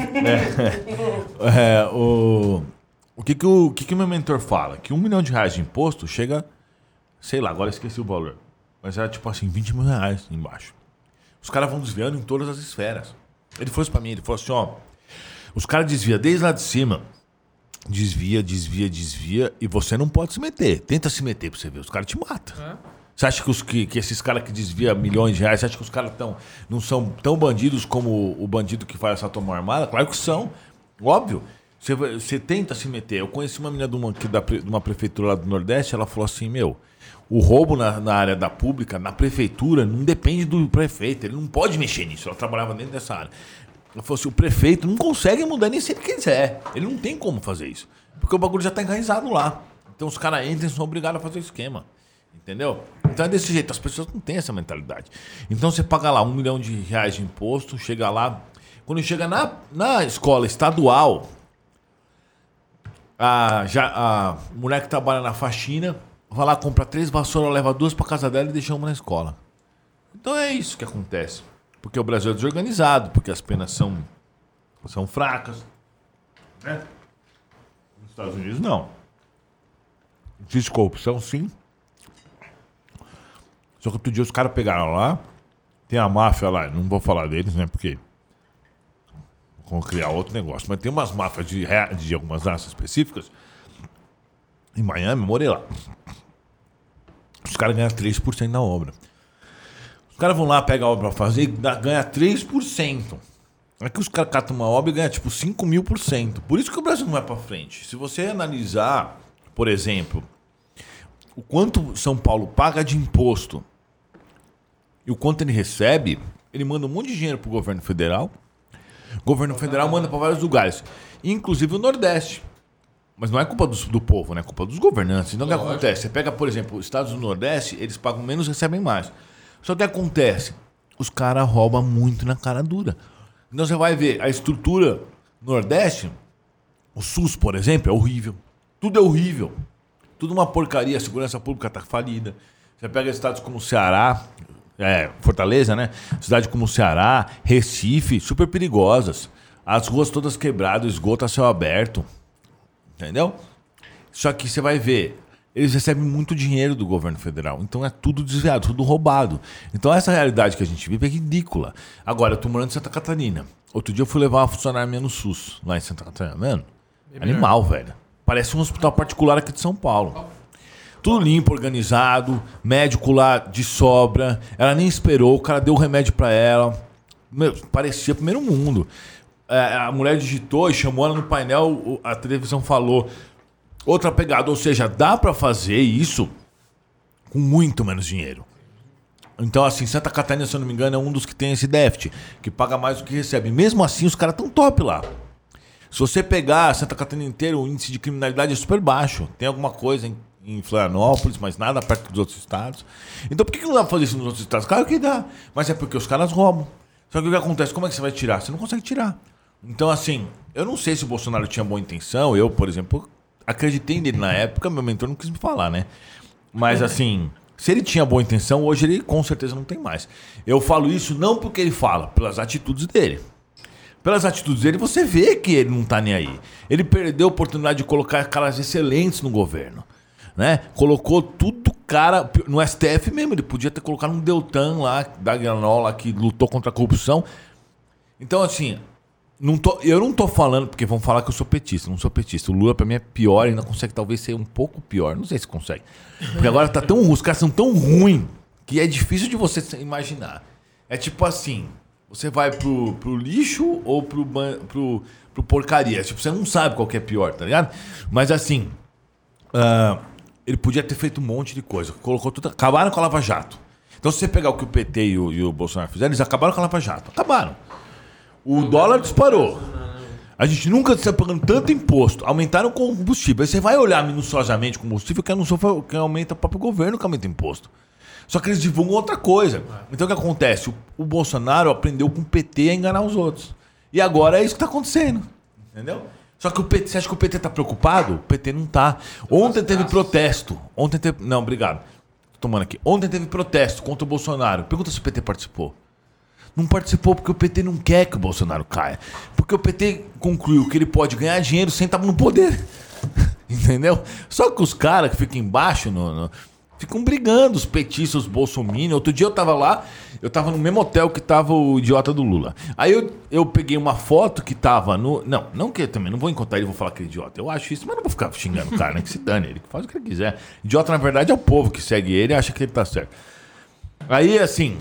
É, é, o, o, que, que, o, o que, que meu mentor fala? Que um milhão de reais de imposto chega, sei lá, agora eu esqueci o valor. Mas era tipo assim, vinte mil reais embaixo. Os caras vão desviando em todas as esferas. Ele falou isso pra mim, ele falou assim, ó. Os caras desviam desde lá de cima. Desvia, desvia, desvia. E você não pode se meter. Tenta se meter pra você ver. Os caras te matam. É. Você acha que, os, que, que esses caras que desviam milhões de reais, você acha que os caras tão, não são tão bandidos como o bandido que faz essa toma armada? Claro que são. Óbvio. Você, você tenta se meter. Eu conheci uma menina de uma, que da, de uma prefeitura lá do Nordeste, ela falou assim, meu, o roubo na, na área da pública, na prefeitura, não depende do prefeito. Ele não pode mexer nisso. Ela trabalhava dentro dessa área. Ela falou assim, o prefeito não consegue mudar nem se ele quiser. Ele não tem como fazer isso. Porque o bagulho já está enraizado lá. Então os caras entram e são obrigados a fazer o esquema. Entendeu? Então é desse jeito. As pessoas não têm essa mentalidade. Então você paga lá um milhão de reais de imposto, chega lá. Quando chega na, na escola estadual, a, já, a mulher que trabalha na faxina vai lá, compra três vassouras, leva duas para casa dela e deixa uma na escola. Então é isso que acontece. Porque o Brasil é desorganizado, porque as penas são, são fracas. Né? Nos Estados Unidos, não. Existe corrupção, sim. Só que outro dia os caras pegaram lá, tem a máfia lá, não vou falar deles, né, porque vão criar outro negócio, mas tem umas máfias de, de algumas raças específicas. Em Miami, morei lá. Os caras ganham três por cento da obra. Os caras vão lá, pegam a obra pra fazer e ganham três por cento. Aqui os caras catam uma obra e ganham tipo cinco mil por cento. Por isso que o Brasil não vai pra frente. Se você analisar, por exemplo, o quanto São Paulo paga de imposto e o quanto ele recebe, ele manda um monte de dinheiro pro governo federal. O governo federal manda para vários lugares, inclusive o Nordeste. Mas não é culpa do, do povo, né? É culpa dos governantes. Então o que acontece? Você pega, por exemplo, os estados do Nordeste, eles pagam menos e recebem mais. Só que acontece? Os caras roubam muito na cara dura. Então você vai ver a estrutura Nordeste, o SUS, por exemplo, é horrível. Tudo é horrível. Tudo uma porcaria. A segurança pública tá falida. Você pega estados como o Ceará, é, Fortaleza, né? Cidade como o Ceará, Recife, super perigosas. As ruas todas quebradas, esgoto a céu aberto. Entendeu? Só que você vai ver, eles recebem muito dinheiro do governo federal. Então é tudo desviado, tudo roubado. Então essa realidade que a gente vive é ridícula. Agora, eu tô morando em Santa Catarina. Outro dia eu fui levar uma funcionária minha no SUS, lá em Santa Catarina. Mano, é animal, velho. Parece um hospital particular aqui de São Paulo. Tudo limpo, organizado, médico lá de sobra. Ela nem esperou, o cara deu o remédio pra ela. Meu, parecia primeiro mundo. É, a mulher digitou e chamou ela no painel, a televisão falou. Outra pegada, ou seja, dá pra fazer isso com muito menos dinheiro. Então, assim, Santa Catarina, se eu não me engano, é um dos que tem esse déficit, que paga mais do que recebe. Mesmo assim, os caras tão top lá. Se você pegar Santa Catarina inteira, o índice de criminalidade é super baixo. Tem alguma coisa em, em Florianópolis, mas nada perto dos outros estados. Então por que não dá pra fazer isso nos outros estados? Claro que dá, mas é porque os caras roubam. Só que o que acontece? Como é que você vai tirar? Você não consegue tirar. Então assim, eu não sei se o Bolsonaro tinha boa intenção. Eu, por exemplo, acreditei nele na época, meu mentor não quis me falar, né? Mas assim, se ele tinha boa intenção, hoje ele com certeza não tem mais. Eu falo isso não porque ele fala, pelas atitudes dele. Pelas atitudes dele, você vê que ele não tá nem aí. Ele perdeu a oportunidade de colocar caras excelentes no governo, né? Colocou tudo cara... No S T F mesmo, ele podia ter colocado um Deltan lá, da Granola, que lutou contra a corrupção. Então, assim, não tô, eu não tô falando... Porque vão falar que eu sou petista, não sou petista. O Lula, pra mim, é pior, ainda consegue talvez ser um pouco pior. Não sei se consegue. Porque agora tá tão ruim, os caras são tão ruins, que é difícil de você imaginar. É tipo assim... Você vai pro, pro lixo ou pro, pro, pro porcaria? Tipo, você não sabe qual que é pior, tá ligado? Mas assim, uh, ele podia ter feito um monte de coisa. Colocou tudo, acabaram com a Lava Jato. Então, se você pegar o que o P T e o, e o Bolsonaro fizeram, eles acabaram com a Lava Jato. Acabaram. O dólar disparou. A gente nunca está pagando tanto imposto. Aumentaram o combustível. Aí você vai olhar minuciosamente o combustível, que, não só, que aumenta o próprio governo que aumenta imposto. Só que eles divulgam outra coisa. Então o que acontece? O, o Bolsonaro aprendeu com o P T a enganar os outros. E agora é isso que tá acontecendo. Entendeu? Só que o P T, você acha que o P T tá preocupado? O P T não tá. Ontem teve protesto. Ontem teve... Não, obrigado. Tô tomando aqui. Ontem teve protesto contra o Bolsonaro. Pergunta se o P T participou. Não participou porque o P T não quer que o Bolsonaro caia. Porque o P T concluiu que ele pode ganhar dinheiro sem estar no poder. Entendeu? Só que os caras que ficam embaixo no, no, ficam brigando, os petistas, os bolsominions. Outro dia eu tava lá, eu tava no mesmo hotel que tava o idiota do Lula. Aí eu, eu peguei uma foto que tava no... Não, não que eu também, não vou encontrar ele e vou falar que é idiota. Eu acho isso, mas não vou ficar xingando o cara, né? Que se dane, ele faz o que ele quiser. Idiota, na verdade, é o povo que segue ele e acha que ele tá certo. Aí, assim,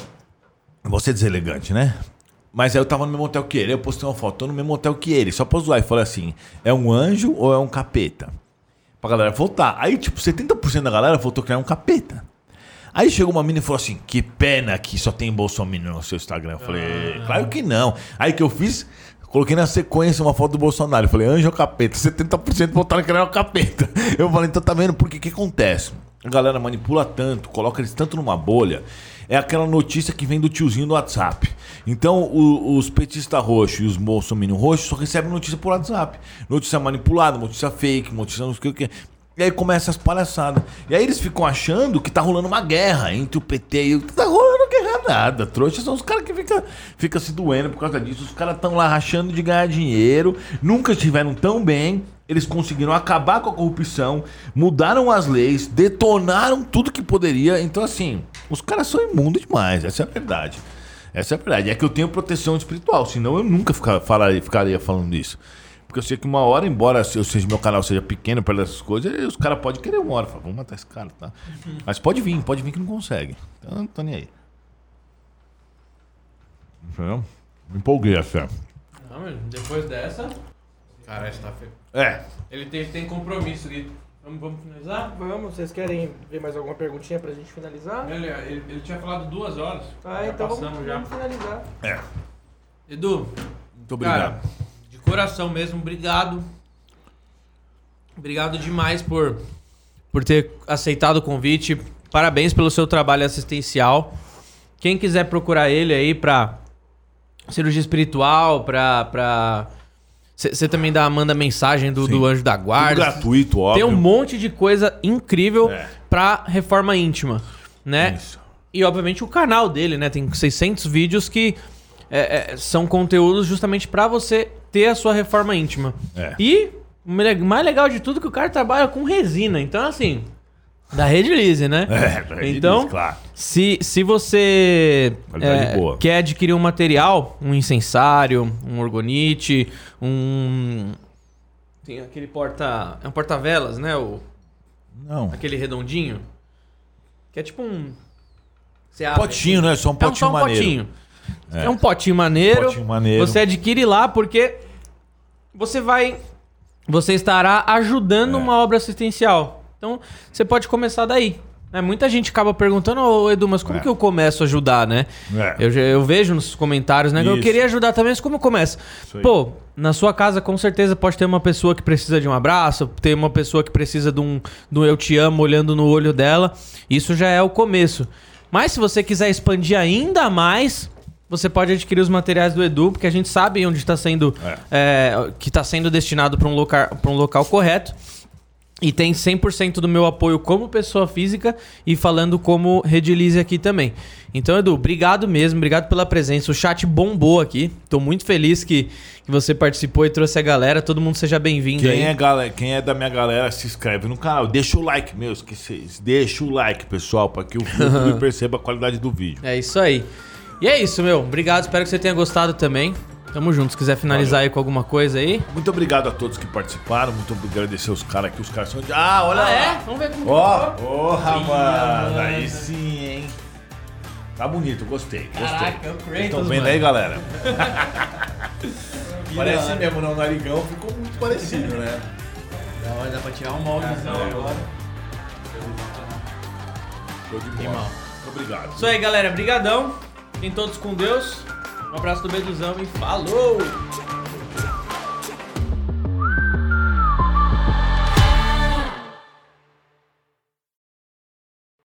vou ser deselegante, né? Mas aí eu tava no mesmo hotel que ele, eu postei uma foto, tô no mesmo hotel que ele, só pra zoar e falei assim, é um anjo ou é um capeta? Pra galera votar. Aí, tipo, setenta por cento da galera votou que era um capeta. Aí chegou uma mina e falou assim, que pena que só tem Bolsonaro no seu Instagram. Eu falei, ah, claro que não. Aí que eu fiz, coloquei na sequência uma foto do Bolsonaro. Eu falei, anjo ou capeta? setenta por cento votaram que era um capeta. Eu falei, então tá vendo por que que acontece? A galera manipula tanto, coloca eles tanto numa bolha. É aquela notícia que vem do tiozinho do WhatsApp. Então, o, os petistas roxos e os bolsominions roxos só recebem notícia por WhatsApp. Notícia manipulada, notícia fake, notícia não sei o que. E aí começa as palhaçadas. E aí eles ficam achando que tá rolando uma guerra entre o P T e o... Tá rolando guerra nada. Trouxa são os caras que ficam fica se doendo por causa disso. Os caras estão lá rachando de ganhar dinheiro. Nunca estiveram tão bem. Eles conseguiram acabar com a corrupção, mudaram as leis, detonaram tudo que poderia. Então, assim, os caras são imundos demais. Essa é a verdade. Essa é a verdade. É que eu tenho proteção espiritual, senão eu nunca ficar, falaria, ficaria falando isso. Porque eu sei que uma hora, embora eu seja, meu canal seja pequeno para essas coisas, os caras podem querer uma hora. Falar, vamos matar esse cara, tá? Uhum. Mas pode vir, pode vir que não consegue. Então, não tô nem aí. Entendeu? Me empolguei até. Não, mas depois dessa... Cara, essa tá feio. É. Ele tem, tem compromisso ali. Vamos, vamos finalizar? Vamos, vocês querem ver mais alguma perguntinha pra gente finalizar? Ele, ele, ele tinha falado duas horas. Ah, já então passamos vamos, já. vamos finalizar. É. Edu, muito obrigado. Cara, de coração mesmo, obrigado. Obrigado demais por, por ter aceitado o convite. Parabéns pelo seu trabalho assistencial. Quem quiser procurar ele aí pra cirurgia espiritual, pra... pra... Você também dá, manda mensagem do, do Anjo da Guarda. Tudo gratuito, óbvio. Tem um monte de coisa incrível é. pra reforma íntima, né? Isso. E, obviamente, o canal dele, né? Tem seiscentos vídeos que é, é, são conteúdos justamente pra você ter a sua reforma íntima. É. E o mais legal de tudo é que o cara trabalha com resina. Então, assim... Da Redilize, né? É, da Redilize, então, claro. Se, se você é, boa. quer adquirir um material, um incensário, um orgonite, um... Tem aquele porta... É um porta-velas, né? O, Não. aquele redondinho. Que é tipo um... Você abre, potinho, né? Só um potinho é um, só um maneiro. Potinho. É. é um potinho maneiro. Potinho maneiro. Você adquire lá porque você vai... Você estará ajudando é. uma obra assistencial. Então, você pode começar daí. Né? Muita gente acaba perguntando, ô Edu, mas como é. que eu começo a ajudar, né? É. Eu, eu vejo nos comentários, né? Que eu queria ajudar também, mas como eu começo? Pô, na sua casa com certeza pode ter uma pessoa que precisa de um abraço, ter uma pessoa que precisa de um, de um eu te amo olhando no olho dela. Isso já é o começo. Mas se você quiser expandir ainda mais... Você pode adquirir os materiais do Edu, porque a gente sabe onde está sendo... É. É, que está sendo destinado para um local, para um local correto. E tem cem por cento do meu apoio como pessoa física e falando como Redilize aqui também. Então, Edu, obrigado mesmo, obrigado pela presença. O chat bombou aqui. Tô muito feliz que, que você participou e trouxe a galera. Todo mundo seja bem-vindo aí. É galera, quem é da minha galera, se inscreve no canal. Deixa o like, meu, esqueci. Deixa o like, pessoal, para que o YouTube perceba a qualidade do vídeo. É isso aí. E é isso, meu. Obrigado, espero que você tenha gostado também. Tamo junto, se quiser finalizar Valeu. aí com alguma coisa aí. Muito obrigado a todos que participaram, muito obrigado agradecer os caras aqui, os caras são de... Ah, olha ah, lá! é? Vamos ver como Ó, porra, mano, aí sim, hein? Tá bonito, gostei, gostei. Caraca, é o Kratos, estão vendo mano. aí, galera? Parece mesmo, não, o narigão ficou muito parecido, né? Dá, dá pra tirar um moldezão é, agora. Show de bola. Muito obrigado. Isso aí, galera, brigadão. Fiquem todos com Deus. Um abraço do Beduzão e falou!